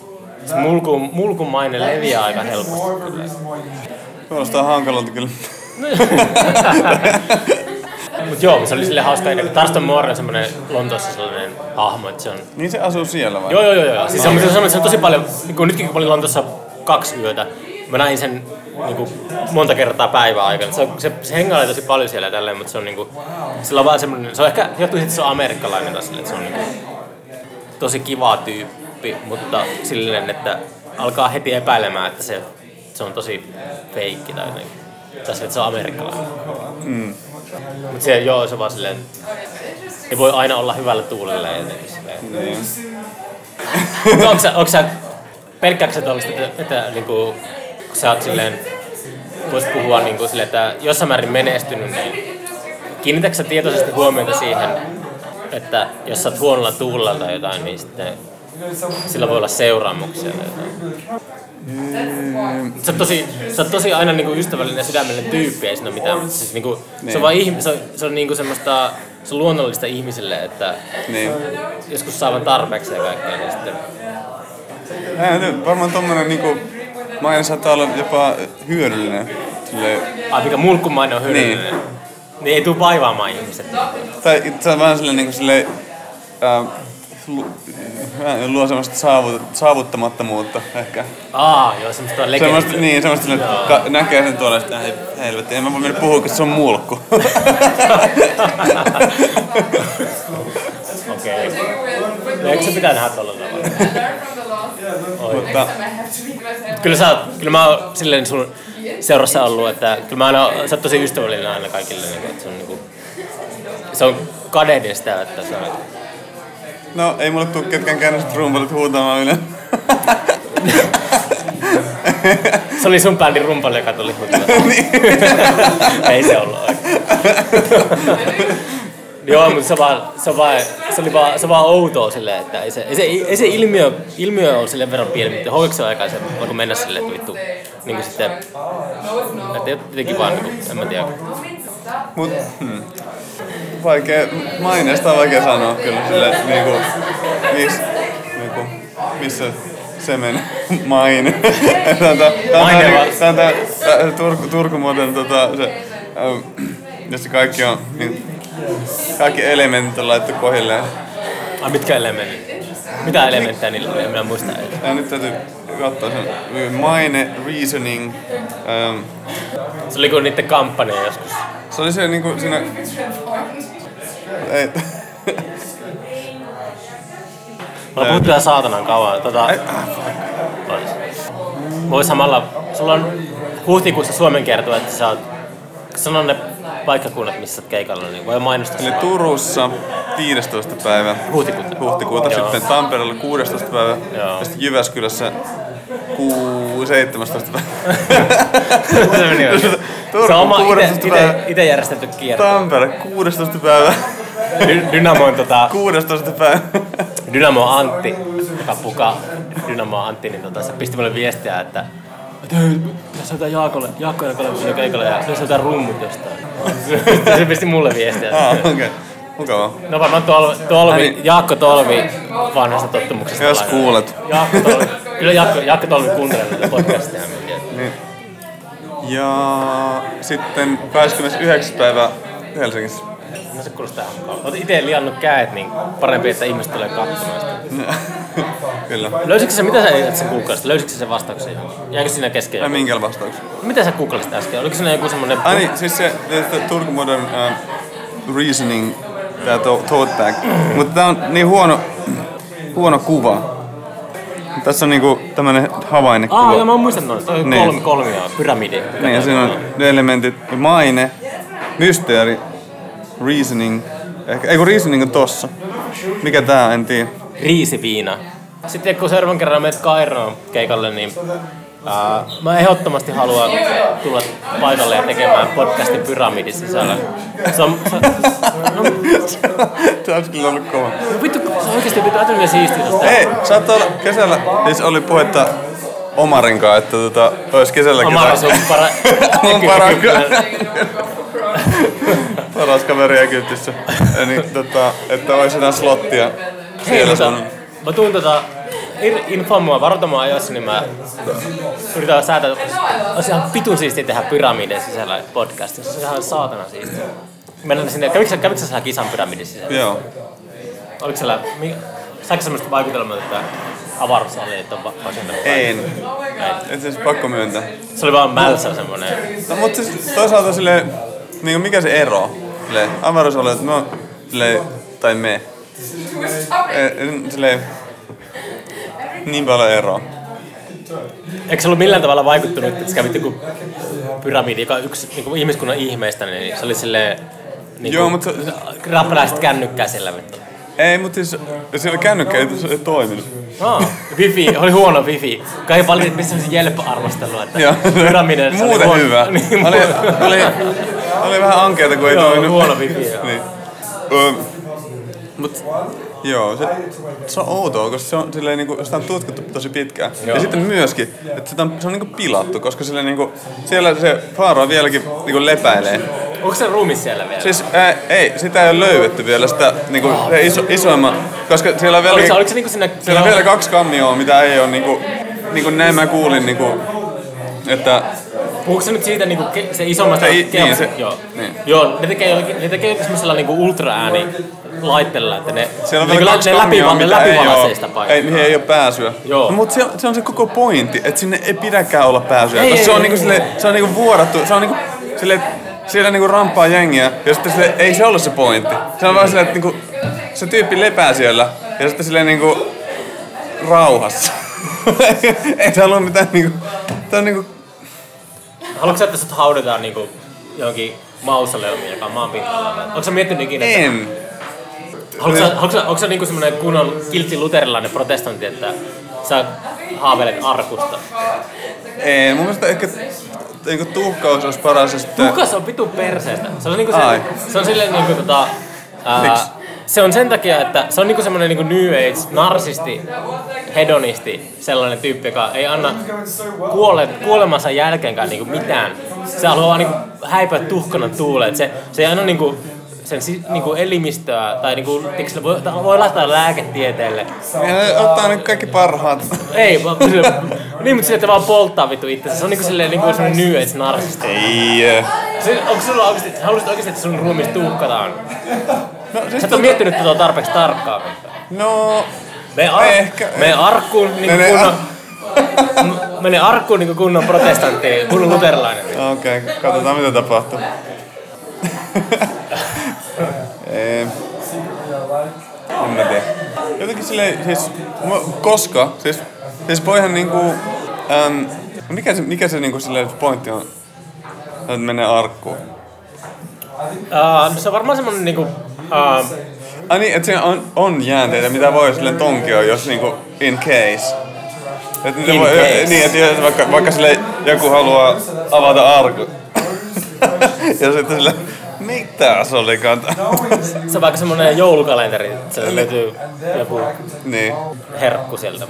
mulkumainen leviää aika helposti. Kuulostaa hankalalta kyllä. Mut joo, se oli silleen hauska. Tarston Moore on semmonen Lontoossa sellainen hahmo, että se on... Niin se asuu siellä vai? Joo. Siis se on tosi paljon, kun nytkin kun mä olin Lontoossa 2 yötä, mä näin sen niinku monta kertaa päivän aikana. Se hengailee tosi paljon siellä ja tälleen, mutta se on niinku... Sillä on vaan semmonen... Se on ehkä johtuu siitä, että se on amerikkalainen taas silleen, että se on niinku... Tosi kiva tyyppi, mutta silleen, että alkaa heti epäilemään, että se on tosi feikki tai jotenkin. Tässä että se on amerikkalainen. Mut se on vaan silleen, ei voi aina olla hyvällä tuulella ja jotenkin silleen. Niin. Onko sä pelkkääksä tollaista, että niinku, kun sä oot silleen, voisit puhua niinku silleen, että jossain määrin menestynyt, niin kiinnitätkö sä tietoisesti huomiota siihen, että jos sä oot huonolla tuulella tai jotain, niin sitten sillä voi olla seuraamuksia tai jotain. Sä oot tosi aina niinku ystävällinen ja sydämellinen tyyppi, ei siinä mitään, mutta siis niinku, se on vaan se on niinku semmoista, se on luonnollista ihmisille, että joskus saavan tarpeeksi ja kaikkea, niin sitten... Varmaan tommonen niinku, maine saattaa olla jopa hyödyllinen. Silleen... mikä mulkkumainen on hyödyllinen? Niin ei tuu vaivaamaan ihmiset. Tai se on vähän silleen niinku silleen... luo semmoista saavuttamattomuutta ehkä. Joo, semmoista legendaa. Semmoista näkee sen tuolla, että helvetti, en mä voi mennä puhua, koska se on mulkku. Okei. No eikö se pitää nähdä tuolla tavalla? Mutta... Kyllä mä oon silleen sun seurassa ollut, että kyllä sä oot tosi ystävällinen aina kaikille, että se on niinku... Se on kadehdin sitä, että sä olet... No, ei mulle tuu ketkään käännöset rumpalit huutamaan yle. Se oli sun bändin rumpali, joka tuli huutamaan. Ei se ollut oikein. Joo, mutta se on vaan outoa silleen, että ei se ilmiö on silleen verran pieni, mutta hoiksen aikaa se alkoi mennä silleen, että vittu, niinku sitten, että jotenkin vaan niinku, en mä tiedä. Mut, maineesta on vaikea sanoa kyllä silleen, missä se meni maine. Tää Turku muuten se, jossa kaikki on, kaikki elementit on laittu kohdilleen. Mitkä elementit? Mitä elementtejä niillä oli? En minä muista. Nyt täytyy katsoa sen. Maine, reasoning. Se oli kuin niitten kampanja joskus. Se oli se niinku siinä... Ei. Mä puhut vielä saatanan kauan. Voi samalla... Sulla on huhtikuussa Suomen kertoo, että sä oot... Sano ne paikkakunnat, missä oot keikalla, niin voi mainostaa. Eli Turussa 15. päivä huhtikuuta, sitten Tampereella 16. päivä ja sitten Jyväskylässä 17. päivä. Se meni oikein. Se on oma ite järjestetty kierto. Tampere 16. päivä. Dynamo on 16. päivä. Dynamo Antti, joka pukaa Dynamo Antti, niin se pisti mulle viestiä, että pitäis soittaa Jaakkolle keikalle ja pitäis soittaa rummut jostain. Se pisti mulle viestiä. Okei. Mukavaa. No varmaan Jaakko Tolvi vanhasta tottumuksesta. Jos kuulet. Kyllä Jaakko Tolvi kuuntelee tätä podcastia. Niin. Ja sitten 29. päivä Helsingissä. No se kuulostaa ihan mukavaa. Oot ite liannut kädet, niin parempi, että ihmiset tulee katsomaan sitä. Kyllä. Löysitkö sä, mitä sä edit sen googlasta? Löysitkö sä sen vastauksen johon? Jäikö siinä kesken joku? Minkä vastauksen? Mitä sä googlasit äsken? Oliko siinä joku semmonen... Niin, siis se Turku Modern Reasoning, tää tote bag. Mutta tää on niin huono kuva. Tässä on niinku tämmönen havainnekuva. Joo, mä oon muistanut noista. Toi on kolmia, pyramidi. Niin, ja siinä on ne elementit, maine, mysteeri, reasoning. Ei kun reasoning on tossa. Mikä tää, en tiedä. Riisiviina. Sitten kun seuraavan kerran menet Kairoon keikalle, niin mä ehdottomasti haluan tulla paikalle ja tekemään podcastin pyramidin sisällä. Tää olisi kyllä ollut kova. No vittu, se on oikeesti vittu älyllinen siistiä tosta. Ei, saattaa olla kesällä, siis oli puhetta Omarin kanssa, että ois kesällä Omar on sun paras kaveri Egyptissä. Niin, että ois jotain slottia siellä sun. Mä tuun info mua, varoita mua ajoissa, niin mä yritän säätää. Olisi ihan vitun siistiä tehdä pyramidin sisällä podcastissa. Se on ihan saatana siistiä. Mennään sinne. Kävikö sä siellä kisan pyramidin sisällä? Joo. Oliko siellä... Saiko semmoista vaikutelmaa, että avaruusalueet on vasentanut? En. Et siis pakko myöntää. Se oli vaan mälsä semmonen. No mut siis toisaalta silleen, niinku mikä se ero? Silleen, avaruusalueet, no silleen, tai me. Silleen, niin paljon eroa. Eikö se ollut millään tavalla vaikuttunut, että sä kävit joku pyramidi, joka on yksi niin ihmiskunnan ihmeistä, niin se oli silleen... Niin joo, mutta... Rappalaiset kännykkää sillä vittu. Ei, mutta siis siellä kännykkä ei toiminut. Wifi, oli huono wifi. Kai paljon missä semmoisen jelppa-arvostelua, että pyramidissa oli muuten huono. hyvä. Oli vähän ankeeta, kun ei toiminut. Huono wifi, joo. Niin. Mut joo, se on outoa, koska se on silleen niinku, sitä on tutkittu tosi pitkään. Joo. Ja sitten myöskin, että se on niinku pilattu, koska silleen niinku, siellä se Faaro vieläkin niinku lepäilee. Onko se ruumis siellä vielä? Siis ei, sitä ei ole löydetty vielä sitä niinku isoimman, koska siellä on vielä oliko se niinku sinne... Siellä on vielä 2 kammioa, mitä ei ole niinku näin mä kuulin niinku, että... Puhuuko se nyt siitä niinku se isommasta... Niin, se... Joo. Niin. Joo, ne tekee semmoisella niinku ultraääni laitteella, että ne... Siellä on vielä 2 kammioa, mitä ei ole. Niihin ei ole pääsyä. Joo. No, mutta se on se koko pointti, että sinne ei pidäkään olla pääsyä. Koska se on niinku silleen, se on niinku vuodattu, se on niinku silleen... Siellä niinku ramppaa jengiä, ja sitten sille, ei se ollut se pointti. Se on vaan silleen, että niinku, se tyyppi lepää siellä, ja sitten silleen niinku rauhassa. Ei se ollut mitään niinku, tää on niinku... Haluatko sä, että sut haudataan niinku johonkin mausoleumiin, joka on maan pinnalla? Onko sä miettinyt ikinä? En. Onko sä niinku semmonen kunnon kiltti luterilainen protestantti, että sä haaveilet arkusta? Ei, mun mielestä ehkä niinku tuhkaus olisi paras ja sitten... Tuhkaus on vitun perseestä. Se on niinku se on silleen niinku se on sen takia, että se on niinku semmonen niinku New Age, narsisti, hedonisti, sellainen tyyppi, joka ei anna kuolemansa jälkeenkään niinku mitään. Se haluaa vaan niinku häipää tuhkana tuuleen. Se ei anna niinku sen niinku elimistöä tai niinku voi laittaa lääketieteelle. Ja ottaa nyt kaikki parhaat. Ei, niin, mutta sille, että vaan polttaa vittu itsensä. Se on niinku silleen niinku semmonen New Age narsisti. Ei. Onko sulla oikeesti, haluaisit oikeesti, että sun ruumis tuhkataan? No, siis sä et oo miettinyt tätä tarpeeksi tarkkaan. No... Mene arkkuun niinku kunnon protestantti, kunnon luterilainen. Okei, katsotaan mitä tapahtuu. En mä tiedä. Jotenkin silleen, siis... Koska, siis voihan niinku... mikä se niinku silleen pointti on? Että menee arkkuun. Se on varmaan semmonen niinku... niin, että siinä on jäänteitä, mitä voi silleen tonkioa, jos niinku in case. Että In case. Niin, että vaikka silleen joku haluaa avata arkun. Ja sitten silleen, mitä se olikaan? Se on vaikka semmonen joulukalenteri, se löytyy joku niin. herkku sieltä.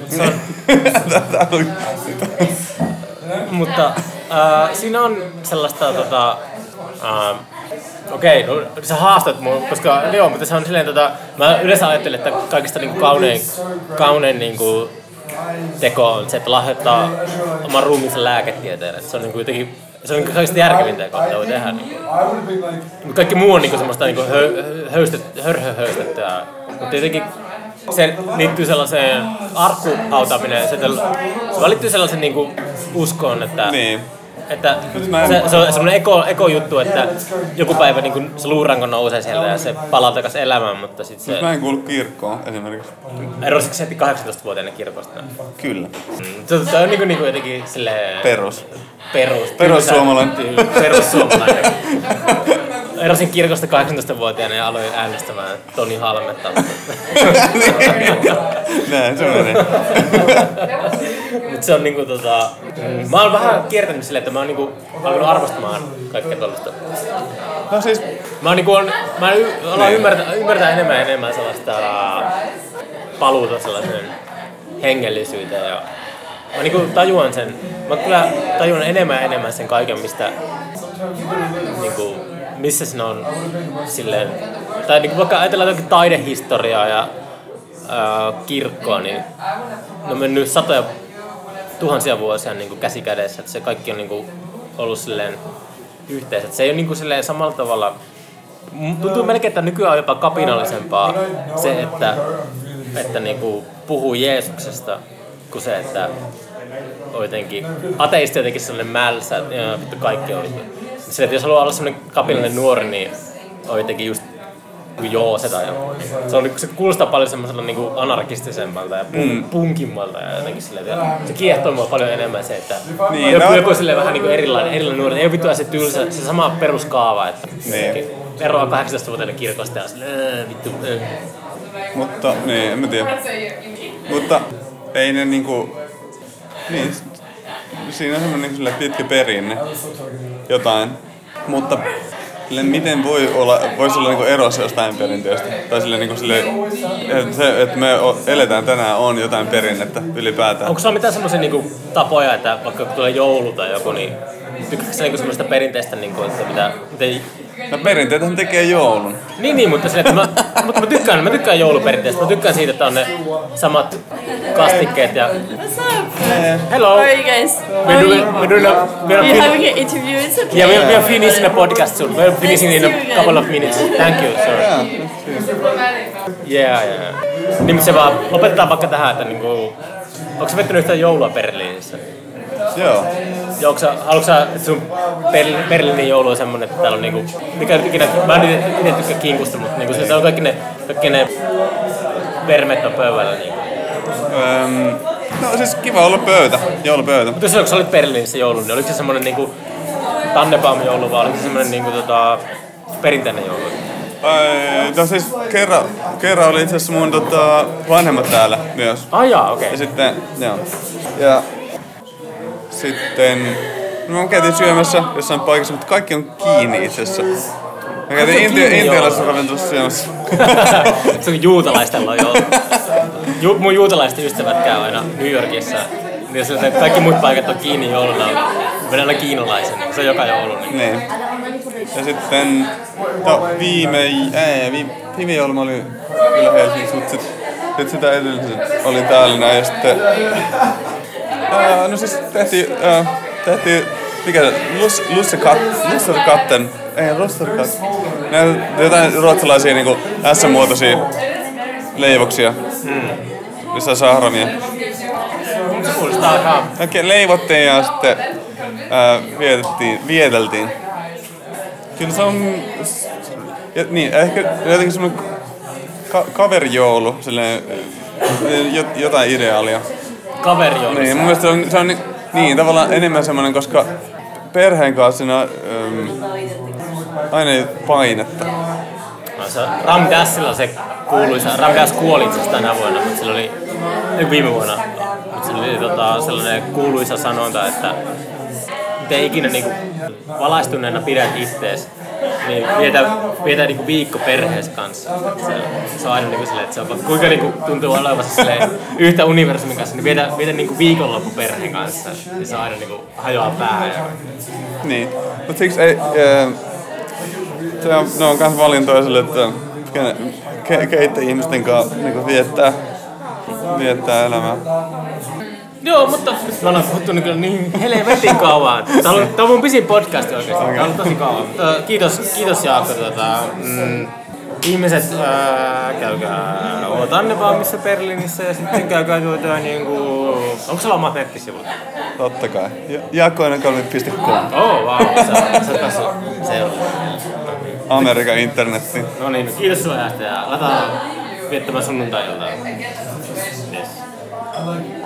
Mutta siinä on sellaista okei, no sä haastat mua, koska joo, mutta se on silleen mä yleensä ajattelen, että kaikista niinku kaunein niinku teko on se, että lahjoittaa oman ruumiinsa lääketieteelle. Se on niinku jotenkin, se on kaikista järkevintä tekoa, mitä voi tehdä. Niinku. Kaikki muu on niinku semmoista niinku hörhöhöystettyä, mutta jotenkin se liittyy sellaiseen arkkuhautaminen, se liittyy sellaisen niinku uskoon, että niin. Että se on semmoinen ekojuttu, että joku päivä niin se luuranko nousee sieltä ja se palaa takaisin elämään, mutta sit se... Mä en kuulu kirkkoon esimerkiksi. Erositko se heti 18-vuotiaana kirkosta? Kyllä. Se on niinku jotenkin silleen... Perussuomalainen. Perussuomalainen. Erosin kirkosta 18-vuotiaana ja aloin äänestämään Toni Halmetta. Näin se menee. Mut se on niinku mä oon vähän kiertänyt silleen, että mä oon niinku alkanut arvostamaan kaikkea tollaista. No siis... Mä alan ymmärtää enemmän sellaista paluuta sellaiseen hengellisyyteen ja mä niinku tajuan sen, mä kyllä tajuan enemmän sen kaiken, mistä niinku, missä siinä on silleen, tai niinku vaikka ajatellaan jotakin taidehistoriaa ja kirkkoa, niin ne on mennyt satoja tuhansia vuosia niin kuin käsi kädessä, että se kaikki on niin kuin ollut silleen yhteensä. Se ei ole niin kuin silleen samalla tavalla, tuntuu melkein, että nykyään on jopa kapinallisempaa se, että niin kuin puhuu Jeesuksesta, kuin se, että on jotenkin, ateisti jotenkin sellainen mälsä, että vittu kaikki on vittu. Sille, että jos haluaa olla sellainen kapinallinen nuori, niin on jotenkin just se kuulostaa paljon semmoisella niinku anarkistisemmalta ja punkimmalta ja jotenkin silleen, se kiehtoo mua paljon enemmän se, että joku on silleen vähän niinku erilainen nuori. Ei ole vittu se tylsä, se sama peruskaava, että eroaa 18-vuotiaille kirkosta ja silleen vittu. Mutta, niin, en mä tiedä. Mutta ei ne niinku, niin, siinä on semmoinen niinku pitkä perinne, jotain, mutta miten voisi olla niinku erossa jostain perinteestä? Tai silleen, niinku silleen, että se, että me eletään tänään, on jotain perinnettä ylipäätään. Onko sulla mitään semmoisia niinku tapoja, että vaikka tulee joulu tai joku, niin tykkääkö sä niinku semmoista perinteistä, niinku, että miten... No perinteitähän tekee joulun. Niin, mutta silleen, että mä tykkään jouluperinteistä. Mä tykkään siitä, että on ne samat kastikkeet ja... What's up? Hello! How are you guys? We're having an interview, it's okay. Yeah, we are finishing a podcast soon. We're finishing in a couple of minutes. Thank you, sorry. Yeah. Niin, mutta se vaan, lopetetaan vaikka tähän, että niinku... Onko sä vettänyt yhtään joulua Berliinissä? Joo. Ja haluatko sä, että sun Berliinin joulu on semmonen, että täällä on niinku... Mä en itse tykkää kinkusta, mutta niinku täällä on kaikki ne vermet on pöydällä niinku. No siis kiva olla joulupöytä. Mutta jos sä olit Berliinissä joulun, niin oliko se semmonen niinku Tannenbaum-joulu vai oliko se semmonen niinku perinteinen joulu? No siis kerran oli itse asiassa mun vanhemmat täällä myös. Jaa, okei. Ja sitten, joo. Ja sitten mä käytiin syömässä jossain paikassa, mutta kaikki on kiinni itse asiassa. Mä käytiin intialaisessa ravintolassa syömässä. Se on juutalaistella jo. Mun juutalaiset ystävät käy aina New Yorkissa. Niin sillä, että kaikki muut paikat on kiinni jouluna. Mä aina kiinalaisen, se on joka joulu. Niin. Ja sitten viime joulu mä olin kyllä Helsingissä, mutta sit sitä edellisen olin täällä näin ja sitten... No siis tehtiin mikä se? Lussarkatten. Näitä jotain ruotsalaisia niinku S-muotoisia leivoksia. Missä on sahramia. Se kuulostaa ihan... Oikein leivottiin ja sitten vieteltiin. Kyllä se on... Niin, ehkä jotenkin semmonen kaverijoulu, silleen jotain ideaalia. Kaverijoulu? Niin, mun mielestä se on niin tavallaan enemmän semmonen, koska perheen kanssa siinä on aina painetta. No, se Ram Dassilla se kuuluisa, Ram Dass kuoli itse asiassa tänä vuonna, mutta sillä oli, viime vuonna, mutta sillä oli sellainen kuuluisa sanonta, että miten ikinä niinku valaistuneena pidät ittees, niin vietä niinku viikko perheessä kanssa. Se on aina niinku silleen, että se on kuinka niinku tuntuu olevassa silleen yhtä universumin kanssa, niin vietä niinku viikonloppu perheen kanssa. Niin se on aina niinku hajoaa päähän. Niin, mutta siksi ei... Ne on kans valintoja sille, että keitä ihmisten kanssa niinku viettää elämää. Joo, mutta me ollaan puhuttu niin helvetin kauan. Tämä on mun pisin podcast oikeesti. Tämä on tosi kauan. Kiitos Jaakko. Ihmiset, käykää Tannenbaumissa Berliinissä ja sitten käykää niinku... Onko sulla omat nettisivut? Totta kai. Jaakkoinen3.com. Wow. Sä oot kanssa seurannut. Amerikan internetti. No niin, kiitos sulle ja lataan viettämään sunnuntai-iltaa. Yes.